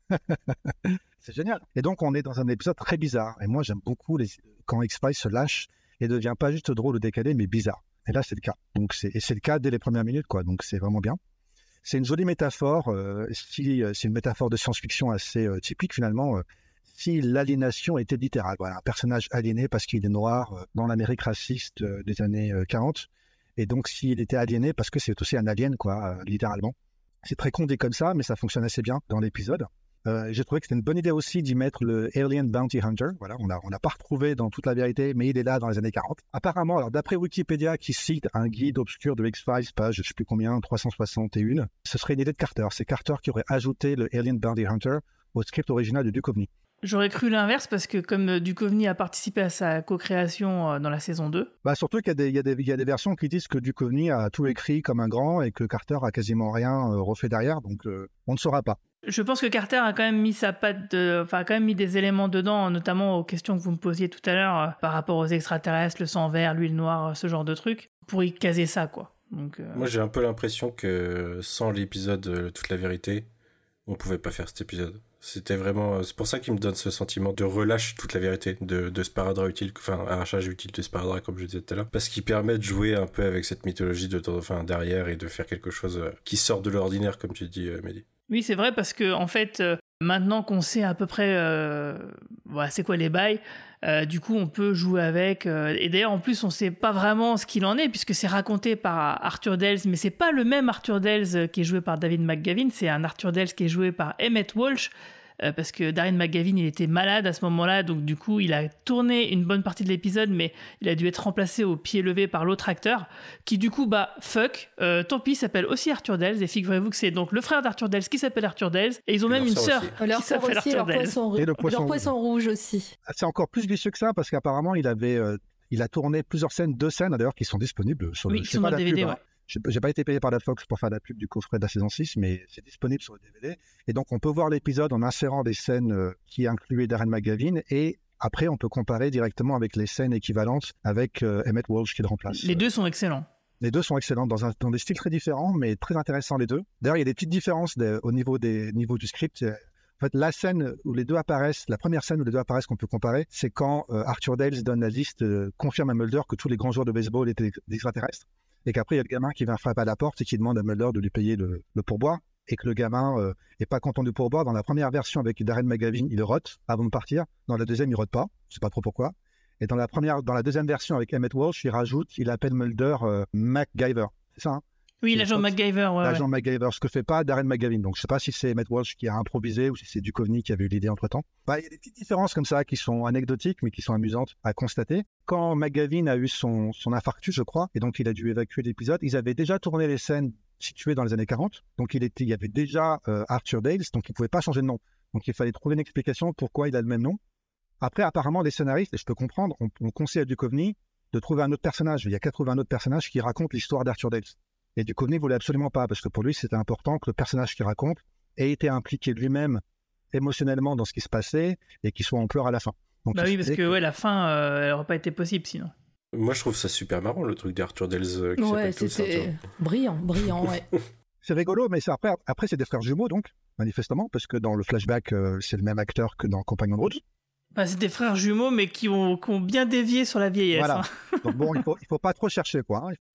C'est génial. Et donc, on est dans un épisode très bizarre, et moi, j'aime beaucoup les... quand X-Files se lâche et ne devient pas juste drôle ou décalé, mais bizarre. Et là, c'est le cas. Donc, c'est, et c'est le cas dès les premières minutes, quoi. Donc, c'est vraiment bien. C'est une jolie métaphore. Euh, si, c'est une métaphore de science-fiction assez euh, typique, finalement. Euh, si l'aliénation était littérale. Voilà, un personnage aliéné parce qu'il est noir euh, dans l'Amérique raciste euh, des années euh, quarante. Et donc, s'il était aliéné parce que c'est aussi un alien, quoi, euh, littéralement. C'est très con dit comme ça, mais ça fonctionne assez bien dans l'épisode. Euh, j'ai trouvé que c'était une bonne idée aussi d'y mettre le Alien Bounty Hunter. Voilà, on n'a on a pas retrouvé dans toute la vérité, mais il est là dans les années quarante. Apparemment, alors d'après Wikipédia, qui cite un guide obscur de X-Files, page je ne sais plus combien, trois cent soixante et un, ce serait une idée de Carter. C'est Carter qui aurait ajouté le Alien Bounty Hunter au script original de Duchovny. J'aurais cru l'inverse parce que comme Duchovny a participé à sa co-création dans la saison deux. Bah surtout qu'il y a, des, il y a, des, il y a des versions qui disent que Duchovny a tout écrit comme un grand et que Carter a quasiment rien euh, refait derrière, donc euh, on ne saura pas. Je pense que Carter a quand même mis sa patte, de... enfin a quand même mis des éléments dedans, notamment aux questions que vous me posiez tout à l'heure euh, par rapport aux extraterrestres, le sang vert, l'huile noire, ce genre de trucs, pour y caser ça, quoi. Donc, euh... Moi j'ai un peu l'impression que sans l'épisode euh, Toute la vérité, on pouvait pas faire cet épisode. C'était vraiment, c'est pour ça qu'il me donne ce sentiment de relâche toute la vérité, de, de sparadrap utile, enfin arrachage utile de sparadrap comme je disais tout à l'heure, parce qu'il permet de jouer un peu avec cette mythologie de, enfin derrière et de faire quelque chose qui sort de l'ordinaire comme tu dis, Mehdi. Oui, c'est vrai parce que en fait, euh, maintenant qu'on sait à peu près, euh, voilà, c'est quoi les bails, euh, du coup on peut jouer avec. Euh, et d'ailleurs en plus on sait pas vraiment ce qu'il en est puisque c'est raconté par Arthur Dales, mais c'est pas le même Arthur Dales qui est joué par David McGavin, c'est un Arthur Dales qui est joué par Emmett Walsh. Euh, parce que Darren McGavin il était malade à ce moment-là, donc du coup il a tourné une bonne partie de l'épisode, mais il a dû être remplacé au pied levé par l'autre acteur, qui du coup bah fuck, euh, tant pis, s'appelle aussi Arthur Dales, et figurez-vous que c'est donc le frère d'Arthur Dales qui s'appelle Arthur Dales, et ils ont et même une sœur qui s'appelle aussi, Arthur leur Dales. Poisson, et le poisson, leur poisson rouge aussi. C'est encore plus vicieux que ça parce qu'apparemment il avait, euh, il a tourné plusieurs scènes, deux scènes d'ailleurs qui sont disponibles sur le. Oui, qui sont dans le D V D, pub, ouais. Hein. J'ai, j'ai pas été payé par la Fox pour faire la pub du coffret de la saison six, mais c'est disponible sur le D V D. Et donc, on peut voir l'épisode en insérant des scènes euh, qui incluaient Darren McGavin. Et après, on peut comparer directement avec les scènes équivalentes avec euh, Emmett Walsh qui le remplace. Les deux sont excellents. Les deux sont excellents dans, un, dans des styles très différents, mais très intéressants les deux. D'ailleurs, il y a des petites différences de, au niveau des niveaux du script. En fait, la scène où les deux apparaissent, la première scène où les deux apparaissent qu'on peut comparer, c'est quand euh, Arthur Dales donne la liste, euh, confirme à Mulder que tous les grands joueurs de baseball étaient des extraterrestres. Et qu'après, il y a le gamin qui vient frapper à la porte et qui demande à Mulder de lui payer le, le pourboire. Et que le gamin euh, est pas content du pourboire. Dans la première version avec Darren McGavin, il rote avant de partir. Dans la deuxième, il rote pas. Je sais pas trop pourquoi. Et dans la première, dans la deuxième version avec Emmett Walsh, il rajoute, il appelle Mulder euh, MacGyver. C'est ça, hein? Oui, l'agent MacGyver, ouais. L'agent ouais. MacGyver, ce que fait pas Darren McGavin. Donc, je sais pas si c'est Emmett Walsh qui a improvisé ou si c'est Duchovny qui avait eu l'idée entre-temps. Bah, il y a des petites différences comme ça qui sont anecdotiques, mais qui sont amusantes à constater. Quand McGavin a eu son, son infarctus, je crois, et donc il a dû évacuer l'épisode, ils avaient déjà tourné les scènes situées dans les années quarante. Donc, il, était, il y avait déjà euh, Arthur Dales, donc il pouvait pas changer de nom. Donc, il fallait trouver une explication pourquoi il a le même nom. Après, apparemment, les scénaristes, et je peux comprendre, on, on conseille à Duchovny de trouver un autre personnage. Il y a quatre-vingts autres personnages qui racontent l'histoire d'Arthur Dales. Et Duchovny ne voulait absolument pas, parce que pour lui, c'était important que le personnage qu'il raconte ait été impliqué lui-même émotionnellement dans ce qui se passait et qu'il soit en pleurs à la fin. Donc, bah oui, parce que, que ouais, la fin, euh, elle n'aurait pas été possible sinon. Moi, je trouve ça super marrant, le truc d'Arthur Dales euh, qui ouais, s'appelle c'était tout ça, brillant, brillant, ouais. C'est rigolo, mais c'est après, après, c'est des frères jumeaux, donc, manifestement, parce que dans le flashback, euh, c'est le même acteur que dans Compagnon de route. Bah, c'est des frères jumeaux, mais qui ont, qui ont bien dévié sur la vieillesse. Voilà. Hein. Donc bon, il faut, il faut pas trop chercher, quoi. Hein.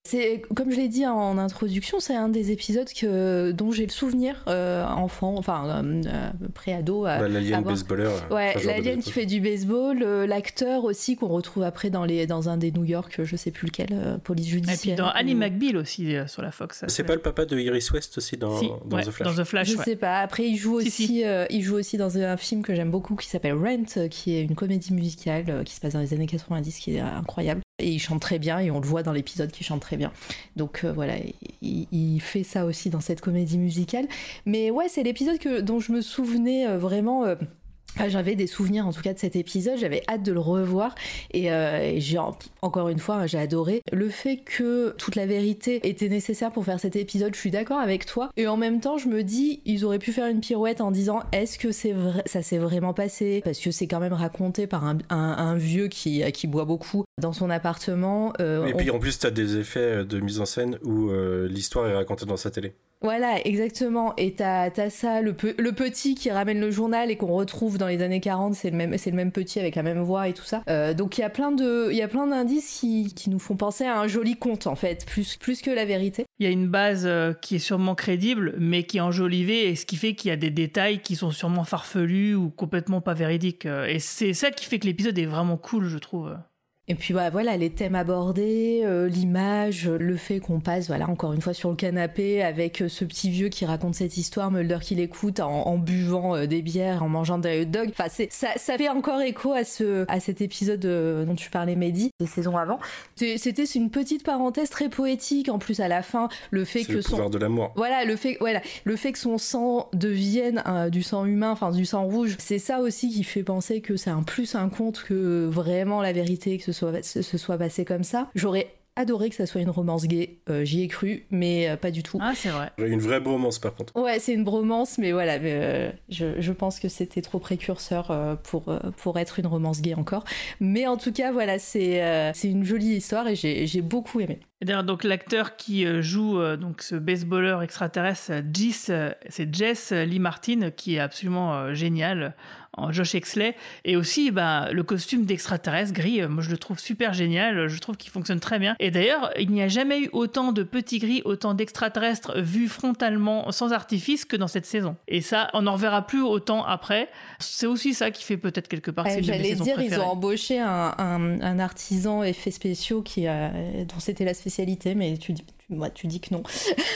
C'est, comme je l'ai dit en introduction, c'est un des épisodes que, dont j'ai le souvenir euh, enfant, enfin euh, euh, pré-ado. Euh, bah, l'alien avoir... baseballeur. Ouais, l'alien qui fait du baseball, euh, l'acteur aussi qu'on retrouve après dans, les, dans un des New York, je sais plus lequel, euh, police judiciaire. Et puis dans ou... Ally McBeal aussi euh, sur la Fox. C'est pas le papa de Iris West aussi dans, si, dans ouais, The Flash. Dans The Flash, je ouais. sais pas. Après, il joue aussi, si, si. Euh, il joue aussi dans un film que j'aime beaucoup qui s'appelle Rent, qui est une comédie musicale euh, qui se passe dans les années quatre-vingt-dix, qui est incroyable. Et il chante très bien, et on le voit dans l'épisode qu'il chante très bien. Donc euh, voilà, il, il fait ça aussi dans cette comédie musicale. Mais ouais, c'est l'épisode que, dont je me souvenais euh, vraiment... Euh, Enfin, j'avais des souvenirs en tout cas de cet épisode, j'avais hâte de le revoir et, euh, et j'ai encore une fois j'ai adoré le fait que toute la vérité était nécessaire pour faire cet épisode. Je suis d'accord avec toi et en même temps je me dis ils auraient pu faire une pirouette en disant est-ce que c'est vrai, ça s'est vraiment passé, parce que c'est quand même raconté par un, un, un vieux qui, qui boit beaucoup dans son appartement. Euh, et on... puis en plus t'as des effets de mise en scène où euh, l'histoire est racontée dans sa télé. Voilà, exactement. Et t'as, t'as ça, le, pe- le petit qui ramène le journal et qu'on retrouve dans les années quarante, c'est le même, c'est le même petit avec la même voix et tout ça. Euh, donc il y a plein de, il y a plein d'indices qui, qui nous font penser à un joli conte en fait, plus, plus que la vérité. Il y a une base euh, qui est sûrement crédible, mais qui est enjolivée, et ce qui fait qu'il y a des détails qui sont sûrement farfelus ou complètement pas véridiques. Et c'est ça qui fait que l'épisode est vraiment cool, je trouve. Et puis bah, voilà, les thèmes abordés, euh, l'image, le fait qu'on passe voilà encore une fois sur le canapé avec euh, ce petit vieux qui raconte cette histoire, Mulder qui l'écoute en, en buvant euh, des bières, en mangeant des hot dogs. Enfin, c'est, ça, ça fait encore écho à, ce, à cet épisode euh, dont tu parlais, Mehdi, des saisons avant. C'est, c'était une petite parenthèse très poétique en plus à la fin, le fait c'est que le son... pouvoir de l'amour. Voilà, le fait, voilà, le fait que son sang devienne euh, du sang humain, enfin du sang rouge, c'est ça aussi qui fait penser que c'est un plus un conte que vraiment la vérité, que ce soit Soit, se soit passé comme ça. J'aurais adoré que ça soit une romance gay, euh, j'y ai cru, mais euh, pas du tout. Ah, c'est vrai. Une vraie bromance par contre. Ouais, c'est une bromance, mais voilà, mais, euh, je, je pense que c'était trop précurseur euh, pour, euh, pour être une romance gay encore. Mais en tout cas, voilà, c'est, euh, c'est une jolie histoire et j'ai, j'ai beaucoup aimé. Et d'ailleurs, donc l'acteur qui joue euh, donc ce baseballeur extraterrestre, Jess, euh, c'est Jess Lee Martin, qui est absolument euh, génial en Josh Exley, et aussi bah, le costume d'extraterrestre gris, euh, moi je le trouve super génial, je trouve qu'il fonctionne très bien. Et d'ailleurs, il n'y a jamais eu autant de petits gris, autant d'extraterrestres vus frontalement sans artifice que dans cette saison. Et ça, on n'en reverra plus autant après. C'est aussi ça qui fait peut-être quelque part que c'est une de mes saisons préférées. J'allais dire, ils ont embauché un, un, un artisan effets spéciaux qui a, dont c'était la spécialité, mais tu dis, tu, moi, tu dis que non.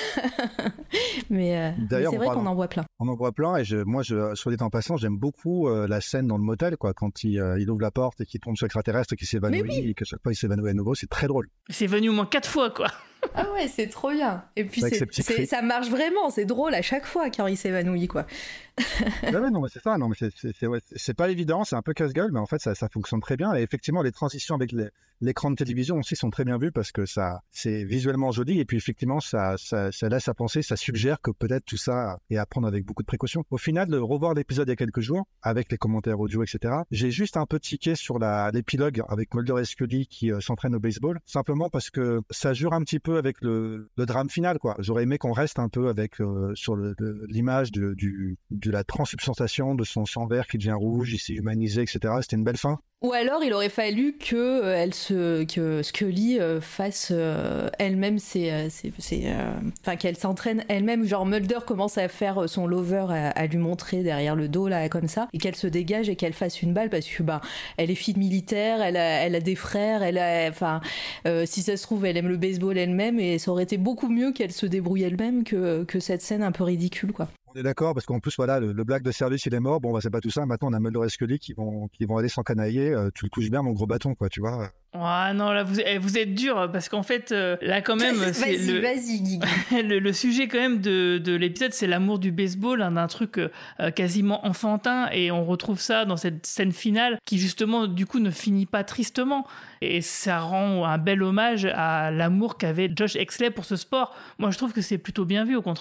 mais, euh, mais c'est vrai qu'on en voit plein. On en voit plein, et je, moi, je, soit dit en passant, j'aime beaucoup euh, la scène dans le motel, quoi, quand il, euh, il ouvre la porte et qu'il tombe sur l'extraterrestre qui s'évanouit, oui. Et que chaque fois il s'évanouit à nouveau, c'est très drôle. Il s'est évanoui au moins quatre fois, quoi. Ah ouais, c'est trop bien. Et puis c'est, c'est, ça marche vraiment, c'est drôle à chaque fois quand il s'évanouit, quoi. ouais, ouais, non, mais c'est ça, non, mais c'est, c'est, c'est, ouais, c'est pas évident, c'est un peu casse-gueule, mais en fait ça, ça fonctionne très bien. Et effectivement, les transitions avec les, l'écran de télévision aussi sont très bien vues parce que ça, c'est visuellement joli, et puis effectivement ça, ça, ça laisse à penser, ça suggère que peut-être tout ça est à prendre avec beaucoup de précautions. Au final, de revoir l'épisode il y a quelques jours, avec les commentaires audio, et cetera, j'ai juste un peu tiqué sur la, l'épilogue avec Mulder et Scully qui euh, s'entraînent au baseball, simplement parce que ça jure un petit peu avec le, le drame final, quoi. J'aurais aimé qu'on reste un peu avec euh, sur le, le, l'image de, du, de la transsubstantiation de son sang vert qui devient rouge, il s'est humanisé, et cetera. C'était une belle fin. Ou alors il aurait fallu que euh, elle se, que Scully euh, fasse euh, elle-même ses, euh, ses, ses euh, enfin qu'elle s'entraîne elle-même, genre Mulder commence à faire son lover à, à lui montrer derrière le dos là comme ça, et qu'elle se dégage et qu'elle fasse une balle parce que bah elle est fille de militaire, elle a, elle a des frères, elle a, enfin euh, si ça se trouve elle aime le baseball elle-même, et ça aurait été beaucoup mieux qu'elle se débrouille elle-même que que cette scène un peu ridicule, quoi. On est d'accord, parce qu'en plus, voilà, le, le blague de service, il est mort. Bon, bah, c'est pas tout ça. Maintenant, on a Mulder et Scully qui vont, qui vont aller s'encanailler. Euh, tu le couches bien, mon gros bâton, quoi, tu vois. Ah non, là, vous, vous êtes dur, parce qu'en fait, euh, là, quand même, c'est vas-y, le, vas-y, Guigui. le, le sujet, quand même, de, de l'épisode, c'est l'amour du baseball, hein, d'un truc euh, quasiment enfantin, et on retrouve ça dans cette scène finale, qui, justement, du coup, ne finit pas tristement. Et ça rend un bel hommage à l'amour qu'avait Josh Exley pour ce sport. Moi, je trouve que c'est plutôt bien vu, au contraire.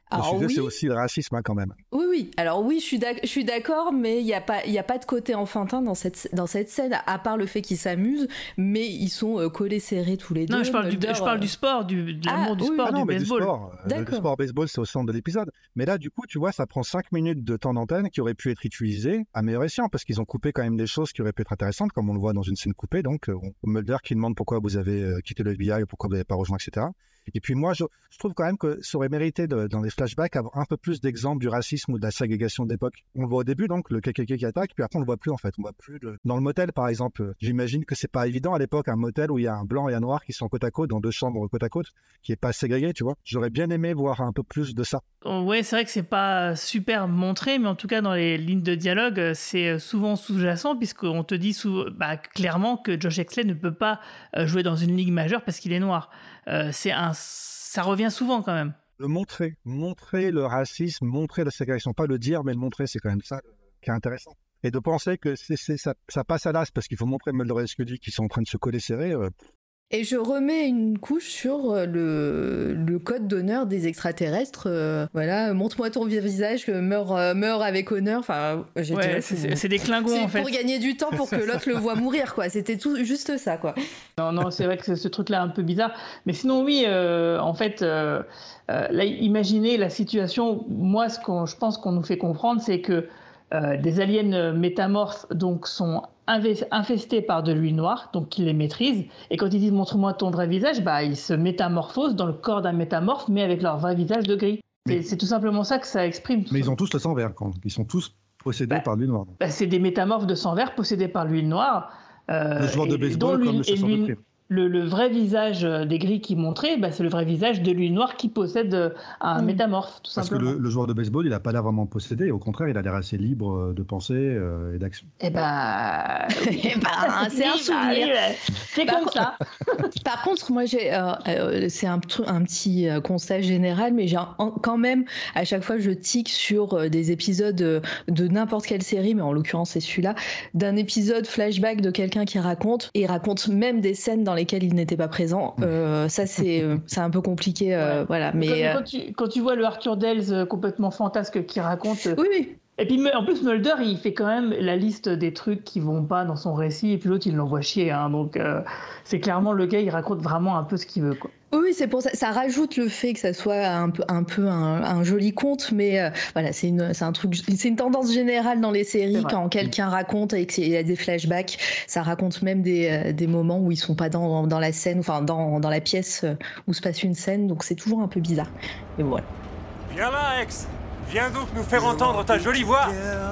Alors, le sujet, oui. c'est aussi le racisme, hein, quand même. Oui, oui. Alors oui, je suis d'ac- je suis d'accord, mais il n'y a pas, il y a pas de côté enfantin dans cette, dans cette scène, à part le fait qu'ils s'amusent, mais ils sont euh, collés serrés tous les deux. Non, je parle, du, Mulder, je parle euh, du sport, du, de l'amour Ah, du oui, sport, Ah non, du mais baseball. du sport. Euh, Le D'accord. sport baseball, c'est au centre de l'épisode. Mais là, du coup, tu vois, ça prend cinq minutes de temps d'antenne qui aurait pu être utilisé à meilleur escient, parce qu'ils ont coupé quand même des choses qui auraient pu être intéressantes, comme on le voit dans une scène coupée. Donc, euh, Mulder qui demande pourquoi vous avez euh, quitté le F B I, pourquoi vous n'avez pas rejoint, et cetera. Et puis moi, je, je trouve quand même que ça aurait mérité, de, dans les flashbacks, avoir un peu plus d'exemples du racisme ou de la ségrégation d'époque. On le voit au début, donc, le K K K qui attaque, puis après, on le voit plus, en fait. On voit plus de... Dans le motel, par exemple, j'imagine que c'est pas évident à l'époque, un motel où il y a un blanc et un noir qui sont côte à côte, dans deux chambres côte à côte, qui est pas ségrégé, tu vois. J'aurais bien aimé voir un peu plus de ça. Oh, ouais, c'est vrai que c'est pas super montré, mais en tout cas, dans les lignes de dialogue, c'est souvent sous-jacent, puisqu'on te dit sous, bah, clairement que Josh Exley ne peut pas jouer dans une ligue majeure parce qu'il est noir. Euh, c'est un... Ça revient souvent, quand même. Le montrer, montrer le racisme, montrer la ségrégation, pas le dire, mais le montrer, c'est quand même ça qui est intéressant. Et de penser que c'est, c'est, ça, ça passe à l'as parce qu'il faut montrer Mulder et Scully qui sont en train de se coller serrés. Euh... Et je remets une couche sur le, le code d'honneur des extraterrestres. Euh, voilà, montre-moi ton visage, meurs, euh, meurs avec honneur. Enfin, j'ai ouais, dit, c'est, c'est, c'est des Klingons, c'est en fait. pour gagner du temps pour que l'autre le voit mourir, quoi. C'était tout, juste ça, quoi. Non, non, c'est vrai que c'est ce truc-là est un peu bizarre. Mais sinon, oui, euh, en fait, euh, euh, là, imaginez la situation. Moi, ce qu'on, je pense qu'on nous fait comprendre, c'est que euh, des aliens métamorphes donc, sont infestés par de l'huile noire, donc qu'ils les maîtrisent. Et quand ils disent « montre-moi ton vrai visage », bah, ils se métamorphosent dans le corps d'un métamorphe, mais avec leur vrai visage de gris. C'est, c'est tout simplement ça que ça exprime. Mais ils ont tous le sang vert, quand ils sont tous possédés bah, par l'huile noire. Bah, c'est des métamorphes de sang vert possédés par l'huile noire. Euh, le joueur de baseball comme le chasseur de primes. Le, le vrai visage des gris qui montrait, bah, c'est le vrai visage de l'huile noire qui possède un mmh. métamorphe, tout Parce simplement. Parce que le, le joueur de baseball, il n'a pas l'air vraiment possédé, au contraire, il a l'air assez libre de pensée euh, et d'action. Eh ben, eh ben c'est un souvenir. C'est comme ça. Par contre, moi, j'ai, euh, euh, c'est un, un petit constat général, mais j'ai un, quand même, à chaque fois, je tique sur des épisodes de, de n'importe quelle série, mais en l'occurrence, c'est celui-là, d'un épisode flashback de quelqu'un qui raconte, et raconte même des scènes dans lesquels il n'était pas présent. Euh, ça, c'est, c'est un peu compliqué. Euh, ouais. Voilà. Mais, quand, euh... quand, tu, quand tu vois le Arthur Dales complètement fantasque qui raconte... Oui, oui. Et puis, en plus, Mulder, il fait quand même la liste des trucs qui vont pas dans son récit, et puis l'autre, il l'envoie chier. Hein, donc, euh, c'est clairement le gars, il raconte vraiment un peu ce qu'il veut, quoi. Oui, c'est pour ça. Ça rajoute le fait que ça soit un peu un, peu un, un joli conte, mais euh, voilà, c'est une, c'est un truc, c'est une tendance générale dans les séries quand quelqu'un raconte et qu'il y a des flashbacks, ça raconte même des, des moments où ils sont pas dans, dans la scène, enfin dans, dans la pièce où se passe une scène, donc c'est toujours un peu bizarre. Et voilà. Viens là, Ex. Viens donc nous faire entendre ta jolie voix.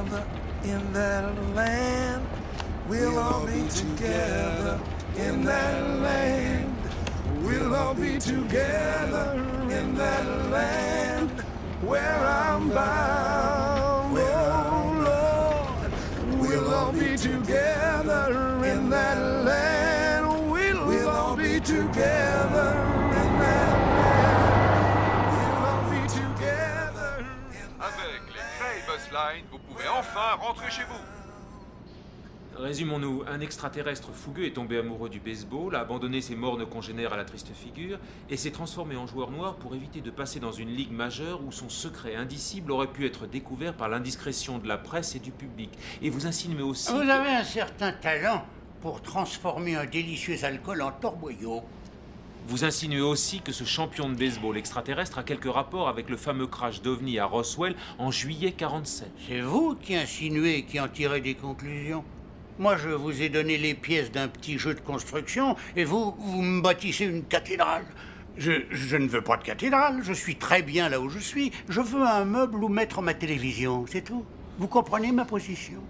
We'll all be together in that land where I'm bound, oh Lord. We'll all be together in that land. We'll all be together in that land. We'll all be together. Avec les Trail Bus Line, vous pouvez enfin rentrer chez vous. Résumons-nous, un extraterrestre fougueux est tombé amoureux du baseball, a abandonné ses mornes congénères à la triste figure et s'est transformé en joueur noir pour éviter de passer dans une ligue majeure où son secret indicible aurait pu être découvert par l'indiscrétion de la presse et du public. Et vous insinuez aussi... Vous que... avez un certain talent pour transformer un délicieux alcool en torboyau. Vous insinuez aussi que ce champion de baseball extraterrestre a quelque rapport avec le fameux crash d'OVNI à Roswell en juillet quarante-sept. C'est vous qui insinuez et qui en tirez des conclusions. Moi, je vous ai donné les pièces d'un petit jeu de construction et vous, vous me bâtissez une cathédrale. Je, je ne veux pas de cathédrale, je suis très bien là où je suis. Je veux un meuble où mettre ma télévision, c'est tout. Vous comprenez ma position?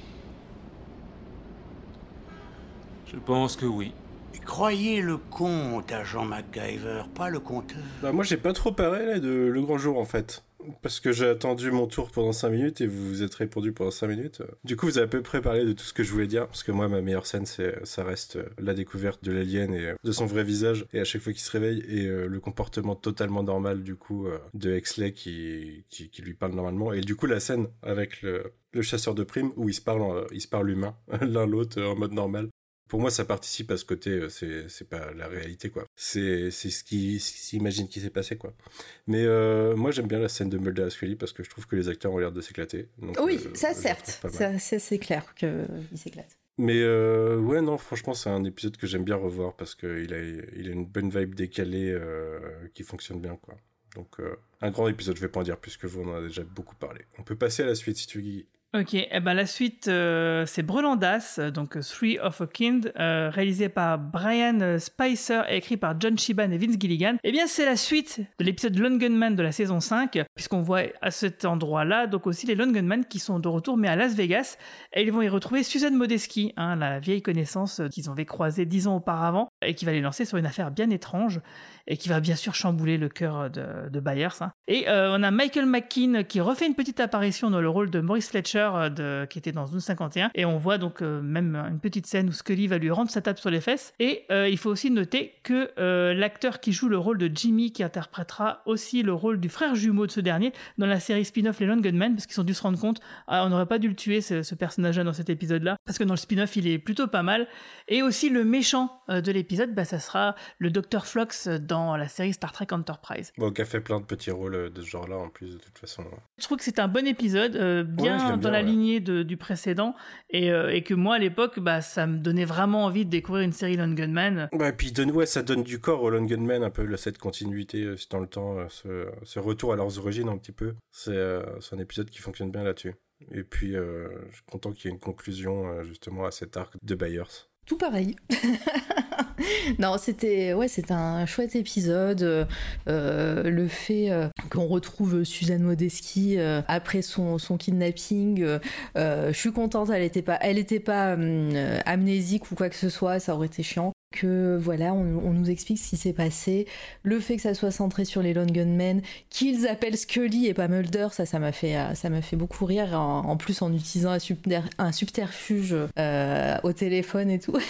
Je pense que oui. Croyez le conte à Jean MacGyver, pas le conteur. Bah moi, j'ai pas trop parlé là, de Le Grand Jour, en fait. Parce que j'ai attendu mon tour pendant cinq minutes et vous vous êtes répondu pendant cinq minutes. Du coup, vous avez à peu près parlé de tout ce que je voulais dire. Parce que moi, ma meilleure scène, c'est, ça reste la découverte de l'alien et de son vrai visage. Et à chaque fois qu'il se réveille, et euh, le comportement totalement normal, du coup, euh, de Exley qui, qui, qui lui parle normalement. Et du coup, la scène avec le, le chasseur de primes où ils se parlent, euh, ils se parlent humain, l'un l'autre, euh, en mode normal. Pour moi, ça participe à ce côté, euh, c'est, c'est pas la réalité, quoi. C'est, c'est ce qui, ce qui s'imagine qui s'est passé, quoi. Mais euh, moi, j'aime bien la scène de Mulder et Scully parce que je trouve que les acteurs ont l'air de s'éclater. Donc, oui, euh, ça je certes, trouve pas mal. ça, ça, c'est clair qu'ils s'éclatent. Mais euh, ouais, non, franchement, c'est un épisode que j'aime bien revoir parce qu'il a, il a une bonne vibe décalée euh, qui fonctionne bien, quoi. Donc, euh, un grand épisode, je vais pas en dire plus que vous, on en a déjà beaucoup parlé. On peut passer à la suite si tu veux, Guigui. Ok, eh ben la suite, euh, c'est Brelandas, donc Three of a Kind, euh, réalisé par Brian Spicer et écrit par John Shiban et Vince Gilligan. Eh bien, c'est la suite de l'épisode Lone Gunman de la saison cinq, puisqu'on voit à cet endroit-là, donc aussi les Lone Gunman qui sont de retour, mais à Las Vegas, et ils vont y retrouver Suzanne Modeski, hein, la vieille connaissance qu'ils avaient croisée dix ans auparavant, et qui va les lancer sur une affaire bien étrange, et qui va bien sûr chambouler le cœur de, de Byers. Hein. Et euh, on a Michael McKean qui refait une petite apparition dans le rôle de Maurice Fletcher, De, qui était dans Zone cinquante et un, et on voit donc euh, même une petite scène où Scully va lui rendre sa tape sur les fesses. Et euh, il faut aussi noter que euh, l'acteur qui joue le rôle de Jimmy, qui interprétera aussi le rôle du frère jumeau de ce dernier dans la série spin-off Les Lone Gunmen, parce qu'ils ont dû se rendre compte, ah, on n'aurait pas dû le tuer ce, ce personnage-là dans cet épisode-là, parce que dans le spin-off il est plutôt pas mal. Et aussi le méchant euh, de l'épisode, bah, ça sera le docteur Phlox dans la série Star Trek Enterprise. Bon, qui a fait plein de petits rôles de ce genre-là en plus de toute façon. Ouais. Je trouve que c'est un bon épisode, euh, bien ouais, dans bien, la ouais. lignée de, du précédent, et, euh, et que moi à l'époque, bah, ça me donnait vraiment envie de découvrir une série Lone Gunman. Bah, et puis donne, ouais, ça donne du corps au Lone Gunman, un peu là, cette continuité euh, dans le temps, euh, ce, ce retour à leurs origines un petit peu. C'est, euh, c'est un épisode qui fonctionne bien là-dessus. Et puis, euh, je suis content qu'il y ait une conclusion euh, justement à cet arc de Byers. Tout pareil. Non, c'était ouais, c'était un chouette épisode. Euh, le fait euh, qu'on retrouve Suzanne Modeski euh, après son, son kidnapping, euh, euh, je suis contente. Elle était pas, elle était pas euh, amnésique ou quoi que ce soit. Ça aurait été chiant. Que voilà, on, on nous explique ce qui s'est passé, le fait que ça soit centré sur les Lone Gunmen, qu'ils appellent Scully et pas Mulder, ça, ça m'a fait, ça m'a fait beaucoup rire. En, en plus, en utilisant un, subter, un subterfuge euh, au téléphone et tout.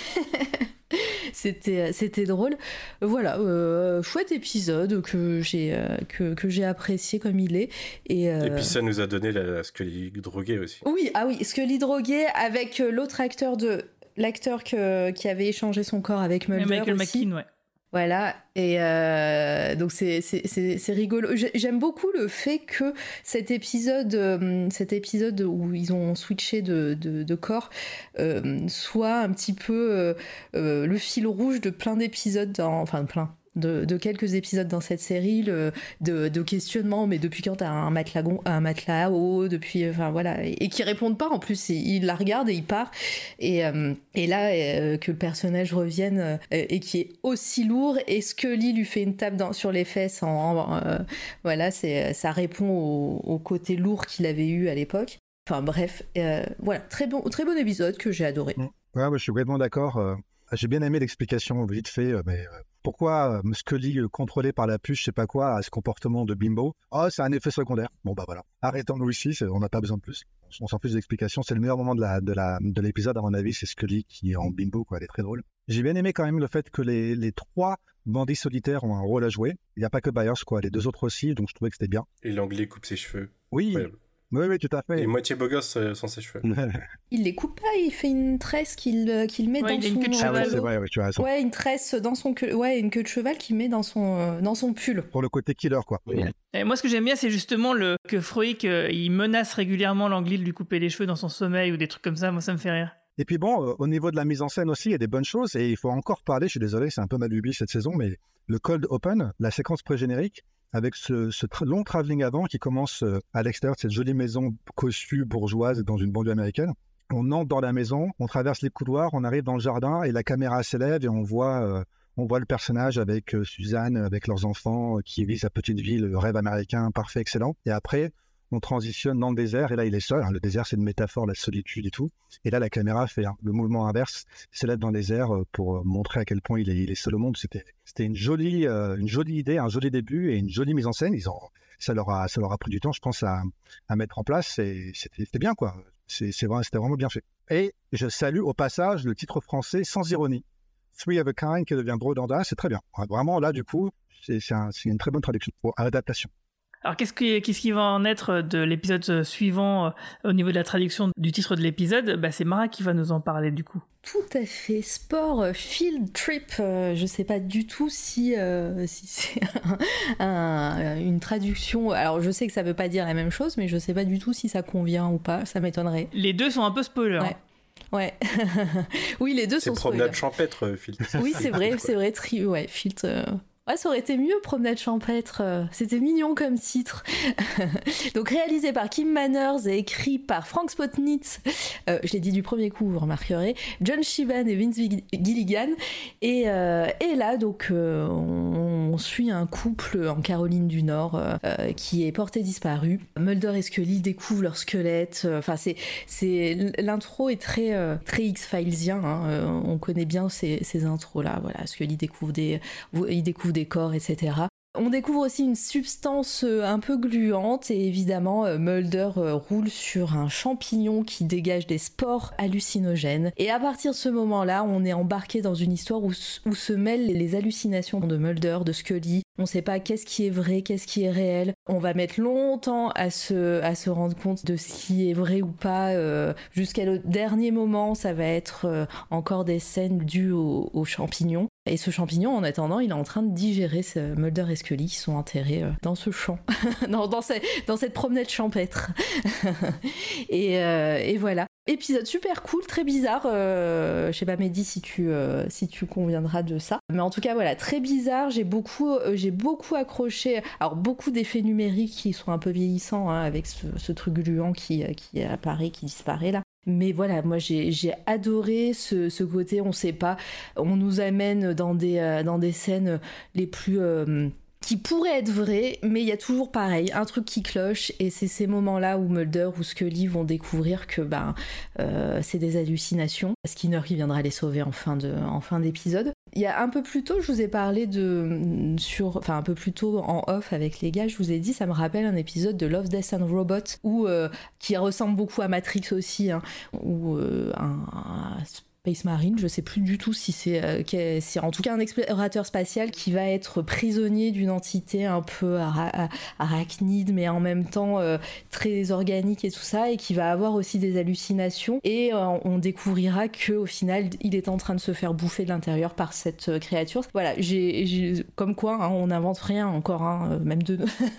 C'était, c'était drôle. Voilà, euh, chouette épisode que j'ai, euh, que, que j'ai apprécié comme il est. Et, euh... et puis ça nous a donné la Scully droguée aussi. Oui, ah oui, Scully droguée avec l'autre acteur de... L'acteur que, qui avait échangé son corps avec Mulder Michael aussi. McKean, ouais. Voilà, et euh, donc c'est, c'est, c'est, c'est rigolo. J'aime beaucoup le fait que cet épisode, euh, cet épisode où ils ont switché de, de, de corps euh, soit un petit peu euh, euh, le fil rouge de plein d'épisodes, dans, enfin plein. De, de quelques épisodes dans cette série, le, de, de questionnement, mais depuis quand t'as un matelas, un matelas à eau, depuis, enfin voilà, et, et qui répondent pas en plus, il, il la regarde et il part, et, euh, et là euh, que le personnage revienne euh, et qui est aussi lourd, et Scully lui fait une tape dans, sur les fesses, en, en euh, voilà, c'est, ça répond au, au côté lourd qu'il avait eu à l'époque. Enfin bref, euh, voilà, très bon, très bon épisode que j'ai adoré. Ouais, ouais, je suis complètement d'accord. Euh, j'ai bien aimé l'explication vite fait, euh, mais euh, pourquoi euh, Scully, euh, contrôlée par la puce, je sais pas quoi, a ce comportement de bimbo? Oh, c'est un effet secondaire. Bon, bah voilà. Arrêtons-nous ici, on n'a pas besoin de plus. On s'en plus d'explications. C'est le meilleur moment de, la, de, la, de l'épisode, à mon avis, c'est Scully qui est en bimbo, quoi. Elle est très drôle. J'ai bien aimé quand même le fait que les, les trois bandits solitaires ont un rôle à jouer. Il n'y a pas que Byers, quoi. Les deux autres aussi, donc je trouvais que c'était bien. Et l'anglais coupe ses cheveux. Oui. Incroyable. Oui, oui, tout à fait. Et moitié beau gosse euh, sans ses cheveux. Il les coupe pas, il fait une tresse qu'il, euh, qu'il met ouais, dans il a son... une queue de cheval. Ah ouais, c'est vrai, ouais, tu as raison. Ouais, une tresse dans son queue... Ouais, une queue de cheval qu'il met dans son, euh, dans son pull. Pour le côté killer, quoi. Oui. Et moi, ce que j'aime bien, c'est justement le... que Froick, euh, il menace régulièrement l'Anglais de lui couper les cheveux dans son sommeil ou des trucs comme ça. Moi, ça me fait rire. Et puis bon, euh, au niveau de la mise en scène aussi, il y a des bonnes choses, et il faut encore parler, je suis désolé, c'est un peu mal lubi cette saison, mais le cold open, la séquence pré-générique, avec ce, ce tra- long travelling avant qui commence euh, à l'extérieur de cette jolie maison cossue bourgeoise dans une banlieue américaine. On entre dans la maison, on traverse les couloirs, on arrive dans le jardin et la caméra s'élève et on voit, euh, on voit le personnage avec euh, Suzanne, avec leurs enfants, euh, qui vit sa petite ville, le rêve américain parfait, excellent. Et après, on transitionne dans le désert et là, il est seul. Hein. Le désert, c'est une métaphore, la solitude et tout. Et là, la caméra fait hein, le mouvement inverse, s'élève dans les airs euh, pour montrer à quel point il est, il est seul au monde. C'était, c'était une jolie, euh, une jolie idée, un joli début et une jolie mise en scène. Ils ont, ça leur a, ça leur a pris du temps, je pense, à, à mettre en place. Et c'était, c'était bien, quoi. C'est, c'est vrai, c'était vraiment bien fait. Et je salue au passage le titre français sans ironie. Three of a Kind qui devient Brelandas, c'est très bien. Vraiment, là, du coup, c'est, c'est, un, c'est une très bonne traduction pour adaptation. Alors qu'est-ce qui, qu'est-ce qui va en être de l'épisode suivant euh, au niveau de la traduction du titre de l'épisode? Bah, c'est Mara qui va nous en parler du coup. Tout à fait. Sport euh, Field Trip. Euh, je sais pas du tout si, euh, si c'est un, un, une traduction. Alors je sais que ça veut pas dire la même chose, mais je sais pas du tout si ça convient ou pas. Ça m'étonnerait. Les deux sont un peu spoilers. Ouais. Ouais. Oui, les deux c'est sont promenade spoilers. champêtre, Field. Oui, c'est vrai, c'est vrai. Tri... Ouais, Field. Euh... Ouais, ça aurait été mieux, Promenade champêtre. C'était mignon comme titre. Donc, réalisé par Kim Manners et écrit par Frank Spotnitz. Euh, je l'ai dit du premier coup, vous remarquerez. John Shiban et Vince Gilligan. Et, euh, et là, donc, euh, on, on suit un couple en Caroline du Nord euh, qui est porté disparu. Mulder et Scully découvrent leur squelette. Enfin, c'est, c'est l'intro est très, euh, très X-Filesien. Hein. Euh, on connaît bien ces, ces intros-là. Voilà, Scully découvre des, il découvre des corps, et cetera. On découvre aussi une substance un peu gluante et évidemment Mulder roule sur un champignon qui dégage des spores hallucinogènes. Et à partir de ce moment-là, on est embarqué dans une histoire où, où se mêlent les hallucinations de Mulder, de Scully. On sait pas qu'est-ce qui est vrai, qu'est-ce qui est réel. On va mettre longtemps à se, à se rendre compte de ce qui est vrai ou pas. Euh, jusqu'à le dernier moment, ça va être euh, encore des scènes dues au, au champignon. Et ce champignon, en attendant, il est en train de digérer ce Mulder et Scully qui sont enterrés euh, dans ce champ, dans, dans, ce, dans cette promenade champêtre. et, euh, et voilà. Épisode super cool, très bizarre. Euh, je sais pas, Mehdi, si tu, euh, si tu conviendras de ça. Mais en tout cas, voilà, très bizarre. J'ai beaucoup, euh, j'ai beaucoup accroché. Alors, beaucoup d'effets numériques qui sont un peu vieillissants, hein, avec ce, ce truc gluant qui, qui apparaît, qui disparaît là. Mais voilà, moi j'ai, j'ai adoré ce, ce côté, on sait pas, on nous amène dans des, euh, dans des scènes les plus... Euh, qui pourraient être vraies, mais il y a toujours pareil, un truc qui cloche, et c'est ces moments-là où Mulder ou Scully vont découvrir que ben, euh, c'est des hallucinations. Skinner qui viendra les sauver en fin, de, en fin d'épisode. Il y a un peu plus tôt, je vous ai parlé de... sur, enfin un peu plus tôt en off avec les gars, je vous ai dit, ça me rappelle un épisode de Love, Death and Robots, où, euh, qui ressemble beaucoup à Matrix aussi, hein, où euh, un... un Space Marine, je sais plus du tout si c'est, euh, c'est en tout cas un explorateur spatial qui va être prisonnier d'une entité un peu ara- arachnide mais en même temps euh, très organique et tout ça, et qui va avoir aussi des hallucinations, et euh, on découvrira que au final il est en train de se faire bouffer de l'intérieur par cette euh, créature. Voilà, j'ai, j'ai comme quoi hein, on n'invente rien encore, hein, même de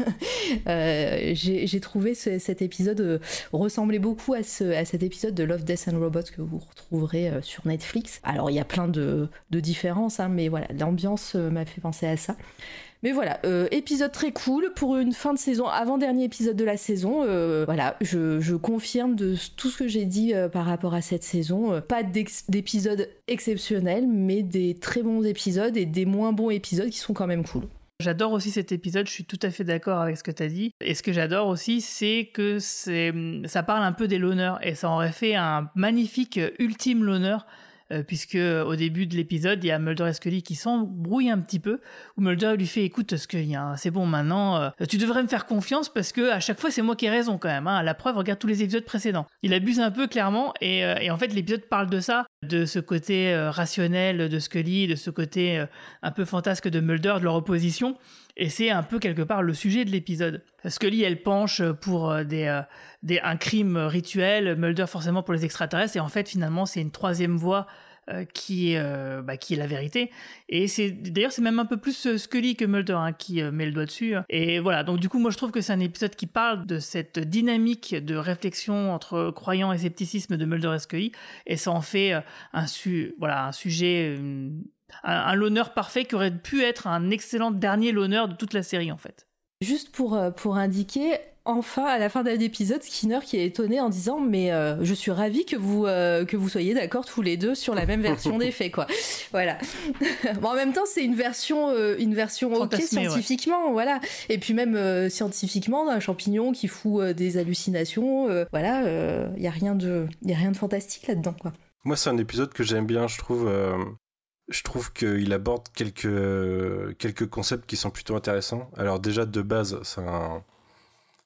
euh, j'ai, j'ai trouvé ce, cet épisode euh, ressemblait beaucoup à, ce, à cet épisode de Love, Death and Robots que vous retrouverez euh, sur sur Netflix. Alors il y a plein de, de différences, hein, mais voilà, l'ambiance euh, m'a fait penser à ça. Mais voilà, euh, épisode très cool pour une fin de saison, avant-dernier épisode de la saison. Euh, voilà, je, je confirme de tout ce que j'ai dit euh, par rapport à cette saison. Euh, pas d'épisodes exceptionnels, mais des très bons épisodes et des moins bons épisodes qui sont quand même cool. J'adore aussi cet épisode, je suis tout à fait d'accord avec ce que tu as dit. Et ce que j'adore aussi, c'est que c'est, ça parle un peu des loners, et ça aurait fait un magnifique ultime loner, euh, puisque au début de l'épisode, il y a Mulder et Scully qui s'embrouillent un petit peu, où Mulder lui fait « Écoute Scully, hein, c'est bon maintenant, euh, tu devrais me faire confiance parce que à chaque fois c'est moi qui ai raison quand même, hein. La preuve, regarde tous les épisodes précédents. » Il abuse un peu clairement, et, euh, et en fait l'épisode parle de ça, de ce côté euh, rationnel de Scully, de ce côté euh, un peu fantasque de Mulder, de leur opposition. Et c'est un peu quelque part le sujet de l'épisode. Scully, elle penche pour euh, des, euh, des, un crime rituel, Mulder forcément pour les extraterrestres, et en fait finalement c'est une troisième voie euh, qui, est, euh, bah, qui est la vérité. Et c'est, d'ailleurs c'est même un peu plus Scully que Mulder hein, qui euh, met le doigt dessus. Et voilà, donc du coup moi je trouve que c'est un épisode qui parle de cette dynamique de réflexion entre croyants et scepticisme de Mulder et Scully, et ça en fait euh, un, su- voilà, un sujet... Euh, Un, un loner parfait qui aurait pu être un excellent dernier loner de toute la série en fait. Juste pour, pour indiquer, enfin à la fin d'un épisode, Skinner qui est étonné en disant mais euh, je suis ravi que vous, euh, que vous soyez d'accord tous les deux sur la même version des faits quoi. Voilà. Bon, en même temps c'est une version, euh, une version ok scientifiquement, ouais. Voilà. Et puis même euh, scientifiquement un champignon qui fout euh, des hallucinations, euh, voilà, il euh, y a rien de, y a rien de fantastique là-dedans quoi. Moi c'est un épisode que j'aime bien, je trouve. Euh... Je trouve qu'il aborde quelques, quelques concepts qui sont plutôt intéressants. Alors déjà, de base, c'est un...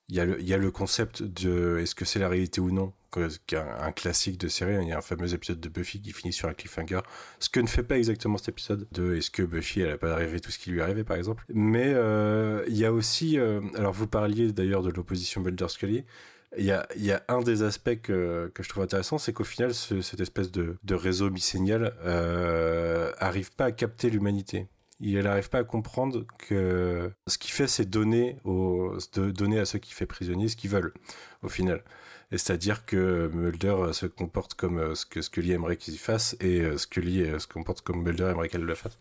Il y a le, il y a le concept de est-ce que c'est la réalité ou non, qui est un, un classique de série. Il y a un fameux épisode de Buffy qui finit sur un cliffhanger, ce que ne fait pas exactement cet épisode de est-ce que Buffy elle a pas rêvé tout ce qui lui est arrivé par exemple. Mais euh, il y a aussi, euh, alors vous parliez d'ailleurs de l'opposition Mulder-Scully. Il y a, il y a un des aspects que, que je trouve intéressant, c'est qu'au final, ce, cette espèce de, de réseau mycénial euh, arrive pas à capter l'humanité. Il n'arrive pas à comprendre que ce qu'il fait, c'est donner, aux, de, donner à ceux qu'il fait prisonniers ce qu'ils veulent, au final. Et c'est-à-dire que Mulder se comporte comme ce que Scully aimerait qu'il fasse, et Scully se comporte comme Mulder aimerait qu'elle le fasse.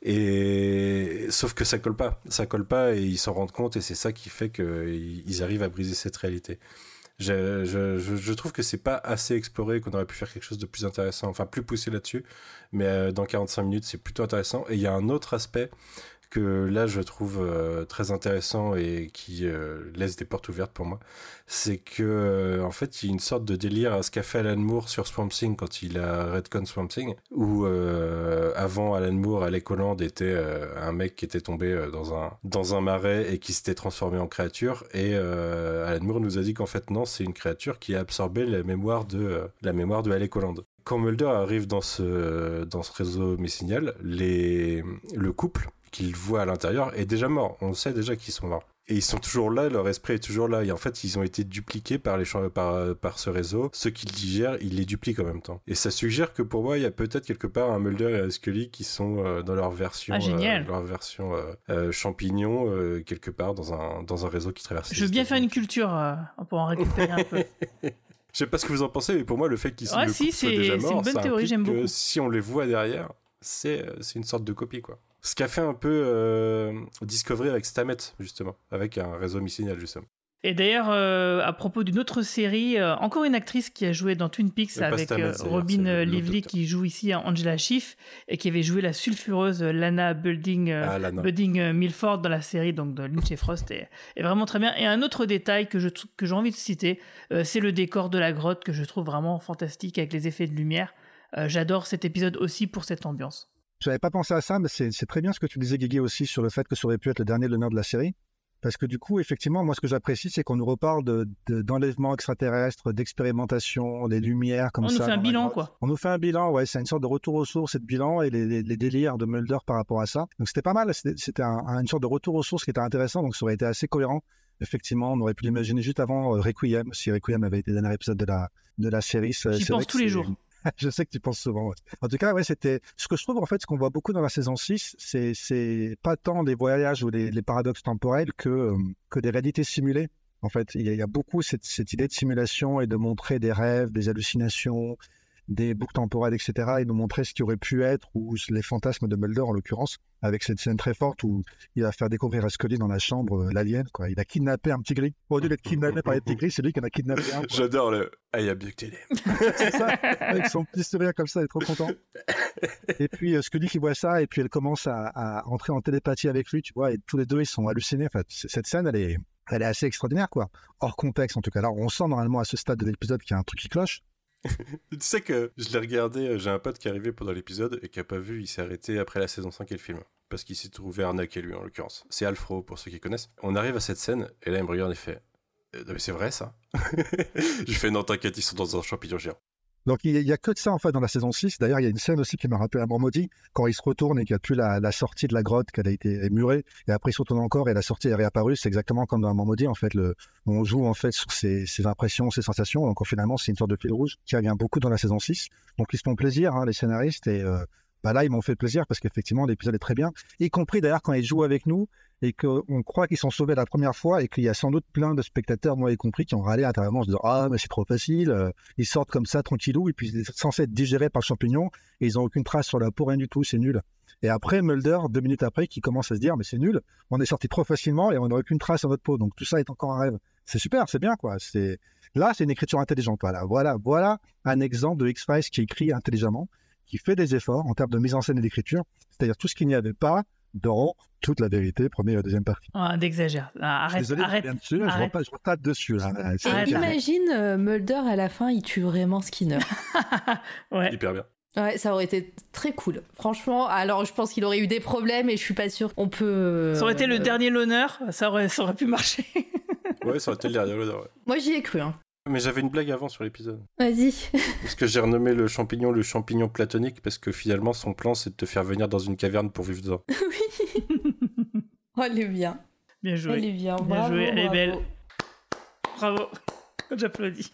Et sauf que ça colle pas. Ça colle pas, et ils s'en rendent compte, et c'est ça qui fait qu'ils arrivent à briser cette réalité. Je, je, je, je trouve que c'est pas assez exploré, qu'on aurait pu faire quelque chose de plus intéressant, enfin plus poussé là-dessus, mais euh, dans quarante-cinq minutes c'est plutôt intéressant. Et il y a un autre aspect que là je trouve euh, très intéressant et qui euh, laisse des portes ouvertes pour moi, c'est que euh, en fait il y a une sorte de délire à ce qu'a fait Alan Moore sur Swamp Thing quand il a retcon Swamp Thing, où euh, avant Alan Moore, Alec Holland était euh, un mec qui était tombé euh, dans un dans un marais et qui s'était transformé en créature, et euh, Alan Moore nous a dit qu'en fait non, c'est une créature qui a absorbé la mémoire de euh, la mémoire de Alec Holland. Quand Mulder arrive dans ce dans ce réseau mycénial, les le couple qu'ils voient à l'intérieur est déjà mort. On sait déjà qu'ils sont morts. Et ils sont toujours là, leur esprit est toujours là. Et en fait, ils ont été dupliqués par, les, par, par ce réseau. Ceux qui le digèrent, ils les dupliquent en même temps. Et ça suggère que pour moi, il y a peut-être quelque part un Mulder et un Scully qui sont euh, dans leur version, ah, génial. Euh, leur version euh, euh, champignon, euh, quelque part dans un, dans un réseau qui traverse. Je veux bien faire une culture euh, pour en récupérer un peu. Je sais pas ce que vous en pensez, mais pour moi, le fait qu'ils ah, le si, soient déjà morts, c'est une bonne ça théorie, j'aime que beaucoup. Si on les voit derrière, c'est, c'est une sorte de copie, quoi. Ce qu'a fait un peu euh, Discovery avec Stamets, justement, avec un réseau mycénial, justement. Et d'ailleurs, euh, à propos d'une autre série, euh, encore une actrice qui a joué dans Twin Peaks Mais avec Stamets, euh, Robin le, Lively, qui joue ici Angela Schiff, et qui avait joué la sulfureuse Lana Building, euh, ah, Lana. Building euh, Milford dans la série donc, de Lynch et Frost, et, et vraiment très bien. Et un autre détail que, je, que j'ai envie de citer, euh, c'est le décor de la grotte, que je trouve vraiment fantastique avec les effets de lumière. Euh, j'adore cet épisode aussi pour cette ambiance. Je n'avais pas pensé à ça, mais c'est, c'est très bien ce que tu disais, Guigui, aussi sur le fait que ça aurait pu être le dernier l'honneur de la série. Parce que du coup, effectivement, moi, ce que j'apprécie, c'est qu'on nous reparle de, de, d'enlèvement extraterrestre, d'expérimentation, des lumières comme on ça. On nous fait un bilan, quoi. On nous fait un bilan, ouais. C'est une sorte de retour aux sources et de bilan, et les, les, les délires de Mulder par rapport à ça. Donc c'était pas mal. C'était, c'était un, un, une sorte de retour aux sources qui était intéressant. Donc ça aurait été assez cohérent. Effectivement, on aurait pu l'imaginer juste avant euh, Requiem, si Requiem avait été le dernier épisode de la, de la série. C'est, J'y c'est pense tous les jours. Je sais que tu penses souvent. Ouais. En tout cas, ouais, c'était ce que je trouve en fait, ce qu'on voit beaucoup dans la saison six, c'est c'est pas tant des voyages ou les, les paradoxes temporels que euh, que des réalités simulées. En fait, il y a, il y a beaucoup cette, cette idée de simulation et de montrer des rêves, des hallucinations, des boucles temporelles, et cetera, et de montrer ce qui aurait pu être, ou les fantasmes de Mulder en l'occurrence, avec cette scène très forte où il va faire découvrir à Scully dans la chambre euh, l'alien, quoi. Il a kidnappé un petit gris. Au lieu d'être kidnappé par les petits gris, c'est lui qui en a kidnappé un. Quoi. J'adore le « I abducted him ». C'est ça, avec son petit sourire comme ça, il est trop content. Et puis euh, Scully qui voit ça, et puis elle commence à, à entrer en télépathie avec lui, tu vois, et tous les deux ils sont hallucinés. Enfin, cette scène, elle est, elle est assez extraordinaire, quoi. Hors contexte en tout cas. Là, on sent normalement à ce stade de l'épisode qu'il y a un truc qui cloche. Tu sais que je l'ai regardé, j'ai un pote qui est arrivé pendant l'épisode et qui a pas vu, il s'est arrêté après la saison cinq et le film. Parce qu'il s'est trouvé arnaqué lui en l'occurrence. C'est Alfro pour ceux qui connaissent. On arrive à cette scène et là il me regarde et fait euh, « Mais c'est vrai ça ?» Je fais « Non t'inquiète, ils sont dans un champignon géant. » Donc il n'y a, a que de ça en fait dans la saison six. D'ailleurs il y a une scène aussi qui m'a rappelé à mort maudit, quand il se retourne et qu'il n'y a plus la, la sortie de la grotte, qu'elle a été murée, et après il se retourne encore et la sortie est réapparue. C'est exactement comme dans mort maudit en fait. Le, on joue en fait sur ses, ses impressions, ses sensations. Donc finalement c'est une sorte de fil rouge qui revient beaucoup dans la saison six. Donc ils se font plaisir, hein, les scénaristes, et euh, bah là ils m'ont fait plaisir parce qu'effectivement l'épisode est très bien, y compris d'ailleurs quand ils jouent avec nous et qu'on croit qu'ils sont sauvés la première fois et qu'il y a sans doute plein de spectateurs, moi y compris, qui ont râlé intérieurement en se disant « Ah, mais c'est trop facile, euh, ils sortent comme ça tranquillou et puis ils sont censés être digérés par le champignon et ils n'ont aucune trace sur la peau, rien du tout, c'est nul. » Et après, Mulder, deux minutes après, qui commence à se dire « Mais c'est nul, on est sorti trop facilement et on n'a aucune trace sur notre peau, donc tout ça est encore un rêve. » C'est super, c'est bien, quoi. C'est... Là, c'est une écriture intelligente. Voilà, voilà, voilà un exemple de X-Files qui écrit intelligemment, qui fait des efforts en termes de mise en scène et d'écriture, c'est-à-dire tout ce qu'il n'y avait pas dans Toute la vérité, première et deuxième partie. Oh, d'exagère. Arrête, Désolé, arrête. Je, dessus, arrête. je, repasse, je retape dessus. Là. Et arrête, imagine euh, Mulder à la fin, il tue vraiment Skinner. Ouais. Hyper bien. Ouais, ça aurait été très cool. Franchement, alors je pense qu'il aurait eu des problèmes et je suis pas sûre qu'on peut. Ça aurait été le euh... dernier l'honneur, ça aurait, ça aurait pu marcher. Ouais, ça aurait été le dernier l'odeur, ouais. Moi, j'y ai cru, hein. Mais j'avais une blague avant sur l'épisode. Vas-y. Parce que j'ai renommé le champignon le champignon platonique parce que finalement son plan c'est de te faire venir dans une caverne pour vivre dedans. Oui. Oh, elle est bien. Bien joué. Elle est bien, Bien bravo, joué, elle est bravo. belle. Bravo. J'applaudis.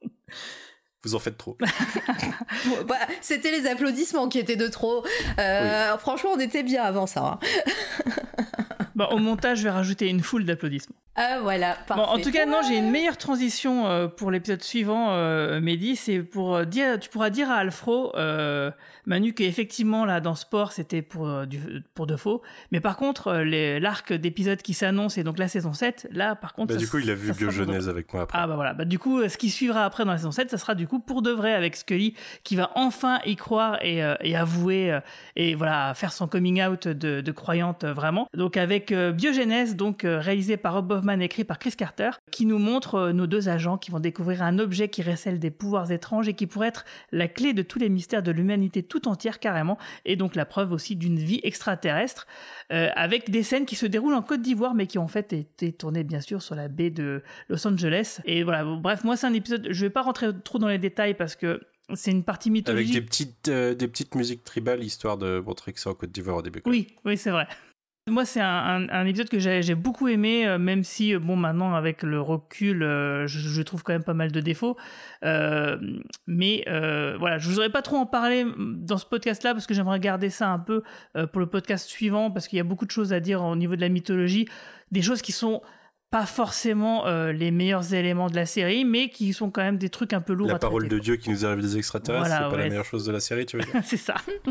Vous en faites trop. Bon, bah, c'était les applaudissements qui étaient de trop. Euh, oui. Franchement, on était bien avant ça. Hein. Bon, au montage, je vais rajouter une foule d'applaudissements. Ah voilà, parfait. Bon, en tout cas, non, j'ai une meilleure transition euh, pour l'épisode suivant, euh, Mehdi. C'est pour euh, dire, tu pourras dire à Alfro, euh, Manu, qu'effectivement, là, dans Sport, c'était pour, euh, du, pour de faux. Mais par contre, euh, les, l'arc d'épisodes qui s'annonce, et donc la saison sept, là, par contre... Bah, ça, du coup, il a vu Biogenèse avec moi après. Ah bah voilà, bah, du coup, ce qui suivra après dans la saison sept, ça sera du coup pour de vrai avec Scully, qui va enfin y croire et, euh, et avouer, euh, et voilà, faire son coming out de, de croyante euh, vraiment. Donc avec euh, Biogenèse, donc euh, réalisé par Rob Bowman, écrit par Chris Carter, qui nous montre euh, nos deux agents qui vont découvrir un objet qui récèle des pouvoirs étranges et qui pourrait être la clé de tous les mystères de l'humanité tout entière carrément, et donc la preuve aussi d'une vie extraterrestre, euh, avec des scènes qui se déroulent en Côte d'Ivoire mais qui ont en fait été tournées bien sûr sur la baie de Los Angeles. Et voilà, bon, bref, moi c'est un épisode, je vais pas rentrer trop dans les détails parce que c'est une partie mythologique. Avec des petites, euh, des petites musiques tribales, histoire de montrer que c'est en Côte d'Ivoire au début. Quoi. Oui, oui, c'est vrai. Moi, c'est un, un, un épisode que j'ai, j'ai beaucoup aimé, euh, même si, bon, maintenant, avec le recul, euh, je, je trouve quand même pas mal de défauts. Euh, mais euh, voilà, je voudrais pas trop en parler dans ce podcast-là, parce que j'aimerais garder ça un peu euh, pour le podcast suivant, parce qu'il y a beaucoup de choses à dire au niveau de la mythologie, des choses qui sont pas forcément euh, les meilleurs éléments de la série, mais qui sont quand même des trucs un peu lourds la à traiter. La parole de Dieu qui nous arrive des extraterrestres, voilà, c'est pas ouais, la meilleure chose de la série, tu veux dire? C'est ça.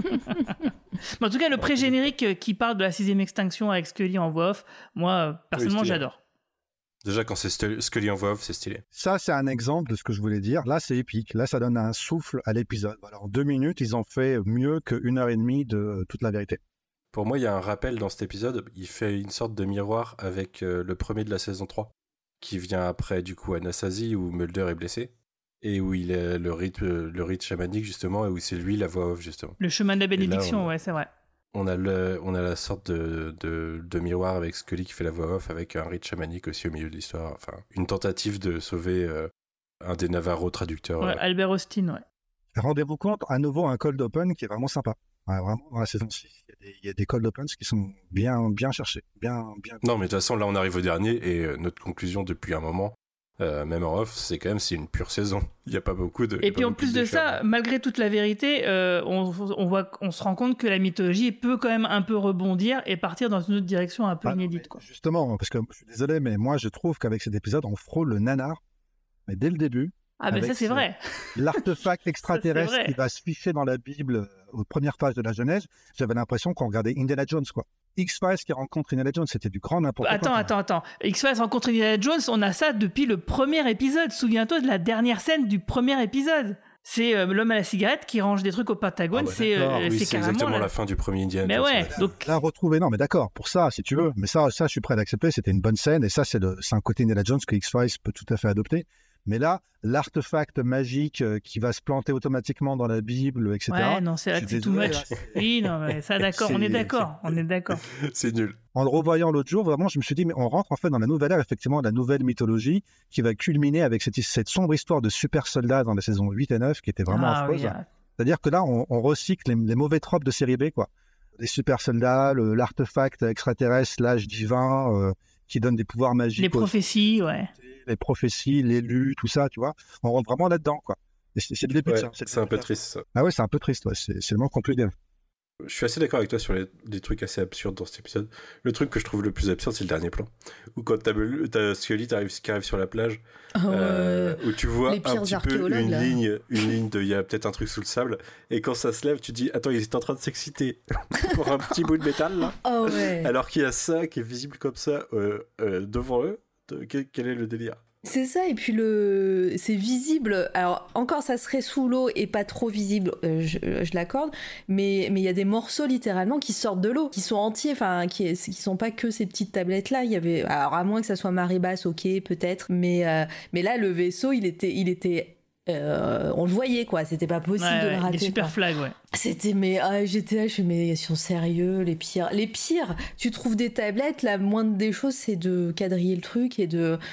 Mais en tout cas, le pré-générique qui parle de la sixième extinction avec Scully en voix off, moi, personnellement, oui, j'adore. Déjà, quand c'est Scully en voix off, c'est stylé. Ça, c'est un exemple de ce que je voulais dire. Là, c'est épique. Là, ça donne un souffle à l'épisode. Voilà, en deux minutes, ils ont fait mieux qu'une heure et demie de toute la vérité. Pour moi, il y a un rappel dans cet épisode. Il fait une sorte de miroir avec euh, le premier de la saison trois, qui vient après, du coup, Anasazi, où Mulder est blessé, et où il est le rite, le rite chamanique, justement, et où c'est lui la voix off, justement. Le chemin de la bénédiction, là, on, ouais, c'est vrai. On a, le, on a la sorte de, de, de miroir avec Scully qui fait la voix off, avec un rite chamanique aussi au milieu de l'histoire. Enfin, une tentative de sauver euh, un des Navarro traducteurs. Ouais, euh. Albert Austin, ouais. Rendez-vous compte, à nouveau, un cold open qui est vraiment sympa. Ouais, vraiment, dans la saison six, il y a des, il y a des cold opens qui sont bien, bien cherchés. Bien, bien... Non, mais de toute façon, là, on arrive au dernier, et euh, notre conclusion depuis un moment, euh, même en off, c'est quand même c'est une pure saison. Il n'y a pas beaucoup de... Et puis en plus de ça, malgré toute la vérité, euh, on, on, voit, on se rend compte que la mythologie peut quand même un peu rebondir et partir dans une autre direction un peu ah, inédite. Quoi. Justement, parce que je suis désolé, mais moi, je trouve qu'avec cet épisode, on frôle le nanar, mais dès le début. Ah ben ça c'est vrai. L'artefact extraterrestre ça, qui va se ficher dans la Bible aux premières pages de la Genèse, j'avais l'impression qu'on regardait Indiana Jones, quoi. X-Files qui rencontre Indiana Jones, c'était du grand n'importe attends, quoi. Attends, attends, attends. X-Files rencontre Indiana Jones, on a ça depuis le premier épisode. Souviens-toi de la dernière scène du premier épisode. C'est euh, l'homme à la cigarette qui range des trucs au Pentagone. Ah bah c'est, euh, oui, c'est, c'est carrément exactement la... la fin du premier Indiana mais Jones. Ouais, donc... La retrouver, non, mais d'accord, pour ça, si tu veux. Mais ça, ça je suis prêt à l'accepter, c'était une bonne scène. Et ça, c'est, le, c'est un côté Indiana Jones que X-Files peut tout à fait adopter. Mais là, l'artefact magique euh, qui va se planter automatiquement dans la Bible, et cetera. Ouais, non, c'est, c'est too much. Là, c'est... Oui, non, mais ça, d'accord, c'est... on est d'accord, on est d'accord. C'est nul. En le revoyant l'autre jour, vraiment, je me suis dit, mais on rentre en fait dans la nouvelle ère, effectivement, la nouvelle mythologie qui va culminer avec cette, cette sombre histoire de super soldats dans les saisons huit et neuf qui était vraiment ah, affreuse. Oui, yeah. C'est-à-dire que là, on, on recycle les, les mauvais tropes de série B, quoi. Les super soldats, le, l'artefact extraterrestre, l'âge divin, euh, qui donne des pouvoirs magiques. Les prophéties, aux... ouais. Les prophéties, l'élu, tout ça, tu vois. On rentre vraiment là-dedans, quoi. Et c'est, c'est le début ouais, de ça. C'est, c'est un peu triste, ça. Ah ouais, c'est un peu triste, ouais. C'est, c'est le moins qu'on peut dire. Je suis assez d'accord avec toi sur les, les trucs assez absurdes dans cet épisode. Le truc que je trouve le plus absurde, c'est le dernier plan. Où quand t'as, t'as Scully qui arrive, qui arrive sur la plage, oh, euh, où tu vois un petit peu une là. ligne, une ligne de, il y a peut-être un truc sous le sable, et quand ça se lève, tu te dis, attends, il est en train de s'exciter pour un petit bout de métal, là. Oh, ouais. Alors qu'il y a ça qui est visible comme ça euh, euh, devant eux. De, quel, quel est le délire ? C'est ça, et puis le... c'est visible. Alors, encore, ça serait sous l'eau et pas trop visible, euh, je, je l'accorde, mais il y a des morceaux littéralement qui sortent de l'eau, qui sont entiers, enfin, qui, qui sont pas que ces petites tablettes-là. Il y avait... Alors, à moins que ça soit marée basse, ok, peut-être, mais, euh, mais là, le vaisseau, il était... Il était... Euh, on le voyait, quoi, c'était pas possible ouais, de le rater. Des super quoi. flags, ouais. C'était, mais ah, j'étais là, je suis, mais ils sont sérieux, les pires. Les pires, tu trouves des tablettes, la moindre des choses, c'est de quadriller le truc et de.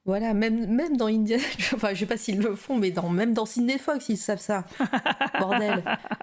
Voilà, même, même dans Indiana, enfin je sais pas s'ils le font, mais dans, même dans Sidney Fox, ils savent ça. Bordel.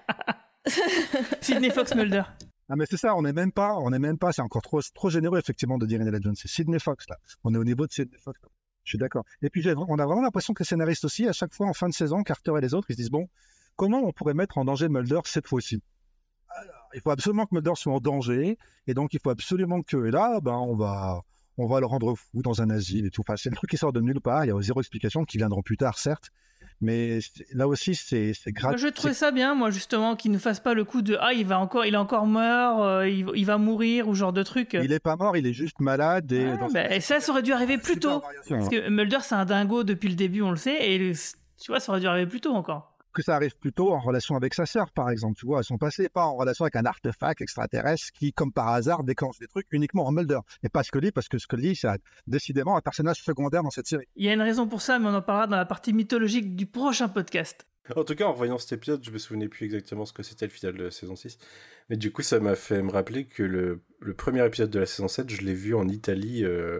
Sidney Fox Mulder. Ah mais c'est ça, on n'est même pas, on n'est même pas, c'est encore trop, trop généreux effectivement de dire Indiana Jones. C'est Sidney Fox là. On est au niveau de Sidney Fox. Je suis d'accord. Et puis on a vraiment l'impression que les scénaristes aussi, à chaque fois en fin de saison, Carter et les autres, ils se disent bon, comment on pourrait mettre en danger Mulder cette fois-ci? Alors, il faut absolument que Mulder soit en danger, et donc il faut absolument que, et là, ben on va, on va le rendre fou dans un asile et tout. Enfin, c'est le truc qui sort de nulle part. Il y a zéro explication qui viendront plus tard, certes. Mais là aussi, c'est, c'est gratuit. Moi, je trouvais ça bien, moi, justement, qu'il ne fasse pas le coup de « Ah, il, va encore, il est encore mort, euh, il, il va mourir » ou genre de truc. Il est pas mort, il est juste malade. Et, ah, bah, et ça, ça aurait dû arriver plus tôt. Parce que Mulder, c'est un dingo depuis le début, on le sait. Et le, tu vois, ça aurait dû arriver plus tôt encore. Que ça arrive plutôt en relation avec sa sœur, par exemple. Tu vois, son passé, pas en relation avec un artefact extraterrestre qui, comme par hasard, déclenche des trucs uniquement en Mulder. Et pas Scully, parce que Scully, c'est décidément un personnage secondaire dans cette série. Il y a une raison pour ça, mais on en parlera dans la partie mythologique du prochain podcast. En tout cas, en voyant cet épisode, je me souvenais plus exactement ce que c'était le final de la saison six. Mais du coup, ça m'a fait me rappeler que le, le premier épisode de la saison sept, je l'ai vu en Italie euh,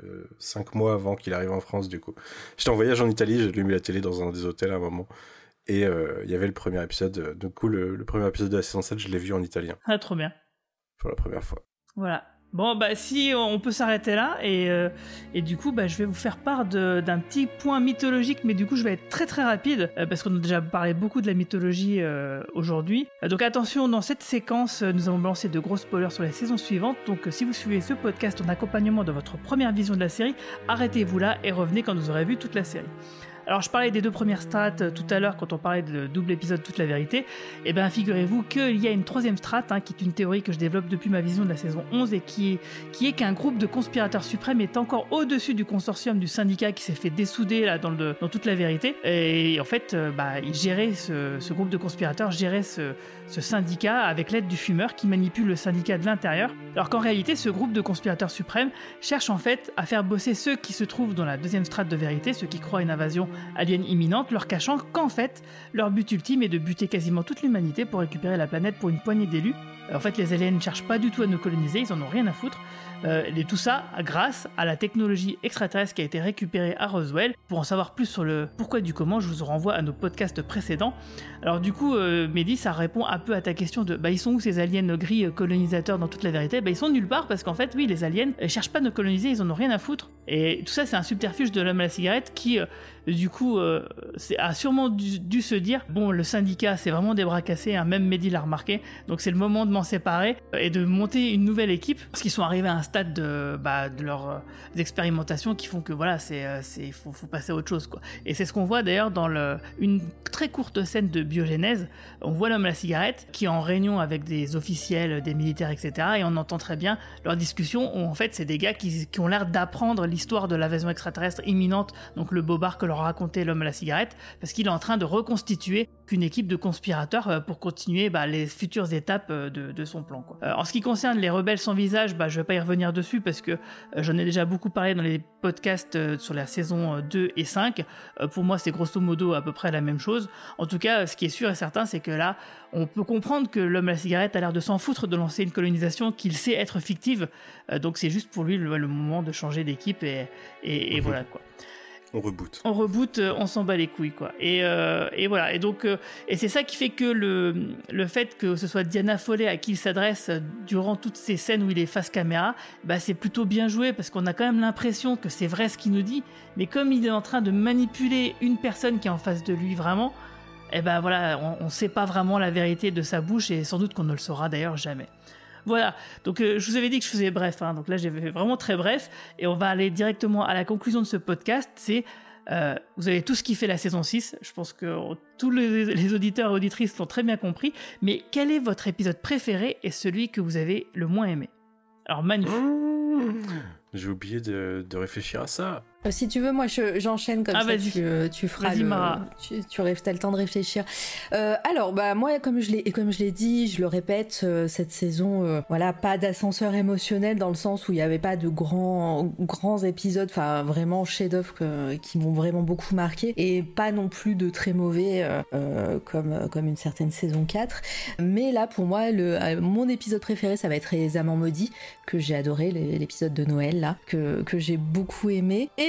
cinq mois avant qu'il arrive en France, du coup. J'étais en voyage en Italie, j'ai allumé la télé dans un des hôtels à un moment. Et il euh, y avait le premier épisode. Du coup, le, le premier épisode de la saison sept, je l'ai vu en italien. Ah, trop bien. Pour la première fois. Voilà. Bon, bah, si on peut s'arrêter là, et, euh, et du coup, bah, je vais vous faire part de, d'un petit point mythologique, mais du coup, je vais être très très rapide, euh, parce qu'on a déjà parlé beaucoup de la mythologie euh, aujourd'hui. Euh, donc attention, dans cette séquence, euh, nous avons lancé de gros spoilers sur la saison suivante, donc euh, si vous suivez ce podcast en accompagnement de votre première vision de la série, arrêtez-vous là et revenez quand vous aurez vu toute la série. Alors je parlais des deux premières strates euh, tout à l'heure quand on parlait de double épisode toute la vérité, et bien figurez-vous qu'il y a une troisième strate hein, qui est une théorie que je développe depuis ma vision de la saison onze et qui est, qui est qu'un groupe de conspirateurs suprêmes est encore au-dessus du consortium du syndicat qui s'est fait dessouder là, dans, le, dans toute la vérité, et en fait euh, bah, il gérait ce, ce groupe de conspirateurs, gérait ce, ce syndicat avec l'aide du fumeur qui manipule le syndicat de l'intérieur, alors qu'en réalité ce groupe de conspirateurs suprêmes cherche en fait à faire bosser ceux qui se trouvent dans la deuxième strate de vérité, ceux qui croient à une invasion alien imminente, leur cachant qu'en fait, leur but ultime est de buter quasiment toute l'humanité pour récupérer la planète pour une poignée d'élus. En fait, les aliens ne cherchent pas du tout à nous coloniser, ils en ont rien à foutre. Euh, et tout ça grâce à la technologie extraterrestre qui a été récupérée à Roswell. Pour en savoir plus sur le pourquoi du comment, je vous renvoie à nos podcasts précédents. Alors du coup, euh, Mehdi, ça répond un peu à ta question de bah ils sont où ces aliens gris colonisateurs dans toute la vérité? Bah ils sont nulle part parce qu'en fait, oui, les aliens ne cherchent pas à nous coloniser, ils en ont rien à foutre. Et tout ça, c'est un subterfuge de l'homme à la cigarette qui, euh, du coup, euh, c'est, a sûrement dû, dû se dire bon, le syndicat, c'est vraiment des bras cassés, hein, même Mehdi l'a remarqué, donc c'est le moment de m'en séparer et de monter une nouvelle équipe parce qu'ils sont arrivés à un stade de, bah, de leurs euh, expérimentations qui font que voilà, c'est, euh, c'est, faut, faut passer à autre chose, quoi. Et c'est ce qu'on voit d'ailleurs dans le, une très courte scène de biogénèse. On voit l'homme à la cigarette qui est en réunion avec des officiels, des militaires, et cetera. Et on entend très bien leur discussion où en fait c'est des gars qui, qui ont l'air d'apprendre l'histoire de l'invasion extraterrestre imminente, donc le bobard que leur racontait l'homme à la cigarette, parce qu'il est en train de reconstituer une équipe de conspirateurs pour continuer bah, les futures étapes de, de son plan, quoi. Euh, en ce qui concerne les rebelles sans visage, bah, je vais pas y revenir dessus parce que euh, j'en ai déjà beaucoup parlé dans les podcasts euh, sur la saison deux et cinq. Euh, pour moi, c'est grosso modo à peu près la même chose. En tout cas, ce qui est sûr et certain, c'est que là, on peut comprendre que l'homme à la cigarette a l'air de s'en foutre de lancer une colonisation qu'il sait être fictive. Euh, donc c'est juste pour lui le, le moment de changer d'équipe et, et, et mmh. voilà, quoi. On reboot. On reboot, on s'en bat les couilles, quoi. Et, euh, et voilà. Et donc, euh, et c'est ça qui fait que le, le fait que ce soit Diana Foley à qui il s'adresse durant toutes ces scènes où il est face caméra, bah c'est plutôt bien joué parce qu'on a quand même l'impression que c'est vrai ce qu'il nous dit, mais comme il est en train de manipuler une personne qui est en face de lui vraiment, eh ben voilà, on, on sait pas vraiment la vérité de sa bouche et sans doute qu'on ne le saura d'ailleurs jamais. Voilà, donc euh, je vous avais dit que je faisais bref, hein, donc là j'ai fait vraiment très bref, et on va aller directement à la conclusion de ce podcast, c'est, euh, vous avez tous kiffé la saison six, je pense que euh, tous les, les auditeurs et auditrices l'ont très bien compris, mais quel est votre épisode préféré et celui que vous avez le moins aimé? Alors Manu. Mmh, j'ai oublié de, de réfléchir à ça. Euh, si tu veux, moi je, j'enchaîne comme ah, ça, vas-y. tu, tu feras vas-y, le... Mara. Tu, tu aurais le temps de réfléchir. Euh, alors, bah moi, comme je l'ai, et comme je l'ai dit, je le répète, euh, cette saison, euh, voilà, pas d'ascenseur émotionnel dans le sens où il n'y avait pas de grands, grands épisodes, enfin vraiment chefs-d'œuvre que, qui m'ont vraiment beaucoup marqué, et pas non plus de très mauvais euh, euh, comme, comme une certaine saison quatre. Mais là, pour moi, le, euh, mon épisode préféré, ça va être Les Amants Maudits, que j'ai adoré, l'épisode de Noël là, que, que j'ai beaucoup aimé. Et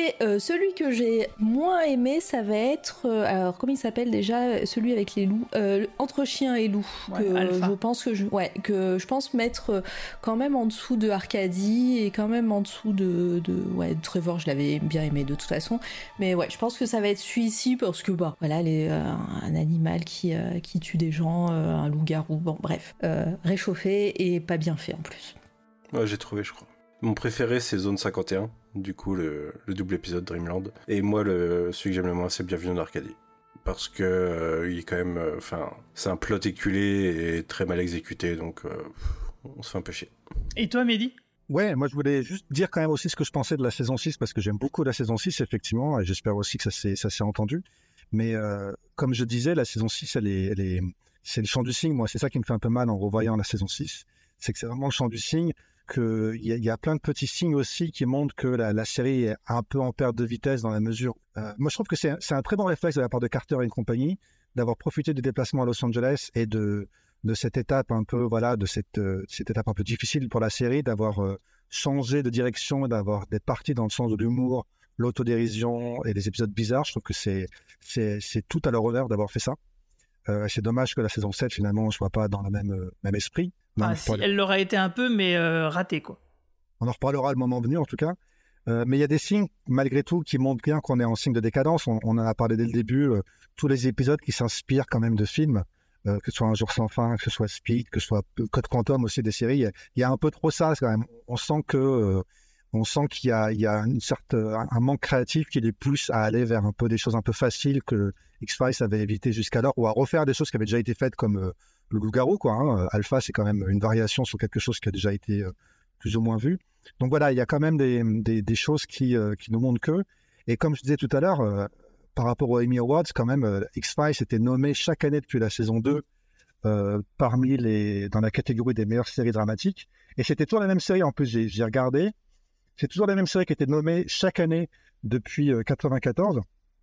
Et euh, celui que j'ai moins aimé, ça va être... Euh, alors, comment il s'appelle déjà? Celui avec les loups. Euh, Entre chiens et loups. Ouais, que Alpha. je pense que je... Ouais, que je pense mettre euh, quand même en dessous de Arcadie et quand même en dessous de... de ouais, de Trevor, je l'avais bien aimé de toute façon. Mais ouais, je pense que ça va être celui-ci parce que, bah, voilà, les, euh, un animal qui, euh, qui tue des gens, euh, un loup-garou, bon, bref. Euh, réchauffé et pas bien fait en plus. Ouais, j'ai trouvé, je crois. Mon préféré, c'est Zone cinquante et un, du coup, le, le double épisode Dreamland. Et moi, le, celui que j'aime le moins, c'est Bienvenue en Arcadie. Parce que euh, il est quand même... Enfin, euh, c'est un plot éculé et très mal exécuté, donc euh, on se fait un peu chier. Et toi, Mehdi? Ouais, moi je voulais juste dire quand même aussi ce que je pensais de la saison six, parce que j'aime beaucoup la saison six, effectivement, et j'espère aussi que ça s'est, ça s'est entendu. Mais euh, comme je disais, la saison six, elle est, elle est, c'est le chant du cygne. Moi, c'est ça qui me fait un peu mal en revoyant la saison six. C'est que c'est vraiment le chant du cygne, qu'il y, y a plein de petits signes aussi qui montrent que la, la série est un peu en perte de vitesse dans la mesure... Euh, moi, je trouve que c'est, c'est un très bon réflexe de la part de Carter et compagnie d'avoir profité du déplacement à Los Angeles et de, de cette étape un peu, voilà, de cette, euh, cette étape un peu difficile pour la série, d'avoir euh, changé de direction, d'avoir d'être parti dans le sens de l'humour, l'autodérision et des épisodes bizarres. Je trouve que c'est, c'est, c'est tout à leur honneur d'avoir fait ça. Euh, c'est dommage que la saison sept, finalement, ne soit pas dans le même, euh, même esprit. Ah, si, elle l'aurait été un peu, mais euh, ratée, quoi. On en reparlera le moment venu, en tout cas. Euh, mais il y a des signes, malgré tout, qui montrent bien qu'on est en signe de décadence. On, on en a parlé dès le début. Euh, tous les épisodes qui s'inspirent quand même de films, euh, que ce soit Un jour sans fin, que ce soit Speed, que ce soit Code Quantum aussi, des séries. Il y a un peu trop ça, quand même. On sent que... Euh, on sent qu'il y a, il y a une sorte, un, un manque créatif qui les pousse à aller vers un peu des choses un peu faciles que X-Files avait évité jusqu'alors, ou à refaire des choses qui avaient déjà été faites comme euh, le loup-garou, quoi. Hein. Alpha, c'est quand même une variation sur quelque chose qui a déjà été euh, plus ou moins vu. Donc voilà, il y a quand même des, des, des choses qui, euh, qui nous montrent que. Et comme je disais tout à l'heure, euh, par rapport aux Emmy Awards, quand même, euh, X-Files était nommé chaque année depuis la saison deux euh, parmi les, dans la catégorie des meilleures séries dramatiques. Et c'était toujours la même série, en plus, j'ai, j'ai regardé. C'est toujours la même série qui était nommée chaque année depuis euh, quatre-vingt-quatorze.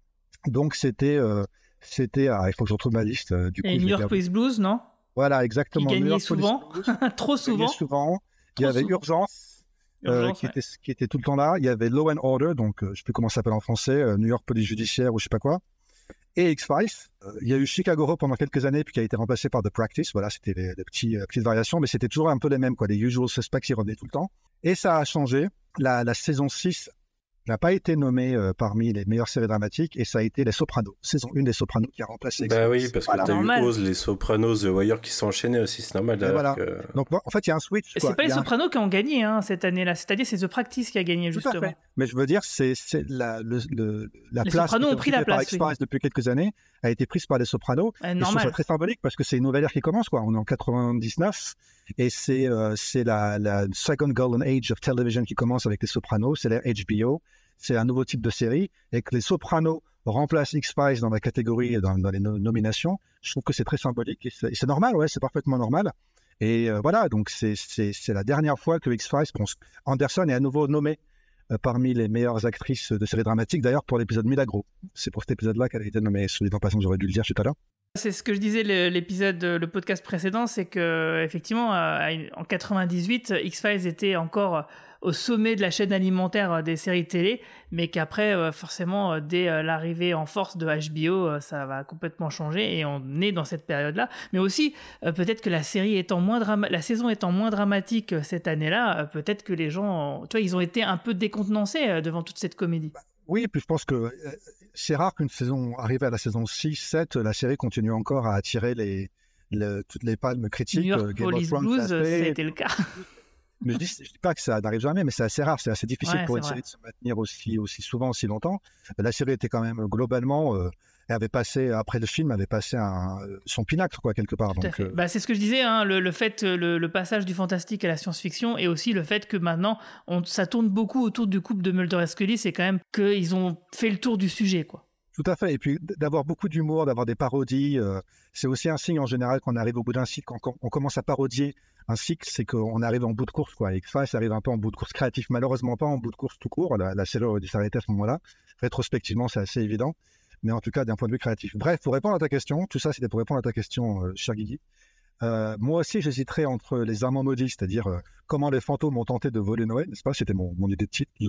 Donc c'était, euh, c'était, ah, il faut que je retrouve ma liste. Euh, du coup, et New York Police Blues, non? Voilà, exactement. Qui gagnait souvent, trop souvent. souvent. Il y Trop avait souvent. Urgence, euh, Urgence qui, ouais. était, qui était tout le temps là. Il y avait Law and Order, donc euh, je sais plus comment ça s'appelle en français, euh, New York Police Judiciaire ou je sais pas quoi. Et X-Files. Euh, il y a eu Chicago Hope pendant quelques années, puis qui a été remplacé par The Practice. Voilà, c'était les, les petits, euh, petites variations, mais c'était toujours un peu les mêmes, quoi. Les usual suspects qui revenaient tout le temps. Et ça a changé. La, la saison six n'a pas été nommée euh, parmi les meilleures séries dramatiques, et ça a été Les Sopranos, saison un des Sopranos qui a remplacé Bah X-Files. oui, parce Voilà. que t'as Normal. eu Oz, Les Sopranos, The Wire qui sont enchaînés aussi, c'est normal. Et voilà. Que... Donc bon, en fait, il y a un switch. Et quoi. c'est pas Il les y a un- Sopranos qui ont gagné hein, cette année-là. C'est-à-dire c'est The Practice qui a gagné, Tout à justement. fait. Mais je veux dire, c'est, c'est la, le, le, la Les place Sopranos qui ont était pris la occupée par place, oui. X-Files depuis quelques années a été prise par les Sopranos. Ouais, Et je trouve normal. ça très symbolique parce que c'est une nouvelle ère qui commence, quoi. On est en quatre-vingt-dix-neuf et c'est, euh, c'est la, la second golden age of television qui commence avec les Sopranos. C'est l'ère H B O. C'est un nouveau type de série et que les Sopranos remplacent X-Files dans la catégorie, dans, dans les no- nominations. Je trouve que c'est très symbolique et c'est, et c'est normal, ouais, c'est parfaitement normal. Et euh, voilà, donc c'est, c'est, c'est la dernière fois que X-Files, bon, Anderson est à nouveau nommé euh, parmi les meilleures actrices de séries dramatiques, d'ailleurs pour l'épisode Milagro. C'est pour cet épisode-là qu'elle a été nommée, sous les temps passants, j'aurais dû le dire tout à l'heure. C'est ce que je disais le- l'épisode, le podcast précédent, c'est que effectivement euh, en quatre-vingt-dix-huit, X-Files était encore au sommet de la chaîne alimentaire des séries télé, mais qu'après euh, forcément euh, dès euh, l'arrivée en force de H B O, euh, ça va complètement changer et on est dans cette période-là. Mais aussi euh, peut-être que la série étant moins drama- la saison étant moins dramatique euh, cette année-là, euh, peut-être que les gens, euh, tu vois, ils ont été un peu décontenancés euh, devant toute cette comédie. Oui, et puis je pense que euh, c'est rare qu'une saison, arrivée à la saison six, sept, la série continue encore à attirer les, le- toutes les palmes critiques. New York euh, Game of Police Thrones, Blues, ça se fait. c'était le cas. Mais je dis, je dis pas que ça n'arrive jamais, mais c'est assez rare, c'est assez difficile Ouais, pour c'est une vrai. série de se maintenir aussi, aussi souvent, aussi longtemps. La série était quand même globalement, euh, elle avait passé, après le film, avait passé un, son pinacle, quoi, quelque part. Tout à Donc, fait. euh, Bah, c'est ce que je disais, hein, le, le fait, le, le passage du fantastique à la science-fiction, et aussi le fait que maintenant, on, ça tourne beaucoup autour du couple de Mulder et Scully, c'est quand même qu'ils ont fait le tour du sujet, quoi. Tout à fait. Et puis d- d'avoir beaucoup d'humour, d'avoir des parodies, euh, c'est aussi un signe en général qu'on arrive au bout d'un cycle. Quand quand on commence à parodier un cycle, c'est qu'on arrive en bout de course, quoi. Et X-Files arrive un peu en bout de course créatif, malheureusement pas en bout de course tout court. La, la série aurait dû s'arrêter à ce moment-là. Rétrospectivement, c'est assez évident. Mais en tout cas, d'un point de vue créatif. Bref, pour répondre à ta question, tout ça, c'était pour répondre à ta question, euh, cher Guigui. Euh, moi aussi, j'hésiterais entre les amants maudits, c'est-à-dire euh, comment les fantômes ont tenté de voler Noël, n'est-ce pas? C'était mon, mon idée de titre, plus ou moins.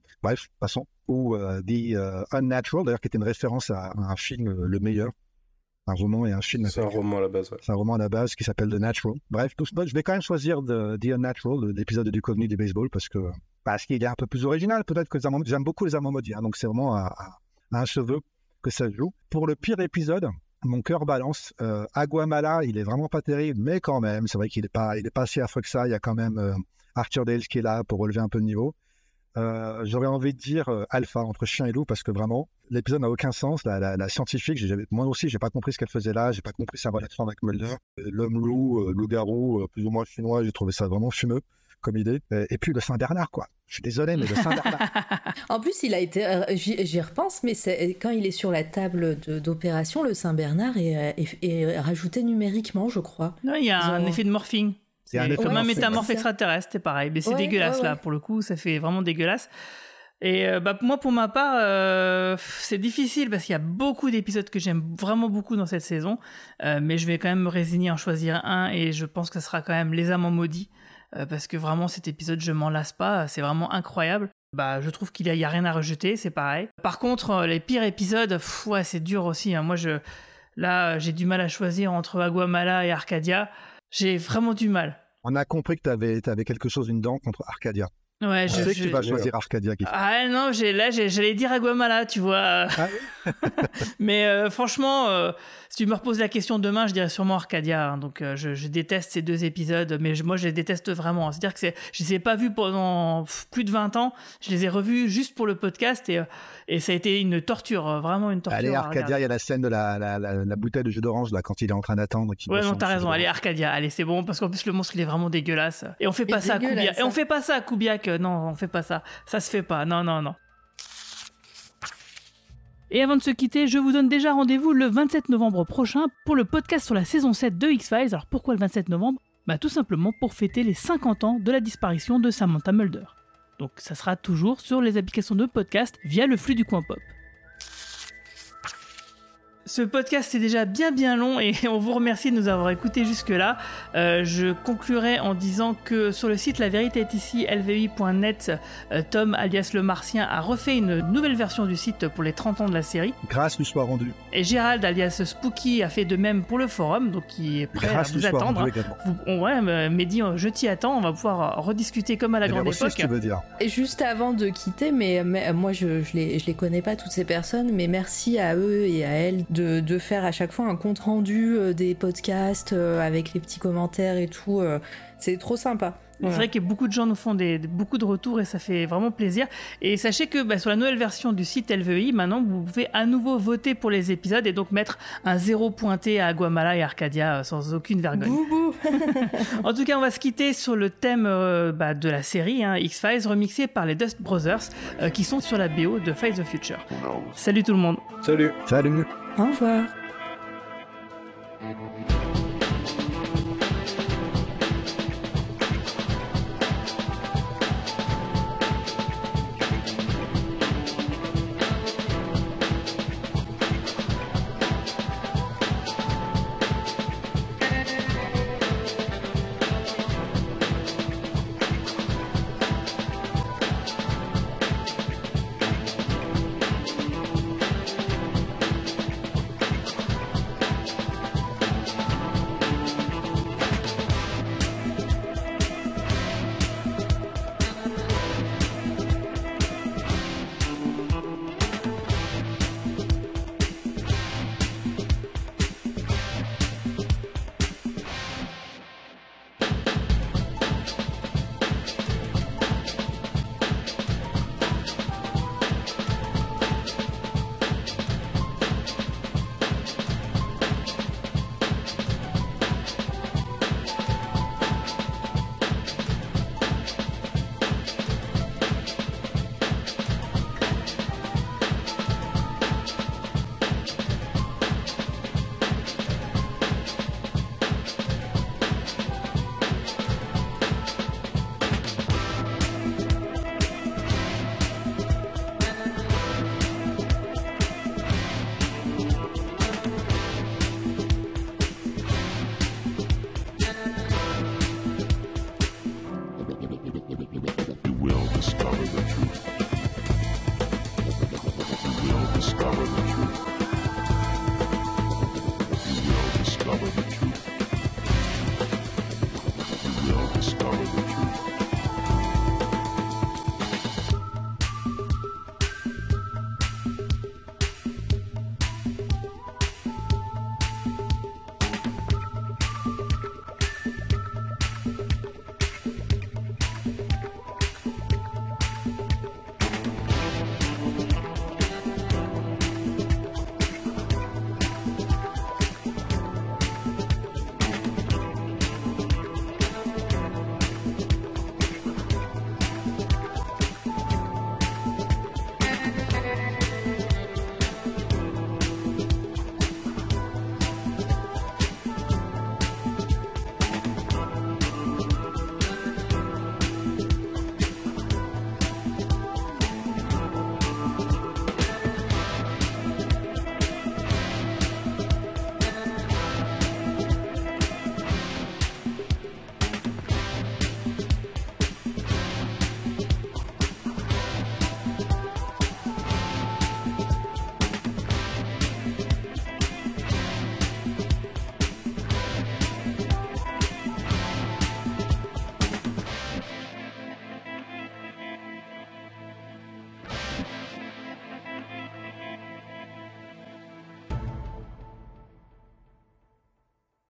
Bref, passons. Ou uh, The uh, Unnatural, d'ailleurs, qui était une référence à, à un film, euh, Le Meilleur. Un roman et un film. C'est un roman à la base, ouais. C'est un roman à la base qui s'appelle The Natural. Bref, tout, je vais quand même choisir The, The Unnatural, l'épisode de Duchovny du baseball, parce que parce qu'il est un peu plus original. Peut-être que les amants, j'aime beaucoup les amants maudits, hein, donc c'est vraiment à, à, à un cheveu que ça joue. Pour le pire épisode, mon cœur balance. Euh, Aguamala, il est vraiment pas terrible, mais quand même, c'est vrai qu'il est pas, il est pas si affreux que ça. Il y a quand même euh, Arthur Dales qui est là pour relever un peu de niveau. Euh, j'aurais envie de dire euh, Alpha, entre chien et loup, parce que vraiment l'épisode n'a aucun sens. La, la, la scientifique, j'ai, moi aussi j'ai pas compris ce qu'elle faisait là, j'ai pas compris sa relation avec Mulder. L'homme loup, euh, loup-garou, euh, plus ou moins chinois, j'ai trouvé ça vraiment fumeux comme idée. Euh, et puis le Saint-Bernard, quoi. Je suis désolé, mais le Saint-Bernard. En plus, il a été, euh, j'y, j'y repense, mais c'est, quand il est sur la table de, d'opération, le Saint-Bernard est, est, est rajouté numériquement, je crois. Non, il y a Ils un ont... effet de morphing. C'est comme ouais, un métamorphe c'est extraterrestre, c'est pareil. Mais c'est ouais, dégueulasse, ouais, ouais. là, pour le coup. Ça fait vraiment dégueulasse. Et euh, bah, moi, pour ma part, euh, c'est difficile parce qu'il y a beaucoup d'épisodes que j'aime vraiment beaucoup dans cette saison. Euh, mais je vais quand même me résigner à en choisir un. Et je pense que ce sera quand même Les Amants Maudits. Euh, parce que vraiment, cet épisode, je m'en lasse pas. C'est vraiment incroyable. Bah, je trouve qu'il y a, il y a rien à rejeter, c'est pareil. Par contre, euh, les pires épisodes, pff, ouais, c'est dur aussi. Hein. Moi, je, là, j'ai du mal à choisir entre Aguamala et Arcadia. J'ai vraiment du mal. On a compris que tu avais, t'avais quelque chose, une dent contre Arcadia. Ouais, je, je sais je, que tu vas choisir Arcadia. Qui... Ah non, j'ai, là, j'ai, j'allais dire Aguamala, tu vois. Ah oui. Mais euh, franchement, euh, si tu me reposes la question demain, je dirais sûrement Arcadia. Hein. Donc, euh, je, je déteste ces deux épisodes, mais je, moi, je les déteste vraiment. C'est-à-dire que c'est, je les ai pas vus pendant plus de vingt ans. Je les ai revus juste pour le podcast et, et ça a été une torture, vraiment une torture. Allez, Arcadia, il y a la scène de la, la, la, la bouteille de jus d'orange là quand il est en train d'attendre. Ouais, non, t'as raison. Allez, Arcadia. Allez, c'est bon parce qu'en plus le monstre il est vraiment dégueulasse. Et on fait pas ça à Kubiak. Et on fait pas ça à Kubiak. Non, on fait pas ça. Ça se fait pas. Non, non, non. Et avant de se quitter, je vous donne déjà rendez-vous le vingt-sept novembre prochain pour le podcast sur la saison sept de X-Files. Alors pourquoi le vingt-sept novembre ? Bah tout simplement pour fêter les cinquante ans de la disparition de Samantha Mulder. Donc ça sera toujours sur les applications de podcast via le flux du coin pop. Ce podcast est déjà bien bien long et on vous remercie de nous avoir écoutés jusque-là. Euh, je conclurai en disant que sur le site La Vérité est ici, L V I point net, euh, Tom alias Le Martien a refait une nouvelle version du site pour les trente ans de la série. Grâce lui soit rendue. Et Gérald alias Spooky a fait de même pour le forum, donc il est prêt Grâce à vous attendre. Vous, on, ouais, Mehdi, je t'y attends, on va pouvoir rediscuter comme à la et grande aussi, époque. Ce que tu veux dire. Et juste avant de quitter, mais, mais moi je, je, les, je les connais pas toutes ces personnes, mais merci à eux et à elles de, de faire à chaque fois un compte rendu euh, des podcasts euh, avec les petits commentaires et tout. Euh, c'est trop sympa. C'est vrai que beaucoup de gens nous font des, beaucoup de retours et ça fait vraiment plaisir. Et sachez que bah, sur la nouvelle version du site L V I, maintenant vous pouvez à nouveau voter pour les épisodes et donc mettre un zéro pointé à Aguamala et Arcadia euh, sans aucune vergogne. Boubou. En tout cas, on va se quitter sur le thème euh, bah, de la série hein, X-Files remixé par les Dust Brothers euh, qui sont sur la B O de Fight the Future. Salut tout le monde. Salut. Salut. Au revoir. discover the